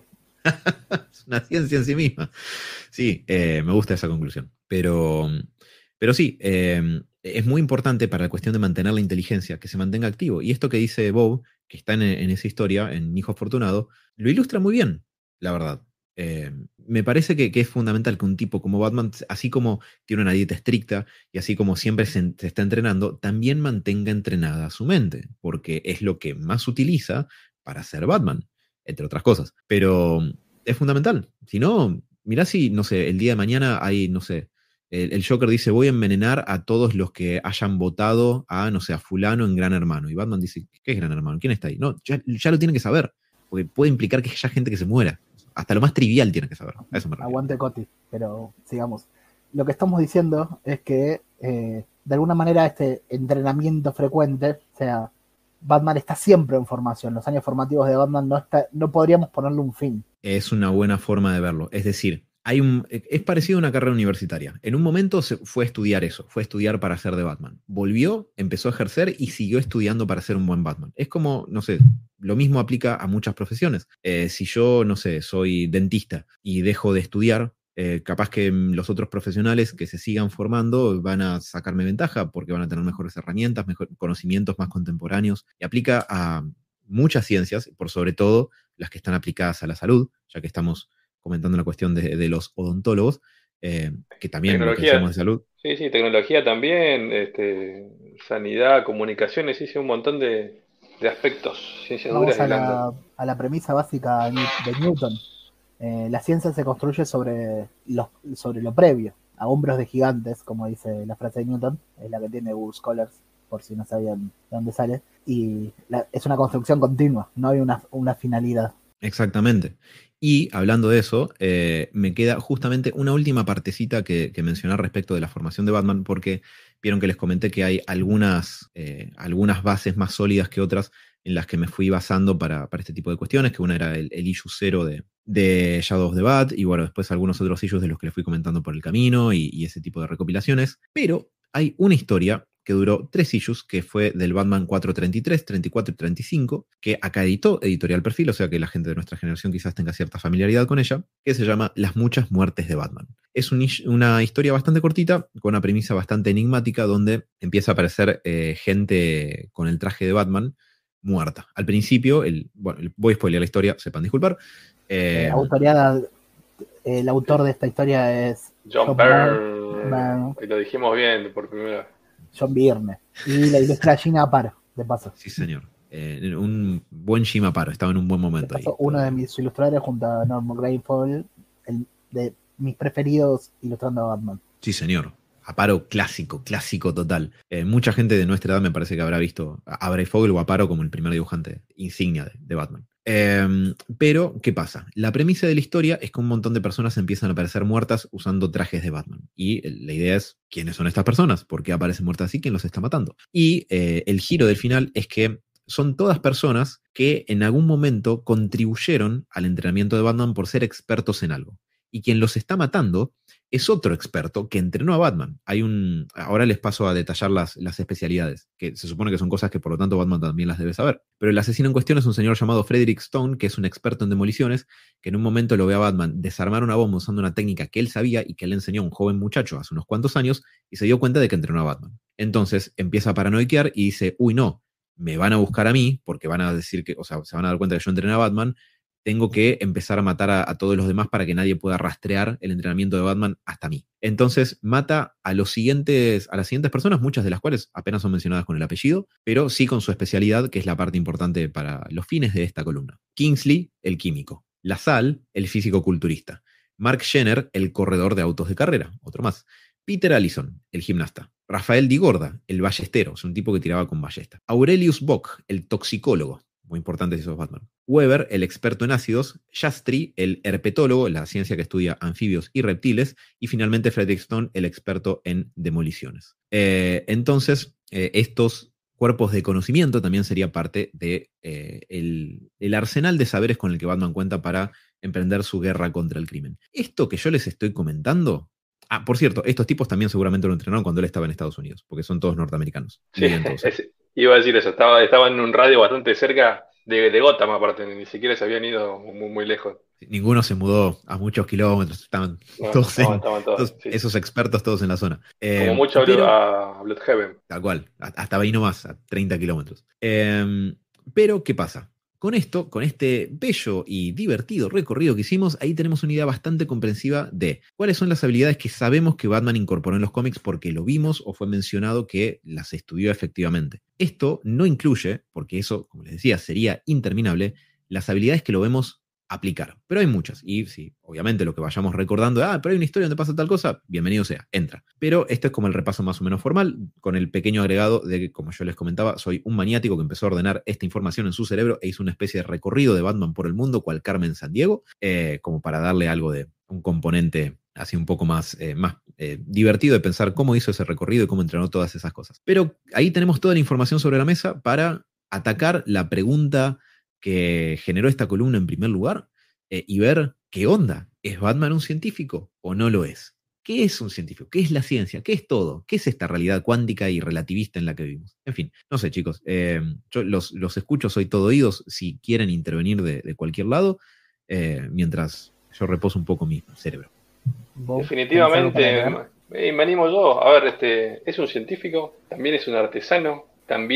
Es una ciencia en sí misma. Sí, eh, me gusta esa conclusión. Pero, pero sí, eh, es muy importante para la cuestión de mantener la inteligencia, que se mantenga activo. Y esto que dice Bob, que está en, en esa historia, en Hijo Afortunado, lo ilustra muy bien, la verdad. Eh, me parece que, que es fundamental que un tipo como Batman, así como tiene una dieta estricta y así como siempre se, se está entrenando, también mantenga entrenada su mente, porque es lo que más utiliza para ser Batman, entre otras cosas. Pero es fundamental. Si no, mirá si, no sé, el día de mañana hay, no sé, el, el Joker dice, voy a envenenar a todos los que hayan votado a, no sé, a fulano en Gran Hermano. Y Batman dice, ¿qué es Gran Hermano? ¿Quién está ahí? No, ya, ya lo tienen que saber, porque puede implicar que haya gente que se muera. Hasta lo más trivial tiene que saber. A eso me refiero. Aguante Coti, pero sigamos. Lo que estamos diciendo es que eh, de alguna manera este entrenamiento frecuente, o sea, Batman está siempre en formación. Los años formativos de Batman no, está, no podríamos ponerle un fin. Es una buena forma de verlo. Es decir, hay un, es parecido a una carrera universitaria. En un momento se fue a estudiar eso, fue a estudiar para ser de Batman. Volvió, empezó a ejercer y siguió estudiando para ser un buen Batman. Es como, no sé, lo mismo aplica a muchas profesiones. Eh, si yo, no sé, soy dentista y dejo de estudiar, eh, capaz que los otros profesionales que se sigan formando van a sacarme ventaja porque van a tener mejores herramientas, mejores conocimientos más contemporáneos. Y aplica a muchas ciencias, por sobre todo las que están aplicadas a la salud, ya que estamos comentando la cuestión de, de los odontólogos, eh, que también lo que decimos de salud. Sí, sí, tecnología también, este, sanidad, comunicaciones, sí, sí, un montón de, de aspectos, ciencias Vamos duras a y blandas. la, a la premisa básica de Newton. Eh, la ciencia se construye sobre lo, sobre lo previo, a hombros de gigantes, como dice la frase de Newton, es la que tiene Google Scholars, por si no sabían de dónde sale, y la, es una construcción continua, no hay una, una finalidad. Exactamente. Y hablando de eso, eh, me queda justamente una última partecita que, que mencionar respecto de la formación de Batman, porque vieron que les comenté que hay algunas, eh, algunas bases más sólidas que otras en las que me fui basando para, para este tipo de cuestiones, que una era el, el issue cero de, de Shadow of the Bat, y bueno, después algunos otros issues de los que les fui comentando por el camino y, y ese tipo de recopilaciones. Pero hay una historia que duró tres issues, que fue del Batman cuatrocientos treinta y tres, treinta y cuatro y treinta y cinco, que acá editó Editorial Perfil, o sea que la gente de nuestra generación quizás tenga cierta familiaridad con ella, que se llama Las muchas muertes de Batman. Es un, una historia bastante cortita, con una premisa bastante enigmática, donde empieza a aparecer eh, gente con el traje de Batman muerta. Al principio, el, bueno, voy a spoilear la historia, sepan disculpar. Eh, Eh, autoriada, el autor de esta historia es John, John Byrne, Byrne. y lo dijimos bien por primera vez. John Byrne. Y la ilustra Gina Aparo, de paso. sí, señor. Eh, un buen Jim Aparo, estaba en un buen momento De paso, ahí. uno de mis ilustradores junto a Norman Greenfall, el de mis preferidos ilustrando a Batman. Sí, señor. Aparo clásico, clásico total. Eh, mucha gente de nuestra edad me parece que habrá visto a Bray Fogel o Aparo como el primer dibujante insignia de, de Batman. Eh, pero, ¿qué pasa? La premisa de la historia es que un montón de personas empiezan a aparecer muertas usando trajes de Batman. Y la idea es, ¿quiénes son estas personas? ¿Por qué aparecen muertas así? ¿Quién los está matando? Y eh, el giro del final es que son todas personas que en algún momento contribuyeron al entrenamiento de Batman por ser expertos en algo. Y quien los está matando es otro experto que entrenó a Batman. Hay un, ahora les paso a detallar las, las especialidades, que se supone que son cosas que por lo tanto Batman también las debe saber. Pero el asesino en cuestión es un señor llamado Frederick Stone, que es un experto en demoliciones, que en un momento lo ve a Batman desarmar una bomba usando una técnica que él sabía y que él le enseñó a un joven muchacho hace unos cuantos años, y se dio cuenta de que entrenó a Batman. Entonces empieza a paranoiquear y dice, uy no, me van a buscar a mí, porque van a decir que, o sea, se van a dar cuenta que yo entrené a Batman, tengo que empezar a matar a, a todos los demás para que nadie pueda rastrear el entrenamiento de Batman hasta mí. Entonces mata a, los siguientes, a las siguientes personas, muchas de las cuales apenas son mencionadas con el apellido, pero sí con su especialidad, que es la parte importante para los fines de esta columna. Kingsley, el químico. LaSalle, el físico-culturista. Mark Jenner, el corredor de autos de carrera, otro más. Peter Allison, el gimnasta. Rafael Di Gorda, el ballestero, es un tipo que tiraba con ballesta. Aurelius Bock, el toxicólogo. Muy importante si sos Batman. Weber, el experto en ácidos. Shastri, el herpetólogo, la ciencia que estudia anfibios y reptiles. Y finalmente Frederick Stone, el experto en demoliciones. Eh, entonces, eh, estos cuerpos de conocimiento también sería parte de eh, el, el arsenal de saberes con el que Batman cuenta para emprender su guerra contra el crimen. Esto que yo les estoy comentando... Ah, por cierto, estos tipos también seguramente lo entrenaron cuando él estaba en Estados Unidos, porque son todos norteamericanos. Sí, es, iba a decir eso, estaba, estaba en un radio bastante cerca de, de Gotham, aparte, ni siquiera se habían ido muy, muy lejos. Ninguno se mudó a muchos kilómetros, estaban, no, todos, estaban, en, estaban todos, todos sí. Esos expertos todos en la zona. Eh, Como mucho pero, a Bloodhaven. Tal cual, hasta ahí nomás, a treinta kilómetros. Eh, pero, ¿qué pasa? Con esto, con este bello y divertido recorrido que hicimos, ahí tenemos una idea bastante comprensiva de cuáles son las habilidades que sabemos que Batman incorporó en los cómics porque lo vimos o fue mencionado que las estudió efectivamente. Esto no incluye, porque eso, como les decía, sería interminable, las habilidades que lo vemos aplicar. Pero hay muchas. Y sí, obviamente lo que vayamos recordando, ah, pero hay una historia donde pasa tal cosa, bienvenido sea, entra. Pero este es como el repaso más o menos formal, con el pequeño agregado de que, como yo les comentaba, soy un maniático que empezó a ordenar esta información en su cerebro e hizo una especie de recorrido de Batman por el mundo, cual Carmen Sandiego, eh, como para darle algo de un componente así un poco más, eh, más eh, divertido de pensar cómo hizo ese recorrido y cómo entrenó todas esas cosas. Pero ahí tenemos toda la información sobre la mesa para atacar la pregunta que generó esta columna en primer lugar eh, y ver qué onda. ¿Es Batman un científico o no lo es? ¿Qué es un científico? ¿Qué es la ciencia? ¿Qué es todo? ¿Qué es esta realidad cuántica y relativista en la que vivimos? En fin, no sé, chicos. Eh, yo los, los escucho, soy todo oídos si quieren intervenir de, de cualquier lado, eh, mientras yo reposo un poco mi cerebro. Definitivamente, me, me animo yo. A ver, este, es un científico, también es un artesano,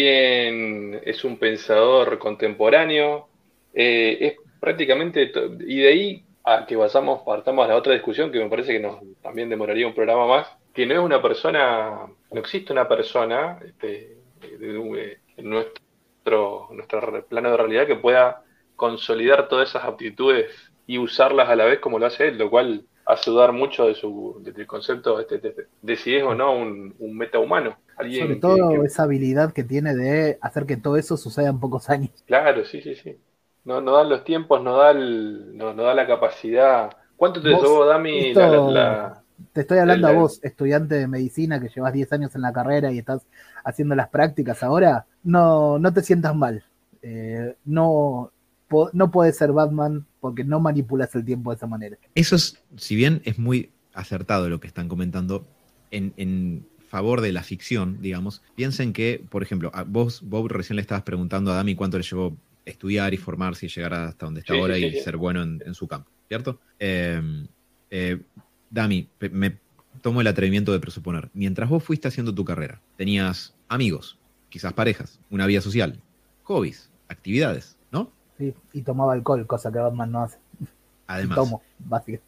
también es un pensador contemporáneo, eh, es prácticamente, y de ahí a que vayamos, partamos a la otra discusión que me parece que nos también demoraría un programa más, que no es una persona, no existe una persona este, de, de, en nuestro, nuestro plano de realidad que pueda consolidar todas esas aptitudes y usarlas a la vez como lo hace él, lo cual hace dudar mucho de su, de, del concepto este, de, de si es o no un, un metahumano. Alguien Sobre todo que, que... esa habilidad que tiene de hacer que todo eso suceda en pocos años. Claro, sí, sí, sí. No, no dan los tiempos, no da, el, no, no da la capacidad. ¿Cuánto te llevó, Dami, la, la, la... Te estoy hablando la, a vos, estudiante de medicina que llevas diez años en la carrera y estás haciendo las prácticas ahora? No, no te sientas mal. Eh, no, po, no puedes ser Batman porque no manipulas el tiempo de esa manera. Eso es, si bien es muy acertado lo que están comentando, en... en... favor de la ficción, digamos, piensen que, por ejemplo, a vos, Bob, recién le estabas preguntando a Dami cuánto le llevó estudiar y formarse y llegar hasta donde está sí, ahora sí, y sí. ser bueno en, en su campo, ¿cierto? Eh, eh, Dami, me tomo el atrevimiento de presuponer, mientras vos fuiste haciendo tu carrera, tenías amigos, quizás parejas, una vida social, hobbies, actividades, ¿no? Sí, y tomaba alcohol, cosa que Batman no hace. Además. Y tomo, básicamente.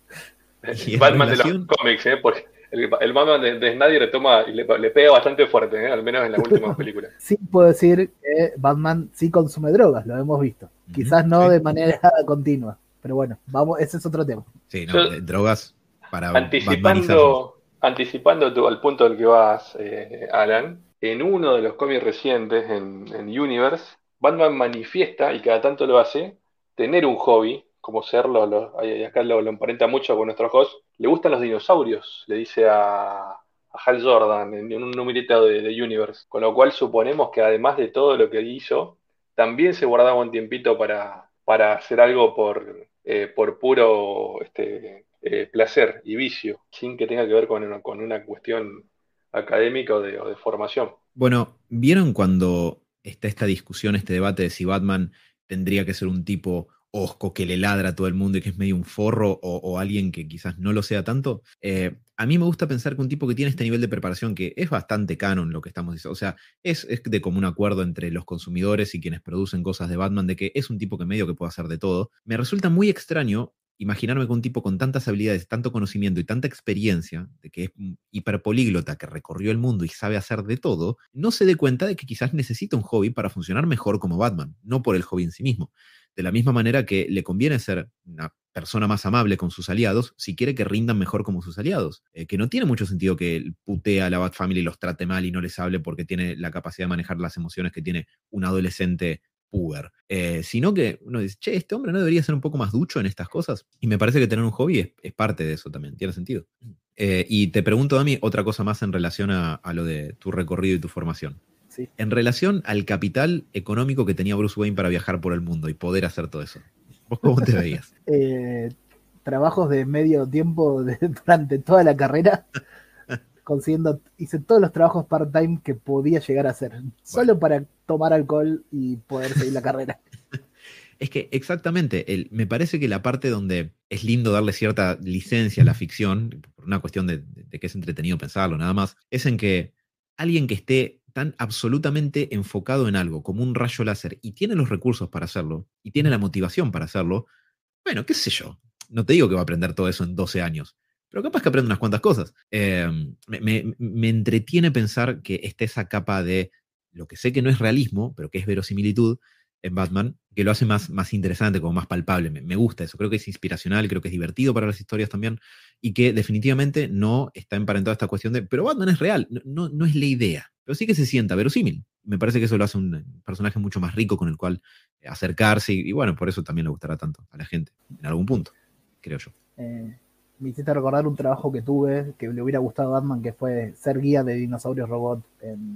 Batman relación... de los cómics, ¿eh? Porque el, el Batman de, de Snyder le toma y le, le pega bastante fuerte, ¿eh? Al menos en las últimas películas. Sí, puedo decir que Batman sí consume drogas, lo hemos visto. Uh-huh, Quizás no sí. de manera continua, pero bueno, vamos, ese es otro tema. Sí, no, Yo, drogas para anticipando, anticipando tu, al punto del que vas, eh, Alan, en uno de los cómics recientes en, en Universe, Batman manifiesta, y cada tanto lo hace, tener un hobby, como serlo, lo, y acá lo, lo emparenta mucho con nuestro host, le gustan los dinosaurios, le dice a, a Hal Jordan en, en un numerito de, de Universe, con lo cual suponemos que además de todo lo que hizo, también se guardaba un tiempito para, para hacer algo por, eh, por puro este, eh, placer y vicio, sin que tenga que ver con una, con una cuestión académica o de, o de formación. Bueno, ¿vieron cuando está esta discusión, este debate de si Batman tendría que ser un tipo hosco que le ladra a todo el mundo y que es medio un forro o, o alguien que quizás no lo sea tanto? Eh, a mí me gusta pensar que un tipo que tiene este nivel de preparación, que es bastante canon lo que estamos diciendo, o sea, es, es de común acuerdo entre los consumidores y quienes producen cosas de Batman, de que es un tipo que medio que puede hacer de todo. Me resulta muy extraño imaginarme que un tipo con tantas habilidades, tanto conocimiento y tanta experiencia, de que es un hiperpolíglota que recorrió el mundo y sabe hacer de todo, no se dé cuenta de que quizás necesita un hobby para funcionar mejor como Batman, no por el hobby en sí mismo. De la misma manera que le conviene ser una persona más amable con sus aliados si quiere que rindan mejor como sus aliados. Eh, que no tiene mucho sentido que putee a la Bat Family y los trate mal y no les hable porque tiene la capacidad de manejar las emociones que tiene un adolescente puber, eh, sino que uno dice, che, este hombre no debería ser un poco más ducho en estas cosas, y me parece que tener un hobby es, es parte de eso también, tiene sentido. Eh, y te pregunto, Dami, otra cosa más en relación a, a lo de tu recorrido y tu formación. Sí. En relación al capital económico que tenía Bruce Wayne para viajar por el mundo y poder hacer todo eso, ¿vos cómo te veías? eh, trabajos de medio tiempo de, durante toda la carrera, consiguiendo, hice todos los trabajos part-time que podía llegar a hacer, bueno, solo para tomar alcohol y poder seguir la carrera. Es que exactamente, el, me parece que la parte donde es lindo darle cierta licencia a la ficción, por una cuestión de, de, de que es entretenido pensarlo nada más, es en que alguien que esté tan absolutamente enfocado en algo como un rayo láser y tiene los recursos para hacerlo y tiene la motivación para hacerlo, bueno, qué sé yo, no te digo que va a aprender todo eso en doce años, pero capaz que aprende unas cuantas cosas. Eh, me, me, me entretiene pensar que esté esa capa de lo que sé que no es realismo, pero que es verosimilitud en Batman, que lo hace más, más interesante, como más palpable. Me, me gusta eso, creo que es inspiracional, creo que es divertido para las historias también, y que definitivamente no está emparentado esta cuestión de, pero Batman es real, no, no, no es la idea, pero sí que se sienta verosímil. Me parece que eso lo hace un personaje mucho más rico con el cual acercarse, y, y bueno, por eso también le gustará tanto a la gente, en algún punto, creo yo. Eh, me hiciste recordar un trabajo que tuve, que le hubiera gustado a Batman, que fue ser guía de dinosaurios robot en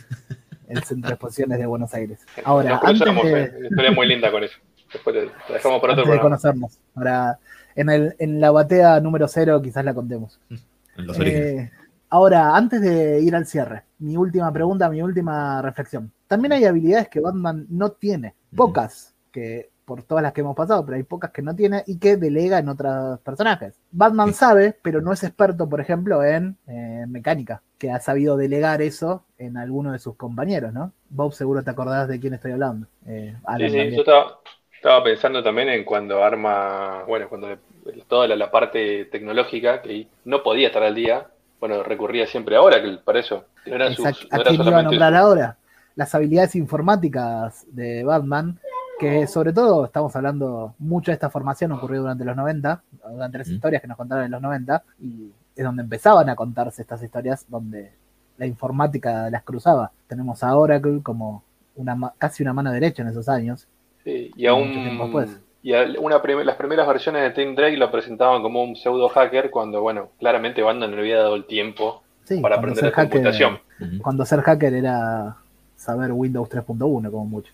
el Centro de Exposiciones de Buenos Aires. Ahora, Nos antes cruzamos, de, eh, una historia muy linda con eso. Después te- la dejamos para otro antes de programa. conocernos, ahora, en, el, en la batea número cero quizás la contemos. En los orígenes. Eh, ahora, antes de ir al cierre, mi última pregunta, mi última reflexión. También hay habilidades que Batman no tiene, pocas, que por todas las que hemos pasado, pero hay pocas que no tiene y que delega en otros personajes. Batman Sí. sabe, pero no es experto, por ejemplo, en eh, mecánica, que ha sabido delegar eso en alguno de sus compañeros, ¿no? Bob, seguro te acordás de quién estoy hablando. Eh, Sí, Alan sí, también. yo estaba, estaba pensando también en cuando arma, bueno, cuando le- toda la, la parte tecnológica, que no podía estar al día, bueno, recurría siempre ahora, que para eso, no era, sus, Exact- no ¿A era quién iba a solamente nombrar su- ahora? Las habilidades informáticas de Batman, que sobre todo estamos hablando, mucho de esta formación ocurrió durante los noventa, durante las Mm. historias que nos contaron en los noventa, y es donde empezaban a contarse estas historias, donde la informática las cruzaba. Tenemos a Oracle como una, ma- casi una mano derecha en esos años, Sí, y y mucho tiempo aún después. y a una prim- las primeras versiones de Tim Drake lo presentaban como un pseudo hacker cuando, bueno, claramente Batman no le había dado el tiempo Sí, para cuando aprender ser la computación. hacker, Ujú. cuando ser hacker era saber Windows tres punto uno como mucho.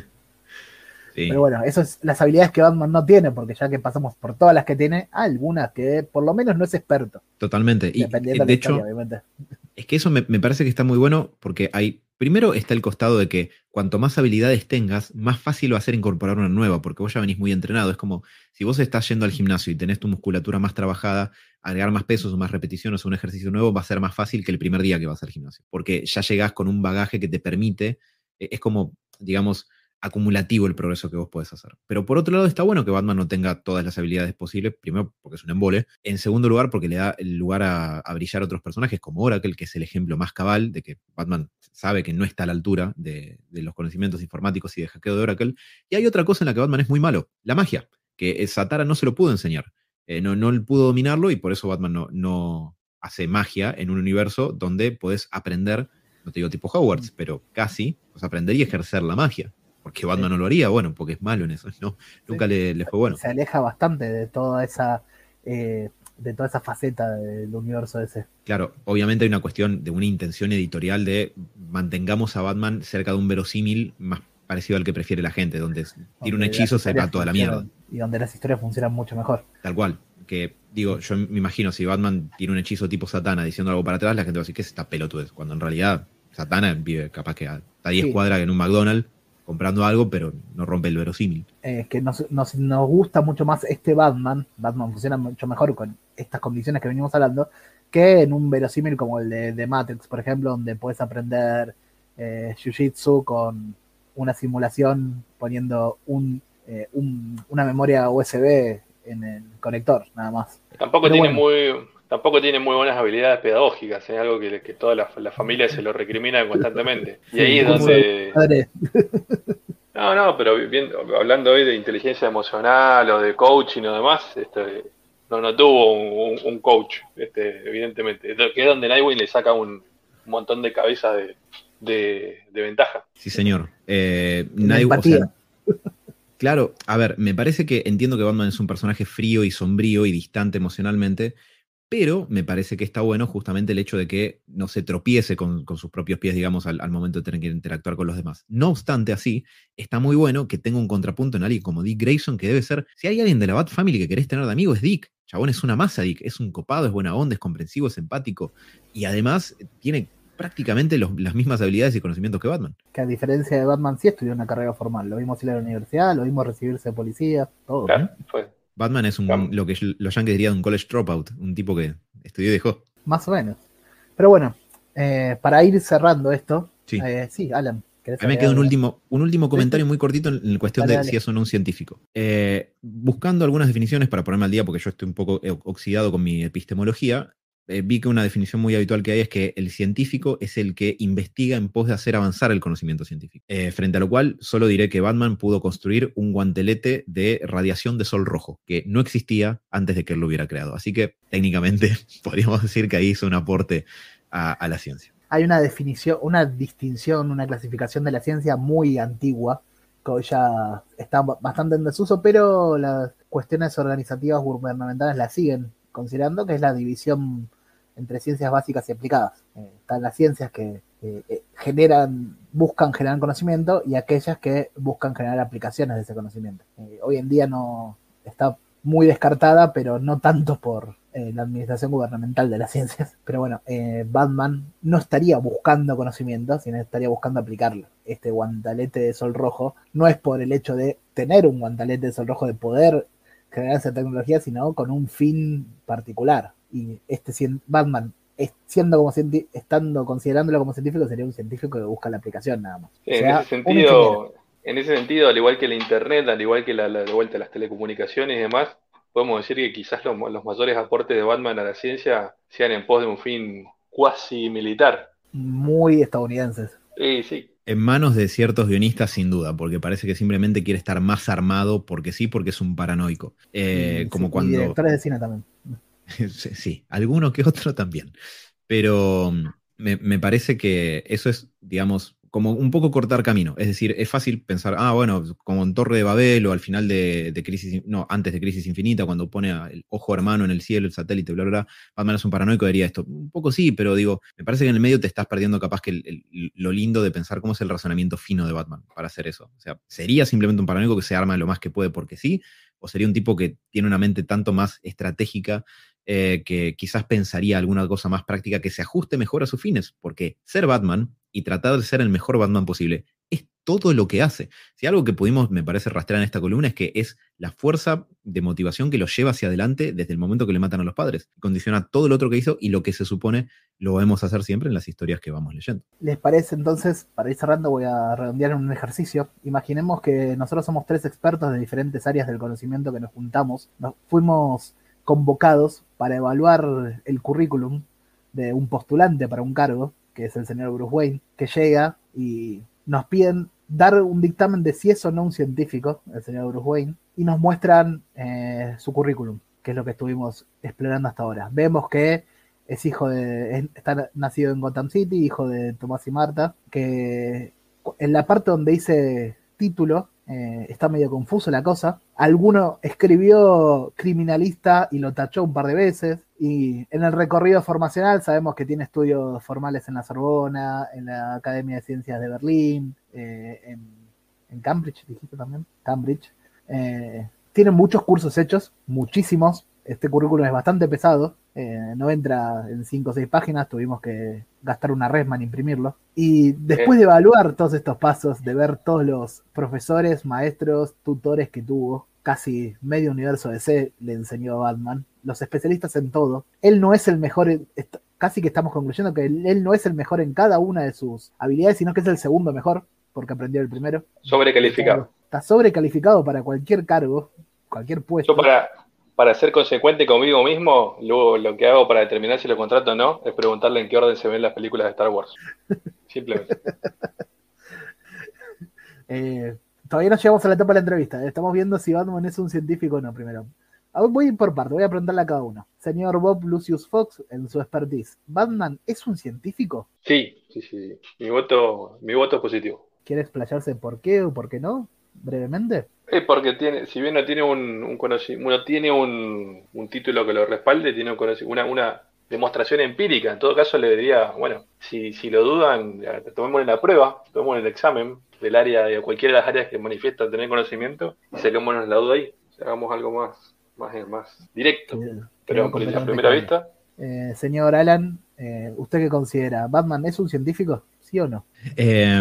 Sí. Pero bueno, eso es las habilidades que Batman no tiene, porque ya que pasamos por todas las que tiene, hay algunas que por lo menos no es experto, Totalmente. Y dependiendo eh, de de la historia, hecho, obviamente. es que eso me, me parece que está muy bueno porque hay, primero está el costado de que cuanto más habilidades tengas, más fácil va a ser incorporar una nueva, porque vos ya venís muy entrenado. Es como si vos estás yendo al gimnasio y tenés tu musculatura más trabajada, agregar más pesos o más repeticiones o un ejercicio nuevo va a ser más fácil que el primer día que vas al gimnasio, porque ya llegás con un bagaje que te permite, eh, es como, digamos, acumulativo el progreso que vos podés hacer. Pero por otro lado está bueno que Batman no tenga todas las habilidades posibles, primero porque es un embole, en segundo lugar porque le da el lugar a, a brillar a otros personajes como Oracle, que es el ejemplo más cabal de que Batman sabe que no está a la altura de, de los conocimientos informáticos y de hackeo de Oracle. Y hay otra cosa en la que Batman es muy malo, la magia, que Satara no se lo pudo enseñar, eh, no, no pudo dominarlo y por eso Batman no, no hace magia en un universo donde podés aprender, no te digo tipo Hogwarts, pero casi, pues aprender y ejercer la magia. Porque Batman Sí. no lo haría, bueno, porque es malo en eso, no, nunca Sí. le, le fue bueno. Se aleja bastante de toda esa eh, de toda esa faceta del universo ese. Claro, obviamente hay una cuestión de una intención editorial de mantengamos a Batman cerca de un verosímil más parecido al que prefiere la gente, donde tira un Donde hechizo, las se va historias toda la mierda. funcionan- Y donde las historias funcionan mucho mejor. Tal cual. Que, digo, yo me imagino si Batman tiene un hechizo tipo Satana diciendo algo para atrás, la gente va a decir, ¿qué es esta pelotudez? Cuando en realidad Satana vive capaz que a a diez Sí. cuadras en un McDonald's comprando algo, pero no rompe el verosímil. Eh, que nos, nos, nos gusta mucho más este Batman. Batman funciona mucho mejor con estas condiciones que venimos hablando que en un verosímil como el de, de Matrix, por ejemplo, donde puedes aprender eh, Jiu-Jitsu con una simulación poniendo un, eh, un, una memoria U S B en el conector, nada más. Tampoco Pero tiene bueno. muy, tampoco tiene muy buenas habilidades pedagógicas, es algo que, que toda la, la familia se lo recrimina constantemente. Y Sí, ahí es como donde... padre. No, no, pero bien, hablando hoy de inteligencia emocional o de coaching o demás, este, no, no tuvo un, un- un coach, este, evidentemente. Que es donde Nightwing le saca un, un montón de cabezas de, de, de ventaja. Sí, señor. Eh, La nadie, o empatía. sea, claro, a ver, me parece que entiendo que Batman es un personaje frío y sombrío y distante emocionalmente, pero me parece que está bueno justamente el hecho de que no se tropiece con, con sus propios pies, digamos, al, al momento de tener que interactuar con los demás. No obstante, así, está muy bueno que tenga un contrapunto en alguien como Dick Grayson, que debe ser, si hay alguien de la Bat Family que querés tener de amigo, es Dick. Chabón es una masa, Dick. Es un copado, es buena onda, es comprensivo, es empático. Y además tiene prácticamente los- las mismas habilidades y conocimientos que Batman. Que a diferencia de Batman sí estudió una carrera formal. Lo vimos ir a la universidad, lo vimos recibirse de policía, todo. Claro, fue. Batman es un, Cam- lo que los yankees dirían un college dropout, un tipo que estudió y dejó. Más o menos. Pero bueno, eh, para ir cerrando esto, Sí. eh, sí, Alan, ¿querés A mí me agregar queda un algo? último, un último comentario muy cortito en, en cuestión Dale, de dale. si es o no un científico. Eh, buscando algunas definiciones para ponerme al día, porque yo estoy un poco eh, oxidado con mi epistemología, eh, vi que una definición muy habitual que hay es que el científico es el que investiga en pos de hacer avanzar el conocimiento científico. Eh, frente a lo cual, solo diré que Batman pudo construir un guantelete de radiación de sol rojo, que no existía antes de que él lo hubiera creado. Así que, técnicamente, podríamos decir que ahí hizo un aporte a, a la ciencia. Hay una definición, una distinción, una clasificación de la ciencia muy antigua, que hoy ya está bastante en desuso, pero las cuestiones organizativas gubernamentales la siguen considerando, que es la división entre ciencias básicas y aplicadas. Eh, están las ciencias que eh, eh, generan, buscan generar conocimiento y aquellas que buscan generar aplicaciones de ese conocimiento. Eh, hoy en día no está muy descartada, pero no tanto por eh, la administración gubernamental de las ciencias. Pero bueno, eh, Batman no estaría buscando conocimiento, sino estaría buscando aplicarlo. Este guantelete de sol rojo no es por el hecho de tener un guantelete de sol rojo, de poder generar esa tecnología, sino con un fin particular. Y este Batman, siendo como cienti- estando considerándolo como científico, sería un científico que busca la aplicación nada más. Sí, O en sea, ese un ingeniero. sentido, en ese sentido, al igual que la internet, al igual que la, la- de vuelta las telecomunicaciones y demás, podemos decir que quizás los, los mayores aportes de Batman a la ciencia sean en pos de un fin cuasi militar. Muy estadounidenses. Sí, sí. En manos de ciertos guionistas, sin duda, porque parece que simplemente quiere estar más armado porque sí, porque es un paranoico. Eh, y, como sí, y cuando. directores de cine también. Sí, alguno que otro también. Pero mm, me, me parece que eso es, digamos, como un poco cortar camino. Es decir, es fácil pensar, ah, bueno, como en Torre de Babel o al final de, de Crisis, no, antes de Crisis Infinita, cuando pone a el ojo hermano en el cielo, el satélite, bla, bla, bla, Batman es un paranoico, diría esto. Un poco sí, pero digo, me parece que en el medio te estás perdiendo capaz que el- el- lo lindo de pensar cómo es el razonamiento fino de Batman para hacer eso. O sea, ¿sería simplemente un paranoico que se arma lo más que puede porque sí? ¿O sería un tipo que tiene una mente tanto más estratégica eh, que quizás pensaría alguna cosa más práctica que se ajuste mejor a sus fines? Porque ser Batman y tratar de ser el mejor Batman posible es todo lo que hace. Si algo que pudimos, me parece, rastrear en esta columna es que es la fuerza de motivación que lo lleva hacia adelante desde el momento que le matan a los padres. Condiciona todo lo otro que hizo y lo que se supone lo vamos a hacer siempre en las historias que vamos leyendo. ¿Les parece entonces, para ir cerrando, voy a redondear en un ejercicio? Imaginemos que nosotros somos tres expertos de diferentes áreas del conocimiento que nos juntamos. Nos fuimos convocados para evaluar el currículum de un postulante para un cargo, que es el señor Bruce Wayne, que llega y nos piden dar un dictamen de si es o no un científico, el señor Bruce Wayne, y nos muestran eh, su currículum, que es lo que estuvimos explorando hasta ahora. Vemos que es hijo de, es, está nacido en Gotham City, hijo de Tomás y Marta, que en la parte donde dice título, eh, está medio confuso la cosa. Alguno escribió criminalista y lo tachó un par de veces, y en el recorrido formacional sabemos que tiene estudios formales en la Sorbona, en la Academia de Ciencias de Berlín, eh, en en Cambridge, dijiste también, Cambridge. Eh, tiene muchos cursos hechos, muchísimos. Este currículum es bastante pesado, eh, no entra en cinco o seis páginas, tuvimos que gastar una resma en imprimirlo. Y después de evaluar todos estos pasos, de ver todos los profesores, maestros, tutores que tuvo, casi medio universo D C le enseñó a Batman, los especialistas en todo, él no es el mejor, casi que estamos concluyendo que él, él no es el mejor en cada una de sus habilidades, sino que es el segundo mejor, porque aprendió el primero. Sobrecalificado. Está sobrecalificado para cualquier cargo, cualquier puesto. Yo para... Para ser consecuente conmigo mismo, luego lo que hago para determinar si lo contrato o no es preguntarle en qué orden se ven las películas de Star Wars. Simplemente. eh, todavía no llegamos a la etapa de la entrevista. Estamos viendo si Batman es un científico o no primero. Voy por parte, voy a preguntarle a cada uno. Señor Bob Lucius Fox, en su expertise, ¿Batman es un científico? Sí, sí, sí. Mi voto, mi voto es positivo. ¿Quiere explayarse por qué o por qué no? Brevemente. Es porque tiene, si bien no tiene un, un conocimiento, no tiene un, un título que lo respalde, tiene un una, una demostración empírica. En todo caso le diría, bueno, si, si lo dudan, tomemos en la prueba, tomemos en el examen del área, de cualquiera de las áreas que manifiesta tener conocimiento, y saquémonos la duda ahí. Hagamos algo más, más, más directo. Sí, pero a la primera vista. Eh, señor Alan, eh, ¿usted qué considera? ¿Batman es un científico? ¿Sí o no? Eh,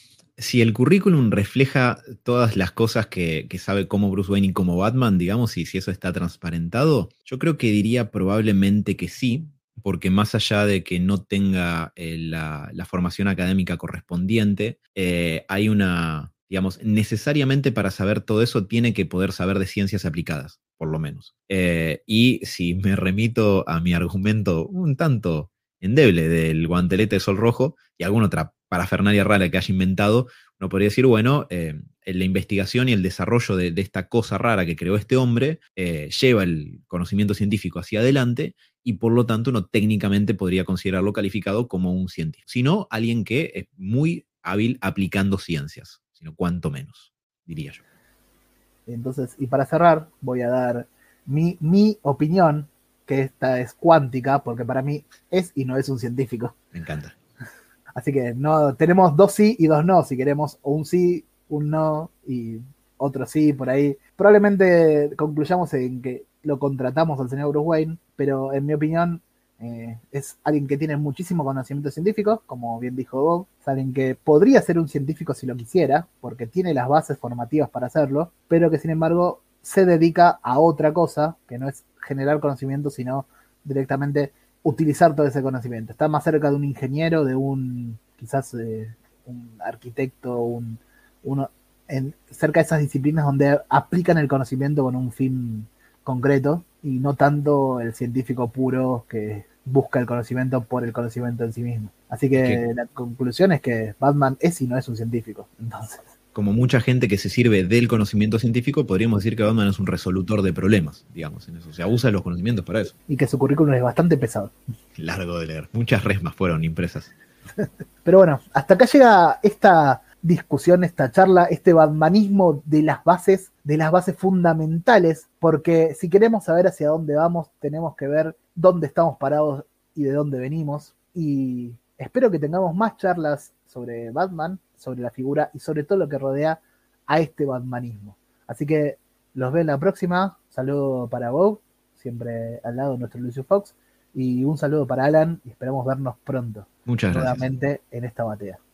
si el currículum refleja todas las cosas que, que sabe como Bruce Wayne y como Batman, digamos, y si eso está transparentado, yo creo que diría probablemente que sí, porque más allá de que no tenga eh, la, la formación académica correspondiente, eh, hay una, digamos, necesariamente para saber todo eso tiene que poder saber de ciencias aplicadas, por lo menos. Eh, y si me remito a mi argumento un tanto endeble del guantelete de sol rojo y alguna otra parafernalia rara que haya inventado, uno podría decir, bueno, eh, la investigación y el desarrollo de, de esta cosa rara que creó este hombre eh, lleva el conocimiento científico hacia adelante y por lo tanto uno técnicamente podría considerarlo calificado como un científico, sino alguien que es muy hábil aplicando ciencias, sino cuanto menos, diría yo. Entonces, y para cerrar, voy a dar mi, mi opinión, que esta es cuántica, porque para mí es y no es un científico. Me encanta. Así que no, tenemos dos sí y dos no, si queremos, o un sí, un no y otro sí por ahí. Probablemente concluyamos en que lo contratamos al señor Bruce Wayne, pero en mi opinión eh, es alguien que tiene muchísimo conocimiento científico, como bien dijo Bob, es alguien que podría ser un científico si lo quisiera, porque tiene las bases formativas para hacerlo, pero que sin embargo se dedica a otra cosa, que no es generar conocimiento, sino directamente utilizar todo ese conocimiento. Está más cerca de un ingeniero, de un quizás eh, un arquitecto, un, uno en, cerca de esas disciplinas donde aplican el conocimiento con un fin concreto y no tanto el científico puro que busca el conocimiento por el conocimiento en sí mismo. Así que ¿Qué? La conclusión es que Batman es y no es un científico. Entonces, como mucha gente que se sirve del conocimiento científico, podríamos decir que Batman es un resolutor de problemas, digamos, en eso. Se abusa de los conocimientos para eso. Y que su currículum es bastante pesado. Largo de leer. Muchas resmas fueron impresas. Pero bueno, hasta acá llega esta discusión, esta charla, este batmanismo de las bases, de las bases fundamentales, porque si queremos saber hacia dónde vamos, tenemos que ver dónde estamos parados y de dónde venimos. Y espero que tengamos más charlas sobre Batman, sobre la figura y sobre todo lo que rodea a este batmanismo. Así que los veo en la próxima. Saludo para Bob, siempre al lado de nuestro Lucius Fox, y un saludo para Alan y esperamos vernos pronto. Muchas gracias. Nuevamente en esta batea.